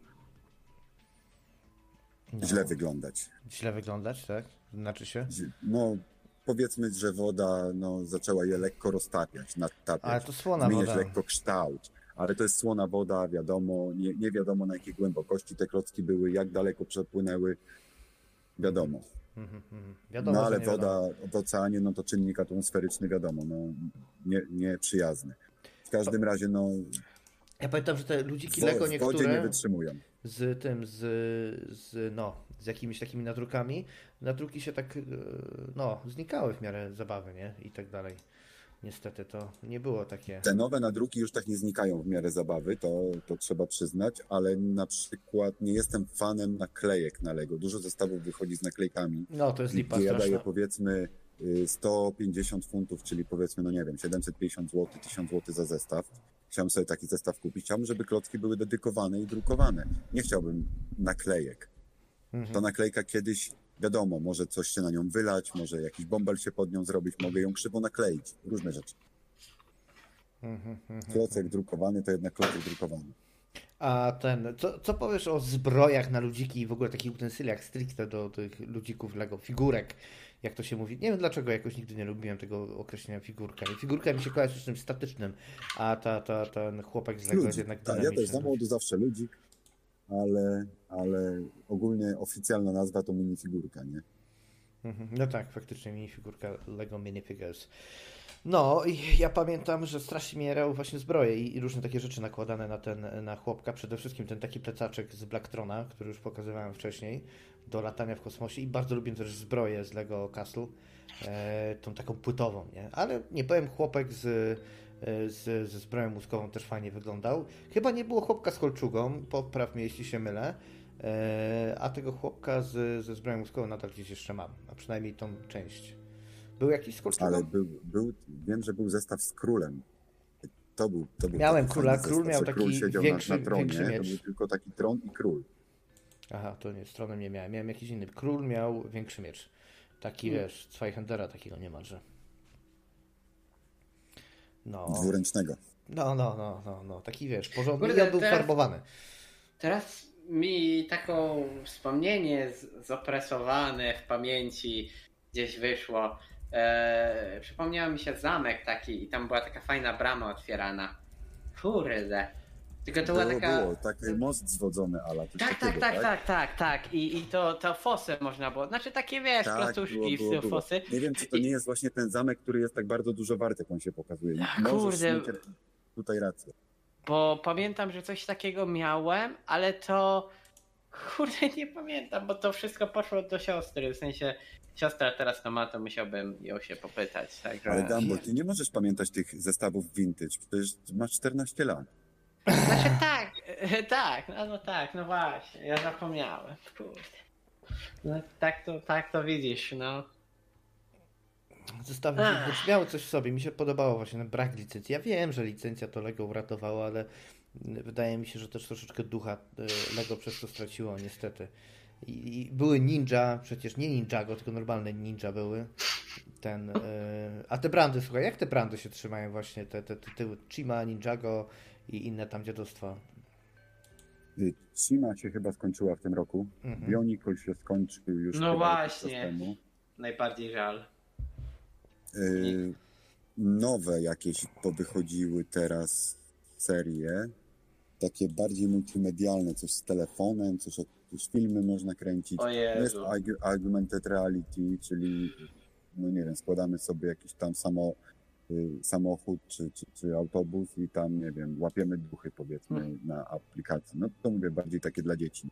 no. źle wyglądać. Źle wyglądać, tak? Znaczy się? No, powiedzmy, że woda no, zaczęła je lekko roztapiać, nadtapiać. Ale to słona zmieniać woda. lekko kształt. Ale to jest słona woda, wiadomo, nie, nie wiadomo na jakiej głębokości te klocki były, jak daleko przepłynęły, wiadomo. Mm-hmm. Wiadomo, no ale nie woda wiadomo. w oceanie, no to czynnik atmosferyczny, wiadomo, no nie, nieprzyjazny. W każdym to... razie, no... Ja pamiętam, że te ludziki w, Lego w niektóre... wodzie nie wytrzymują. Z tym, z, z, no, z jakimiś takimi nadrukami, nadruki się tak, no, znikały w miarę zabawy, nie? I tak dalej. Niestety to nie było takie... Te nowe nadruki już tak nie znikają w miarę zabawy, to, to trzeba przyznać, ale na przykład nie jestem fanem naklejek na Lego. Dużo zestawów wychodzi z naklejkami. No, to jest lipa gdzie straszna. ja daję powiedzmy sto pięćdziesiąt funtów, czyli powiedzmy, no nie wiem, siedemset pięćdziesiąt złotych, tysiąc złotych za zestaw. Chciałbym sobie taki zestaw kupić. Chciałbym, żeby klocki były dedykowane i drukowane. Nie chciałbym naklejek. Mhm. Ta naklejka kiedyś, wiadomo, może coś się na nią wylać, może jakiś bąbel się pod nią zrobić, mogę ją krzywo nakleić. Różne rzeczy. Mhm, klocek drukowany to jednak klocek drukowany. A ten, co, co powiesz o zbrojach na ludziki i w ogóle takich utensyliach stricte do tych ludzików Lego, figurek, jak to się mówi. Nie wiem dlaczego jakoś nigdy nie lubiłem tego określenia figurka. I figurka mi się kojarzy z czymś statycznym, a ta, ta, ten chłopak z Lego ludzik. jest jednak Ta, dynamiczny. ja też za młodu zawsze ludzik, ale, ale ogólnie oficjalna nazwa to minifigurka, nie? No tak, faktycznie minifigurka Lego Minifigures. No i ja pamiętam, że strasznie mnie jarały właśnie zbroje i, i różne takie rzeczy nakładane na ten, na chłopka. Przede wszystkim ten taki plecaczek z Blacktrona, który już pokazywałem wcześniej, do latania w kosmosie i bardzo lubię też zbroję z Lego Castle, e, tą taką płytową, nie? Ale nie powiem, chłopek z, z, ze zbroją mózgową też fajnie wyglądał. Chyba nie było chłopka z kolczugą, popraw mnie jeśli się mylę, e, a tego chłopka z, ze zbroją mózgową nadal gdzieś jeszcze mam, a przynajmniej tą część. Był jakiś z kolczugą? Ale był, był, wiem, że był zestaw z królem. To był, to był Miałem króla, król zestaw, miał że taki król siedział większy, na, na tronie, większy miecz. To był tylko taki tron i król. Aha, to nie, z tronem nie miałem. Miałem jakiś inny. Król miał większy miecz. Taki, hmm. wiesz, Zweihandera takiego niemalże. No. Dwuręcznego. No, no, no, no, no. Taki, wiesz, porządny. Kurde, I on był teraz, farbowany. Teraz mi taką wspomnienie z, zopresowane w pamięci gdzieś wyszło. Eee, przypomniał mi się zamek taki i tam była taka fajna brama otwierana. Kurde. Tylko to było, była taka... Było, taki most zwodzony, ala. Tak, tak, tak, tak, tak, tak, tak. I, i to, to fosy można było, znaczy takie, wiesz, tak, placuszki było, było, w fosy. Nie wiem, czy to nie jest właśnie ten zamek, który jest tak bardzo dużo wart, jak on się pokazuje. Ach, kurde. Mieć tutaj rację. Bo pamiętam, że coś takiego miałem, ale to... Kurde, nie pamiętam, bo to wszystko poszło do siostry, w sensie siostra teraz to ma, to musiałbym ją się popytać. Także... Ale Gumball, ty nie możesz pamiętać tych zestawów vintage, przecież masz czternaście lat. Znaczy tak, tak, no, no tak, no właśnie, ja zapomniałem, kurde. No tak to, tak to widzisz, no. Zestawy vintage miały coś w sobie, mi się podobało właśnie ten brak licencji. Ja wiem, że licencja to Lego uratowało, ale wydaje mi się, że też troszeczkę ducha Lego przez to straciło niestety. I, i były ninja, przecież nie Ninjago, tylko normalne ninja były. Ten, yy... A te brandy, słuchaj, jak te brandy się trzymają właśnie, te, te tytuły Chima, Ninjago i inne tam dziadostwa? Chima się chyba skończyła w tym roku. Mhm. Bionicle się skończył już. No właśnie, najbardziej żal. Yy, nowe jakieś powychodziły teraz serie, takie bardziej multimedialne, coś z telefonem, coś, jakieś filmy można kręcić. O Jezu. To jest augmented reality, czyli no nie wiem, składamy sobie jakieś tam samo samochód czy, czy, czy autobus i tam, nie wiem, łapiemy duchy, powiedzmy, hmm. na aplikacji. No to mówię, bardziej takie dla dzieci.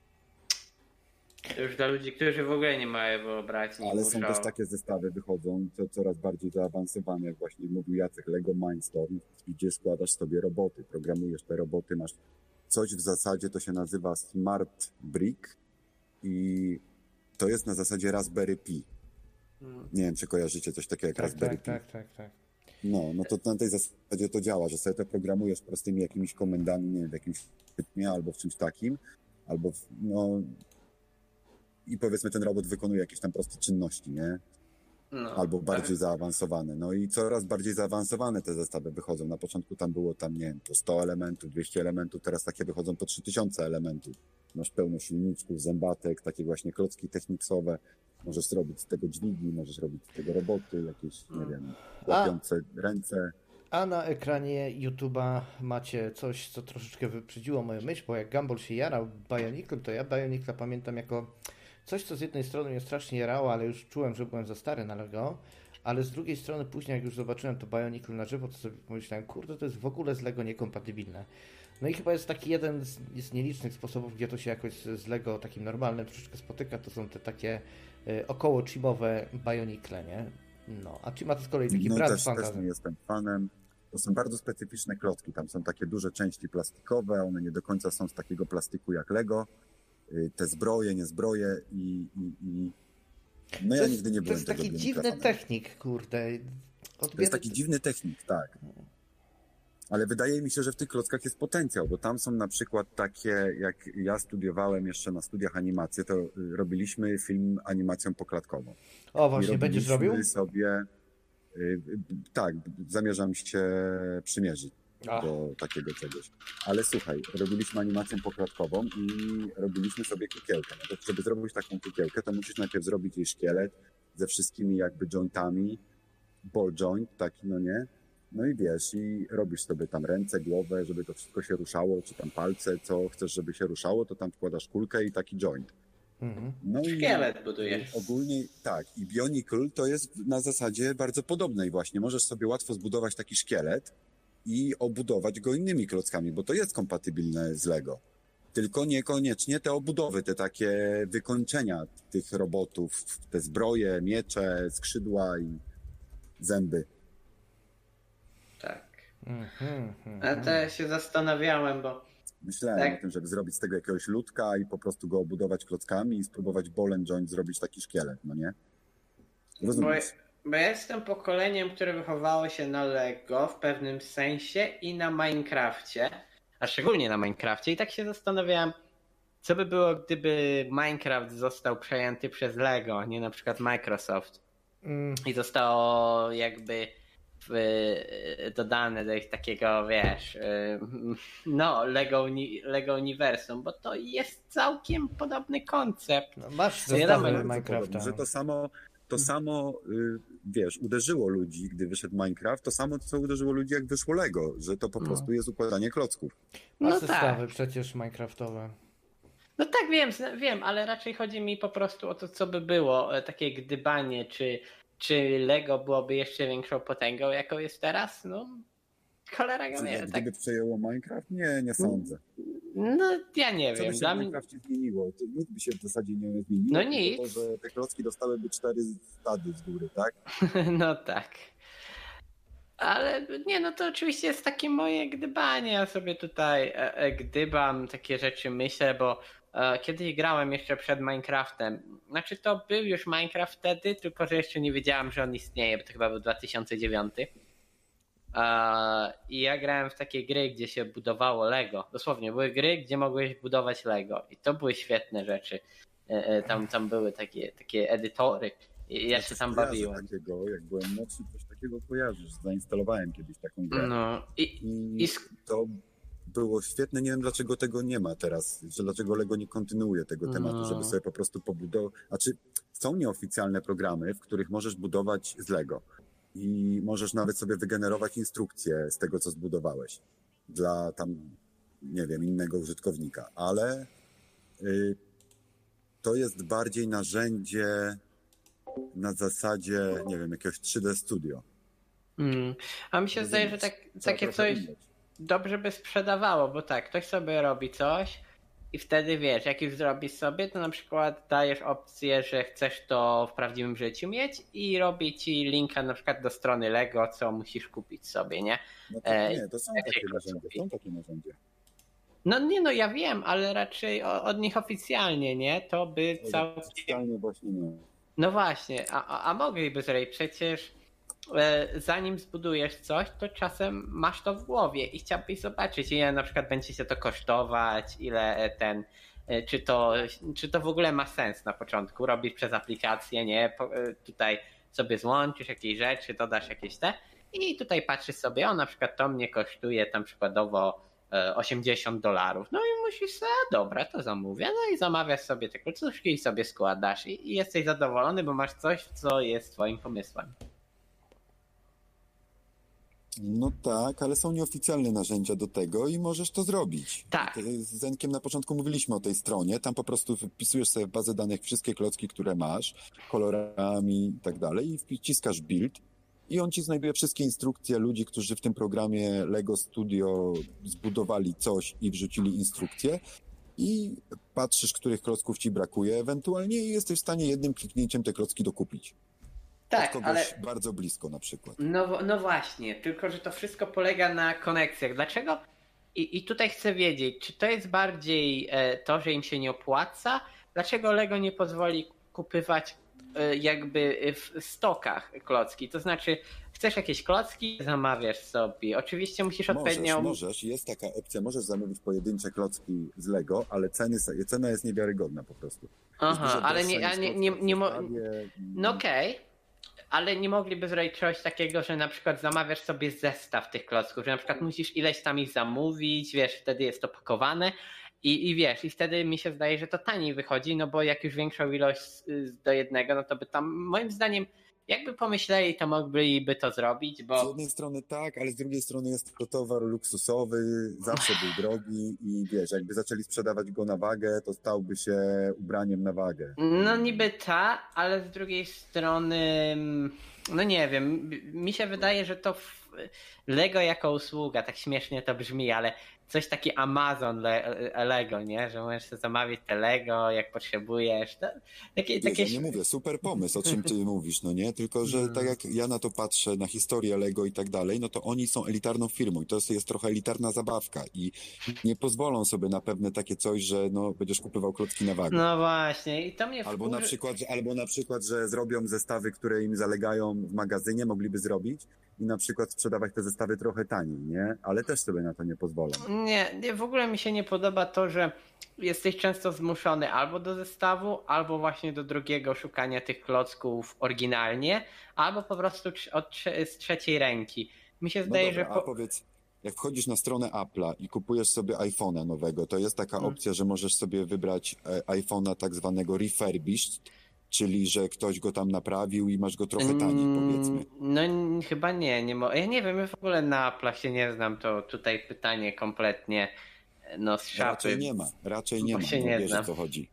To już dla ludzi, którzy w ogóle nie mają wyobraźni. Ale muszą... są też takie zestawy wychodzą, to coraz bardziej zaawansowane, jak właśnie mówił Jacek, Lego Mindstorm, gdzie składasz sobie roboty, programujesz te roboty, masz coś w zasadzie, to się nazywa Smart Brick i to jest na zasadzie Raspberry Pi. Hmm. Nie wiem, czy kojarzycie coś takiego jak tak, Raspberry tak, Pi. Tak, tak, tak. No, no to na tej zasadzie to działa, że sobie to programujesz prostymi jakimiś komendami, nie wiem, w jakimś rytmie albo w czymś takim, albo w, no i powiedzmy ten robot wykonuje jakieś tam proste czynności, nie? No, albo bardziej tak. zaawansowane. No i coraz bardziej zaawansowane te zestawy wychodzą. Na początku tam było tam, nie wiem, po sto elementów, dwieście elementów, teraz takie wychodzą po trzy tysiące elementów. Masz pełno silniczków, zębatek, takie właśnie klocki techniksowe. Możesz zrobić z tego dźwigni, możesz robić z tego roboty, jakieś, nie wiem, łapiące a, ręce. A na ekranie YouTube'a macie coś, co troszeczkę wyprzedziło moją myśl, bo jak Gumball się jarał Bioniclem, to ja Bionicla pamiętam jako coś, co z jednej strony mnie strasznie jarało, ale już czułem, że byłem za stary na Lego, ale z drugiej strony później, jak już zobaczyłem to Bionicle na żywo, to sobie pomyślałem, kurde, to jest w ogóle z Lego niekompatybilne. No i chyba jest taki jeden z, z nielicznych sposobów, gdzie to się jakoś z Lego takim normalnym troszeczkę spotyka, to są te takie y, około chimowe Bionicle, nie? No, a Chima to z kolei taki no, brat też, fantazji. też nie jestem fanem. To są bardzo specyficzne klocki, tam są takie duże części plastikowe, one nie do końca są z takiego plastyku jak Lego. Te zbroje, nie zbroje i... i, i... No ja jest, nigdy nie byłem To jest taki dziwny technik, kurde. Odbiera... To jest taki dziwny technik, tak. Ale wydaje mi się, że w tych klockach jest potencjał, bo tam są na przykład takie, jak ja studiowałem jeszcze na studiach animację, to robiliśmy film animacją poklatkową. O, właśnie, będziesz robił? sobie... Tak, zamierzam się przymierzyć Ach. do takiego czegoś. Ale słuchaj, robiliśmy animację poklatkową i robiliśmy sobie kukiełkę. No to, żeby zrobić taką kukiełkę, to musisz najpierw zrobić jej szkielet ze wszystkimi jakby jointami, ball joint taki, no nie? No i wiesz, i robisz sobie tam ręce, głowę, żeby to wszystko się ruszało, czy tam palce, co chcesz, żeby się ruszało, to tam wkładasz kulkę i taki joint. Mhm. No szkielet budujesz. Ogólnie tak. I Bionicle to jest na zasadzie bardzo podobnej właśnie. Możesz sobie łatwo zbudować taki szkielet i obudować go innymi klockami, bo to jest kompatybilne z Lego. Tylko niekoniecznie te obudowy, te takie wykończenia tych robotów, te zbroje, miecze, skrzydła i zęby. Tak. A to ja się zastanawiałem, bo Myślałem tak. o tym, żeby zrobić z tego jakiegoś ludka i po prostu go obudować klockami i spróbować ball and joint zrobić taki szkielet, no nie? Rozumiesz? Bo, bo ja jestem pokoleniem, które wychowało się na Lego w pewnym sensie i na Minecrafcie, a szczególnie na Minecrafcie i tak się zastanawiałem, co by było, gdyby Minecraft został przejęty przez Lego, nie na przykład Microsoft mm. i zostało jakby dodane do ich takiego, wiesz, no Lego, Lego Uniwersum, bo to jest całkiem podobny koncept. No, masz zestawy ja Minecrafta. Że to samo, to samo, wiesz, uderzyło ludzi, gdy wyszedł Minecraft, to samo, co uderzyło ludzi, jak wyszło Lego, że to po prostu no. jest układanie klocków. Masz no zestawy tak. przecież Minecraftowe. No tak, wiem, wiem, ale raczej chodzi mi po prostu o to, co by było, takie gdybanie, czy Czy Lego byłoby jeszcze większą potęgą, jaką jest teraz? No, cholera go nie. Gdyby tak... przejęło Minecraft? Nie, nie sądzę. No, ja nie Co wiem. by się Dla w Minecrafcie mnie... zmieniło? To nic by się w zasadzie nie zmieniło. No nic. To, że te klocki dostałyby cztery stady z góry, tak? No tak. Ale nie, no to oczywiście jest takie moje gdybanie. Ja sobie tutaj e, e, gdybam, takie rzeczy myślę, bo kiedyś grałem jeszcze przed Minecraftem. Znaczy to był już Minecraft wtedy, tylko że jeszcze nie wiedziałem, że on istnieje, bo to chyba był dwa tysiące dziewiąty. I ja grałem w takie gry, gdzie się budowało Lego. Dosłownie, były gry, gdzie mogłeś budować Lego. I to były świetne rzeczy. Tam, tam były takie, takie edytory. I ja się tam bawiłem. Takiego, jak byłem młodszy, coś takiego kojarzysz. Zainstalowałem kiedyś taką grę. No i, I, i to było świetne. Nie wiem, dlaczego tego nie ma teraz, że dlaczego Lego nie kontynuuje tego tematu, no. żeby sobie po prostu pobudować. Znaczy, są nieoficjalne programy, w których możesz budować z Lego i możesz nawet sobie wygenerować instrukcje z tego, co zbudowałeś dla tam, nie wiem, innego użytkownika, ale y, to jest bardziej narzędzie na zasadzie, nie wiem, jakiegoś trzy D Studio. Mm. A mi się zdaje, że tak, takie coś dobrze by sprzedawało, bo tak, ktoś sobie robi coś i wtedy wiesz, jak już zrobisz sobie, to na przykład dajesz opcję, że chcesz to w prawdziwym życiu mieć i robi ci linka na przykład do strony Lego, co musisz kupić sobie, nie? No to, nie, to są takie narzędzia, są takie narzędzia. No nie, no ja wiem, ale raczej od nich oficjalnie, nie? To by całkiem... Oficjalnie właśnie nie. No właśnie, a, a, a mogliby zrobić, przecież e, zanim zbudujesz coś, to czasem masz to w głowie i chciałbyś zobaczyć, ile na przykład będzie się to kosztować, ile ten, e, czy to, czy to w ogóle ma sens na początku, robisz przez aplikację, nie? Po, e, tutaj sobie złączysz jakieś rzeczy, dodasz jakieś te i tutaj patrzysz sobie, o na przykład to mnie kosztuje tam przykładowo osiemdziesiąt dolarów. No i musisz sobie, dobra, to zamówię. No i zamawiasz sobie te klocuszki i sobie składasz i, i jesteś zadowolony, bo masz coś, co jest twoim pomysłem. No tak, ale są nieoficjalne narzędzia do tego i możesz to zrobić. Tak. Z Zenkiem na początku mówiliśmy o tej stronie, tam po prostu wpisujesz sobie w bazę danych wszystkie klocki, które masz, kolorami i tak dalej i wciskasz build i on ci znajduje wszystkie instrukcje ludzi, którzy w tym programie Lego Studio zbudowali coś i wrzucili instrukcje i patrzysz, których klocków ci brakuje ewentualnie i jesteś w stanie jednym kliknięciem te klocki dokupić. Tak, od kogoś ale... bardzo blisko na przykład. No, no właśnie, tylko że to wszystko polega na koneksjach. Dlaczego? I, i tutaj chcę wiedzieć, czy to jest bardziej e, to, że im się nie opłaca? Dlaczego Lego nie pozwoli kupywać e, jakby w stokach klocki? To znaczy, chcesz jakieś klocki, zamawiasz sobie. Oczywiście musisz możesz, odpowiednio... Możesz, jest taka opcja, możesz zamówić pojedyncze klocki z Lego, ale ceny, cena jest niewiarygodna po prostu. Aha, ale nie... Ale nie, nie, nie, nie mo... No okej. Okay. Ale nie mogliby zrobić czegoś takiego, że na przykład zamawiasz sobie zestaw tych klocków, że na przykład musisz ileś tam ich zamówić, wiesz, wtedy jest to pakowane i, i wiesz, i wtedy mi się zdaje, że to taniej wychodzi, no bo jak już większą ilość do jednego, no to by tam, moim zdaniem, jakby pomyśleli, to mogliby to zrobić, bo... Z jednej strony tak, ale z drugiej strony jest to towar luksusowy, zawsze był drogi i wiesz, jakby zaczęli sprzedawać go na wagę, to stałby się ubraniem na wagę. No niby ta, ale z drugiej strony, no nie wiem, mi się wydaje, że to Lego jako usługa, tak śmiesznie to brzmi, ale coś taki Amazon Le- Lego, nie? Że możesz sobie zamawiać te Lego, jak potrzebujesz. To, takie, Wiesz, takie... ja nie mówię, super pomysł, o czym ty mówisz, no nie? Tylko, że tak jak ja na to patrzę, na historię Lego i tak dalej, no to oni są elitarną firmą i to jest, jest trochę elitarna zabawka i nie pozwolą sobie na pewne takie coś, że no, będziesz kupywał klocki na wagę. No właśnie i to mnie albo wkurzy... na przykład, Albo na przykład, że zrobią zestawy, które im zalegają w magazynie, mogliby zrobić i na przykład sprzedawać te zestawy trochę taniej, nie? Ale też sobie na to nie pozwolą. Nie, nie, w ogóle mi się nie podoba to, że jesteś często zmuszony albo do zestawu, albo właśnie do drugiego szukania tych klocków oryginalnie, albo po prostu od, z trzeciej ręki. Mi się zdaje, no dobra, że... Po... A powiedz, jak wchodzisz na stronę Apple'a i kupujesz sobie iPhone'a nowego, to jest taka hmm. opcja, że możesz sobie wybrać iPhone'a tak zwanego refurbished, czyli że ktoś go tam naprawił i masz go trochę taniej, powiedzmy. No chyba nie, nie mo- ja nie wiem, ja w ogóle na Apple'ach się nie znam, to tutaj pytanie kompletnie no z szafy. Raczej nie ma, raczej nie ma, się bo nie wiesz, znam. o co chodzi.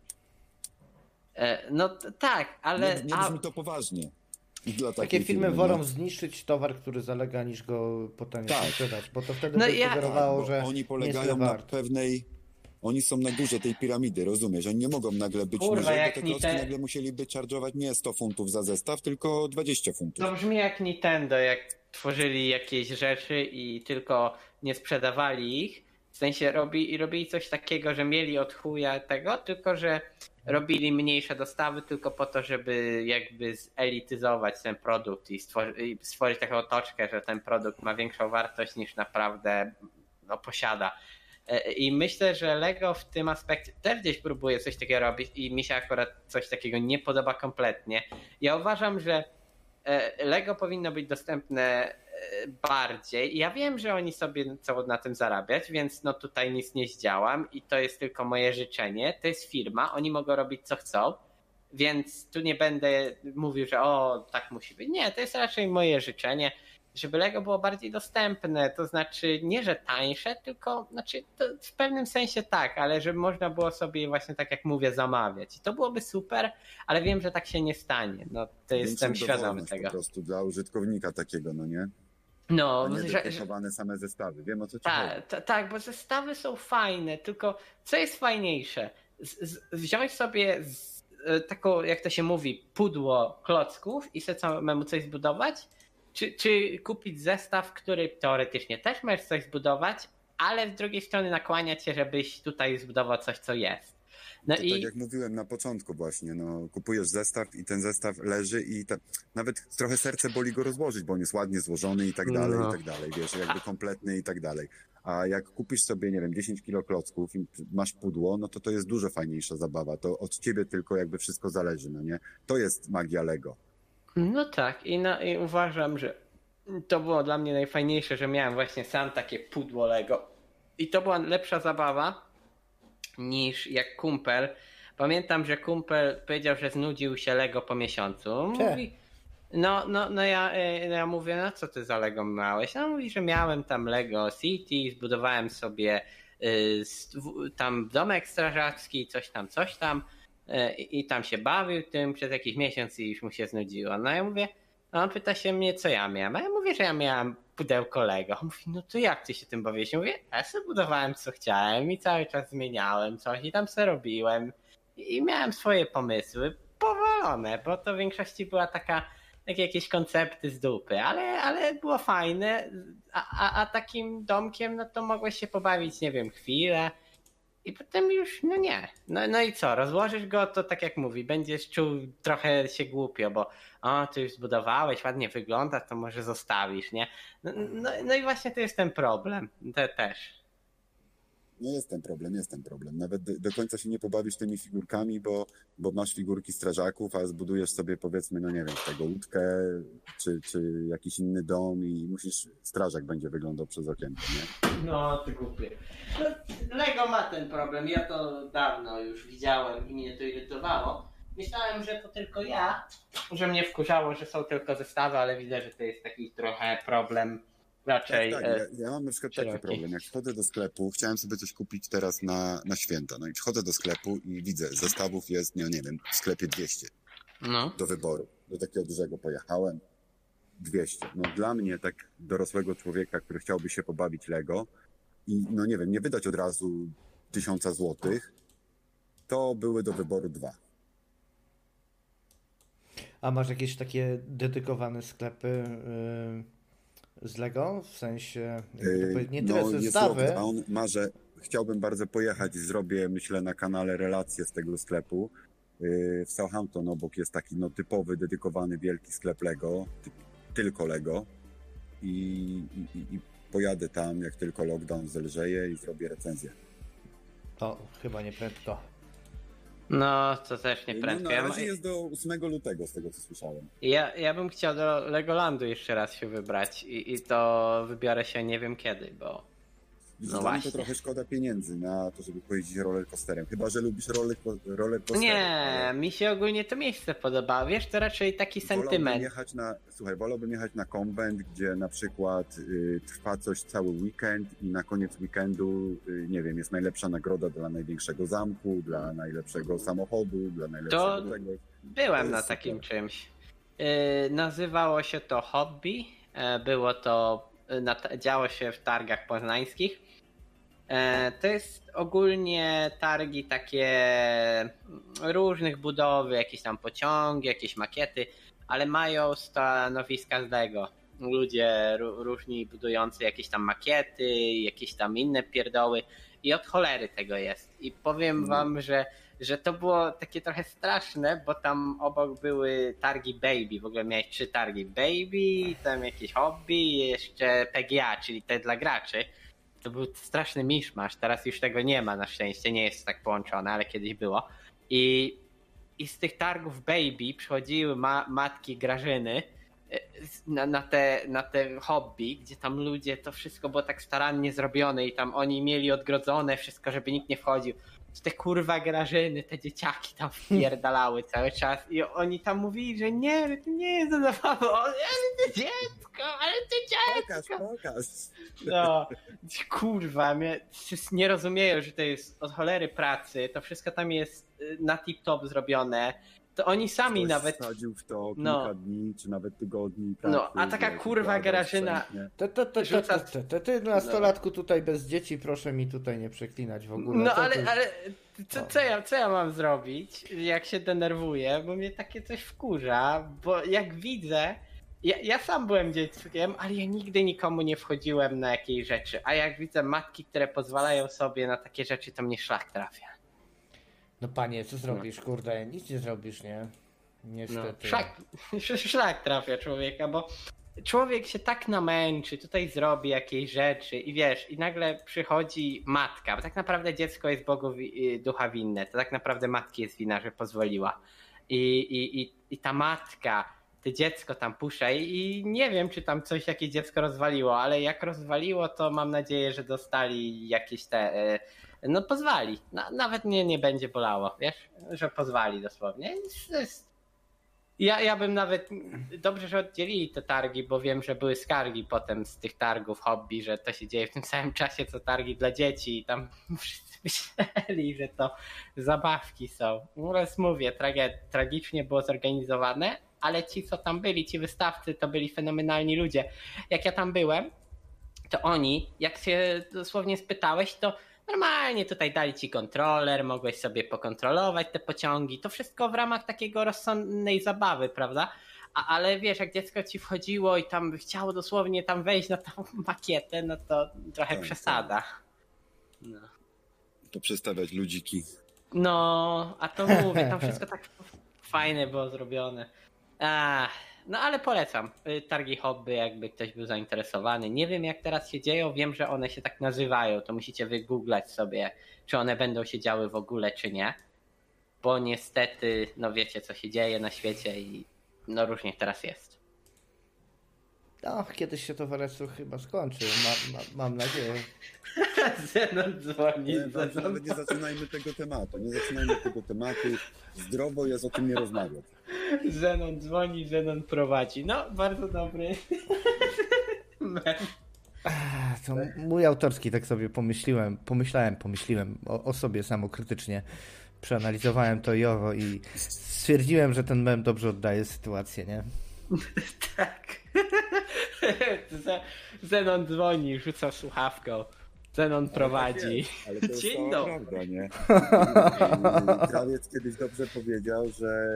E, no t- tak, ale... Nie, nie brzmi to poważnie. Dla Takie firmy firmy wolą nie? zniszczyć towar, który zalega, niż go potem tak. sprzedać, bo to wtedy no by ja... sugerowało, tak, że oni polegają na wart. pewnej... Oni są na górze tej piramidy, rozumiesz? Oni nie mogą nagle być Kurwa, niżej, jak bo te klocki te... nagle musieliby charge'ować nie sto funtów za zestaw, tylko dwadzieścia funtów. To brzmi jak Nintendo, jak tworzyli jakieś rzeczy i tylko nie sprzedawali ich. W sensie robi, i robili coś takiego, że mieli od chuja tego, tylko że robili mniejsze dostawy tylko po to, żeby jakby zelityzować ten produkt i stworzyć, i stworzyć taką otoczkę, że ten produkt ma większą wartość niż naprawdę no, posiada. I myślę, że Lego w tym aspekcie też gdzieś próbuje coś takiego robić i mi się akurat coś takiego nie podoba kompletnie. Ja uważam, że Lego powinno być dostępne bardziej. Ja wiem, że oni sobie chcą na tym zarabiać, więc no tutaj nic nie zdziałam i to jest tylko moje życzenie. To jest firma, oni mogą robić co chcą, więc tu nie będę mówił, że o, tak musi być. Nie, to jest raczej moje życzenie, żeby Lego było bardziej dostępne, to znaczy nie, że tańsze, tylko znaczy to w pewnym sensie tak, ale żeby można było sobie właśnie tak jak mówię zamawiać. I to byłoby super, ale wiem, że tak się nie stanie. No to jestem świadomy tego. Po prostu dla użytkownika takiego, no nie? No, a nie że, dostosowane same zestawy. Wiem, o co ci chodzi. tak, ta, tak, bo zestawy są fajne, tylko co jest fajniejsze? Z, z, wziąć sobie z, taką, jak to się mówi, pudło klocków i sobie samemu coś zbudować? Czy, czy kupić zestaw, który teoretycznie też możesz coś zbudować, ale z drugiej strony nakłania cię, żebyś tutaj zbudował coś, co jest. No to i tak jak mówiłem na początku właśnie, no kupujesz zestaw i ten zestaw leży i ta, nawet trochę serce boli go rozłożyć, bo on jest ładnie złożony i tak dalej, No. i tak dalej, wiesz, jakby kompletny i tak dalej. A jak kupisz sobie, nie wiem, dziesięć kilo klocków i masz pudło, no to to jest dużo fajniejsza zabawa. To od ciebie tylko jakby wszystko zależy, no nie? To jest magia Lego. No tak, i, no, i uważam, że to było dla mnie najfajniejsze, że miałem właśnie sam takie pudło Lego. I to była lepsza zabawa niż jak kumpel. Pamiętam, że kumpel powiedział, że znudził się Lego po miesiącu. Mówi, no, no, no ja, no ja mówię, no co ty za Lego miałeś? No mówi, że miałem tam Lego City, zbudowałem sobie y, tam domek strażacki, coś tam, coś tam y, i tam się bawił tym przez jakiś miesiąc i już mu się znudziło. No ja mówię, a on pyta się mnie, co ja miałem. A ja mówię, że ja miałem pudełko Lego. On mówi, no to jak ty się tym bawiłeś? Ja mówię, ja sobie budowałem co chciałem i cały czas zmieniałem coś i tam sobie robiłem. I miałem swoje pomysły powalone, bo to w większości była taka, takie jakieś koncepty z dupy, ale, ale było fajne. A, a, a takim domkiem, no to mogłeś się pobawić, nie wiem, chwilę. I potem już, no nie. No, no i co, rozłożysz go, to tak jak mówi, będziesz czuł trochę się głupio, bo o, ty już zbudowałeś, ładnie wygląda, to może zostawisz, nie? No, no, no i właśnie to jest ten problem, te też. No jest ten problem, jest ten problem. Nawet do, do końca się nie pobawisz tymi figurkami, bo, bo masz figurki strażaków, a zbudujesz sobie powiedzmy, no nie wiem, tego łódkę, czy, czy jakiś inny dom i musisz, strażak będzie wyglądał przez okienko, nie? No, ty głupie. No, Lego ma ten problem, ja to dawno już widziałem i mnie to irytowało. Myślałem, że to tylko ja, że mnie wkurzało, że są tylko zestawy, ale widzę, że to jest taki trochę problem raczej. Tak, tak. Ja, ja mam na przykład szeroki. taki problem. Jak wchodzę do sklepu, chciałem sobie coś kupić teraz na, na święta, no i wchodzę do sklepu i widzę, zestawów jest, nie, nie wiem, w sklepie dwieście No. do wyboru. Do takiego dużego pojechałem, dwieście. No dla mnie, tak dorosłego człowieka, który chciałby się pobawić Lego i, no nie wiem, nie wydać od razu tysiąca złotych, to były do wyboru dwa. A masz jakieś takie dedykowane sklepy yy, z Lego? W sensie, Yy, nie no, tyle zestawy. Jest lockdown, marzę, chciałbym bardzo pojechać i zrobię, myślę, na kanale relację z tego sklepu. Yy, w Southampton obok jest taki no, typowy, dedykowany wielki sklep Lego, ty, tylko Lego i, i, i pojadę tam, jak tylko lockdown zelżeje i zrobię recenzję. To chyba nie prędko. No, to też nie prędko. No, na razie jest do ósmego lutego, z tego co słyszałem. Ja, ja bym chciał do Legolandu jeszcze raz się wybrać i, i to wybiorę się nie wiem kiedy, bo No no to właśnie. trochę szkoda pieniędzy na to, żeby pojeździć rollercoasterem. Chyba że lubisz roller, rollercoastery. Nie, ale mi się ogólnie to miejsce podoba. Wiesz, to raczej taki wolałbym sentyment. Jechać na, słuchaj, wolałbym jechać na konwent, gdzie na przykład y, trwa coś cały weekend i na koniec weekendu, y, nie wiem, jest najlepsza nagroda dla największego zamku, dla najlepszego samochodu, dla najlepszego To czegoś. Byłem To na jest takim super. czymś. Yy, nazywało się to Hobby. Yy, było to, yy, na, działo się w targach poznańskich. Yy, to jest ogólnie targi takie różnych budowy, jakieś tam pociągi, jakieś makiety, ale mają stanowiska z Lego. Ludzie ró- różni budujący jakieś tam makiety, jakieś tam inne pierdoły i od cholery tego jest. I powiem Mm. wam, że że to było takie trochę straszne, bo tam obok były targi Baby, w ogóle miałeś trzy targi Baby, tam jakieś Hobby i jeszcze P G A, czyli te dla graczy. To był straszny miszmasz, teraz już tego nie ma na szczęście, nie jest tak połączone, ale kiedyś było. I, i z tych targów Baby przychodziły ma, matki Grażyny na, na, te, na te Hobby, gdzie tam ludzie, to wszystko było tak starannie zrobione i tam oni mieli odgrodzone wszystko, żeby nikt nie wchodził. Te kurwa Grażyny, te dzieciaki tam wpierdalały cały czas i oni tam mówili, że nie, że to nie jest za zabawą, ale to dziecko, ale to dziecko. Pokaż, pokaż. No, kurwa, mnie, nie rozumieją, że to jest od cholery pracy, to wszystko tam jest na tip-top zrobione to oni sami Ktoś nawet... wsadził w to kilka No. dni, czy nawet tygodni. Tak, No, a taka wiesz, kurwa błagał Grażyna... wstępnie. To, to, to, to, Rzuca- to, to, to, ty nastolatku tutaj bez dzieci, proszę mi tutaj nie przeklinać w ogóle. No To- ale, to- ale co, co, ja, co ja mam zrobić, jak się denerwuję, bo mnie takie coś wkurza, bo jak widzę, ja, ja sam byłem dzieckiem, ale ja nigdy nikomu nie wchodziłem na jakieś rzeczy, a jak widzę matki, które pozwalają sobie na takie rzeczy, to mnie szlak trafia. No panie, co zrobisz, kurde? Nic nie zrobisz, nie? No, Niestety. szlak, szlak trafia człowieka, bo człowiek się tak namęczy, tutaj zrobi jakieś rzeczy i wiesz, i nagle przychodzi matka, bo tak naprawdę dziecko jest Bogu wi- ducha winne, to tak naprawdę matki jest wina, że pozwoliła. I, i, i, i ta matka, to dziecko tam puszcza i, i nie wiem, czy tam coś jakie dziecko rozwaliło, ale jak rozwaliło, to mam nadzieję, że dostali jakieś te... e, No pozwali, Na, nawet mnie nie będzie bolało, wiesz, że pozwali dosłownie. To jest... Ja, ja bym nawet, dobrze, że oddzielili te targi, bo wiem, że były skargi potem z tych targów hobby, że to się dzieje w tym samym czasie, co targi dla dzieci i tam wszyscy myśleli, że to zabawki są. Oraz mówię, trage, tragicznie było zorganizowane, ale ci, co tam byli, ci wystawcy, to byli fenomenalni ludzie. Jak ja tam byłem, to oni, jak się dosłownie spytałeś, to normalnie tutaj dali ci kontroler, mogłeś sobie pokontrolować te pociągi, to wszystko w ramach takiego rozsądnej zabawy, prawda? A, ale wiesz, jak dziecko ci wchodziło i tam chciało dosłownie tam wejść na tą makietę, no to trochę Tak, przesada. No. Poprzestawiać ludziki. no, a to mówię, tam wszystko tak fajne było zrobione. Ach, no ale polecam. Y, Targi hobby, jakby ktoś był zainteresowany. Nie wiem jak teraz się dzieją, wiem, że one się tak nazywają, to musicie wygooglać sobie, czy one będą się działy w ogóle, czy nie. Bo niestety, no wiecie co się dzieje na świecie i no różnie teraz jest. No, kiedyś się towarzystwo chyba skończy, ma, ma, mam nadzieję. Zenon dzwoni. Nie, nawet Zenon... nawet nie zaczynajmy tego tematu. Nie zaczynajmy tego tematu. Zdrowo jest o tym nie rozmawiać. Zenon dzwoni, Zenon prowadzi. No, bardzo dobry. Ach, To mój autorski, tak sobie pomyśliłem, pomyślałem, pomyśliłem o, o sobie samokrytycznie. Przeanalizowałem to i owo i stwierdziłem, że ten mem dobrze oddaje sytuację, nie? Tak. Ze- Zenon dzwoni, rzuca słuchawką. Zenon prowadzi. Ale to jest Dzień cała dobry. prawda, nie? Krawiec kiedyś dobrze powiedział, że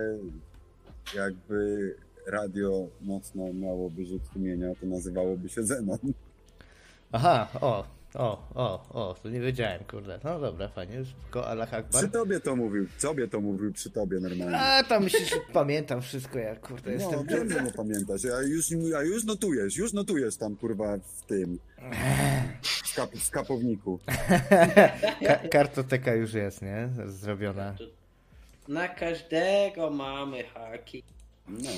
jakby radio mocno miałoby rzut sumienia, to nazywałoby się Zenon. Aha, o, o, o, o, to nie wiedziałem, kurde. No dobra, fajnie, szybko, Allah Akbar. Przy tobie to mówił, sobie to mówił przy tobie normalnie. A, tam myślisz, że pamiętam wszystko, jak kurde No, jestem... wiem, że nie pamiętasz, a już, a już notujesz, już notujesz tam kurwa w tym, w, kap, w kapowniku. Ka- kartoteka już jest, nie? Zrobiona. Na każdego mamy haki. No.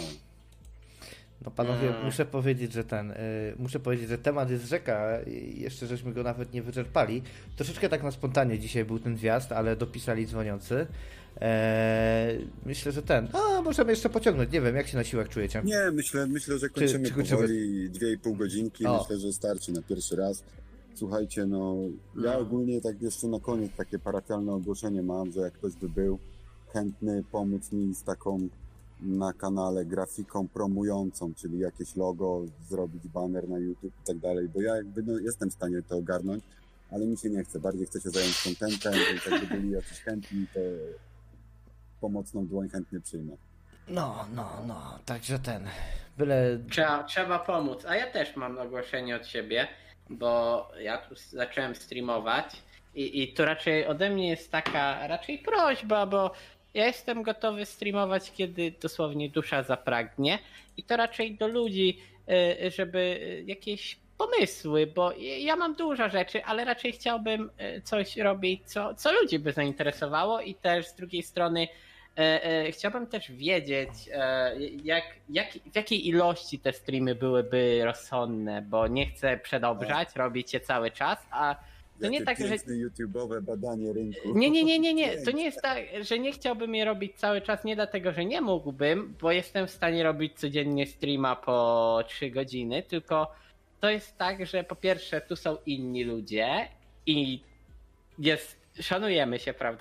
No panowie, Mm. muszę powiedzieć, że ten, y, muszę powiedzieć, że temat jest rzeka i jeszcze żeśmy go nawet nie wyczerpali. Troszeczkę tak na spontanie dzisiaj był ten zjazd, ale dopisali dzwoniący. Eee, myślę, że ten, a możemy jeszcze pociągnąć, nie wiem, jak się na siłach czujecie? Nie, myślę, myślę, że kończymy czy kończymy? powoli dwie i pół godzinki, O. myślę, że starczy na pierwszy raz. Słuchajcie, no ja No. ogólnie tak jeszcze na koniec takie parafialne ogłoszenie mam, że jak ktoś by był chętny pomóc mi z taką na kanale grafiką promującą, czyli jakieś logo, zrobić banner na YouTube i tak dalej, bo ja jakby no, jestem w stanie to ogarnąć, ale mi się nie chce, bardziej chcę się zająć contentem, więc jakby byli jacyś chętni, to pomocną dłoń chętnie przyjmę. No, no, no, także ten, byle... Trzeba, trzeba pomóc. A ja też mam ogłoszenie od siebie, bo ja tu zacząłem streamować i, i to raczej ode mnie jest taka raczej prośba, bo ja jestem gotowy streamować, kiedy dosłownie dusza zapragnie i to raczej do ludzi, y, żeby jakieś pomysły, bo ja mam dużo rzeczy, ale raczej chciałbym y, coś robić, co, co ludzi by zainteresowało i też z drugiej strony E, e, chciałbym też wiedzieć, e, jak, jak, w jakiej ilości te streamy byłyby rozsądne, bo nie chcę przedobrzać, robić je cały czas, a to nie Jakie tak, że... piękne YouTube'owe badanie rynku. Nie, nie, nie, nie, nie, to nie jest tak, że nie chciałbym je robić cały czas, nie dlatego, że nie mógłbym, bo jestem w stanie robić codziennie streama po trzy godziny, tylko to jest tak, że po pierwsze tu są inni ludzie i jest, szanujemy się, prawda?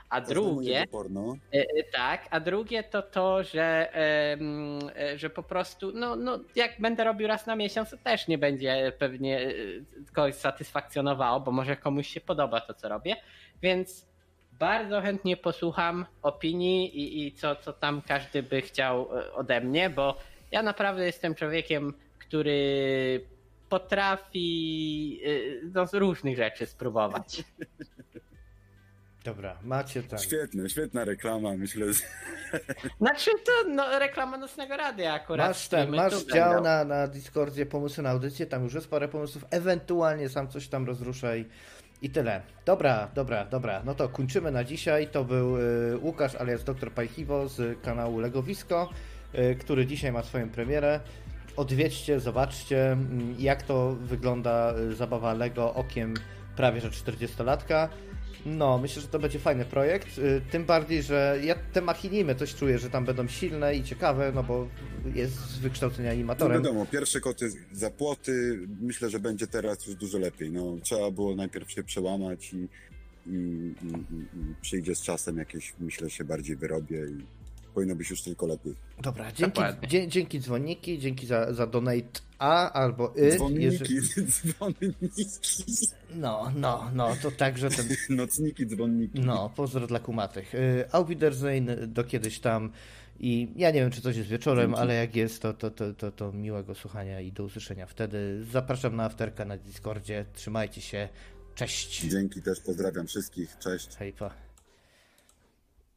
A drugie, porno. tak, a drugie to to, że, że po prostu, no, no jak będę robił raz na miesiąc, to też nie będzie pewnie kogoś satysfakcjonowało, bo może komuś się podoba to, co robię, więc bardzo chętnie posłucham opinii i, i co, co tam każdy by chciał ode mnie, bo ja naprawdę jestem człowiekiem, który potrafi no, z różnych rzeczy spróbować. Dobra, macie tam. Świetne, świetna reklama, myślę. Że... Znaczy to no, reklama Nocnego Radia akurat. Masz ten, masz dział na, na Discordzie pomysły na audycję, tam już jest parę pomysłów, ewentualnie sam coś tam rozruszaj i tyle. Dobra, dobra, dobra, no to kończymy na dzisiaj. To był y, Łukasz alias doktor Pajchiwo z kanału Legowisko, y, który dzisiaj ma swoją premierę. Odwiedźcie, zobaczcie, jak to wygląda zabawa Lego okiem prawie że czterdziestolatka. No, myślę, że to będzie fajny projekt, tym bardziej, że ja te machinimy coś czuję, że tam będą silne i ciekawe, no bo jest z wykształcenia animatorem. No wiadomo, pierwsze koty za płoty, myślę, że będzie teraz już dużo lepiej. No, trzeba było najpierw się przełamać i, i, i, i przyjdzie z czasem jakieś, myślę, się bardziej wyrobię i powinno być już tylko lepiej. Dobra, dzięki, dzie, dzięki dzwonniki, dzięki za, za donate A albo Y. Dzwonniki, jeżeli... dzwonniki. No, no, no, to także ten... Nocniki, dzwonniki. No, pozdro dla kumatych. Auf Wiedersehen, do kiedyś tam i ja nie wiem, czy coś jest wieczorem, dzięki. Ale jak jest, to, to, to, to, to miłego słuchania i do usłyszenia wtedy. Zapraszam na afterka na Discordzie, trzymajcie się, cześć. Dzięki też, pozdrawiam wszystkich, cześć. Hej, pa.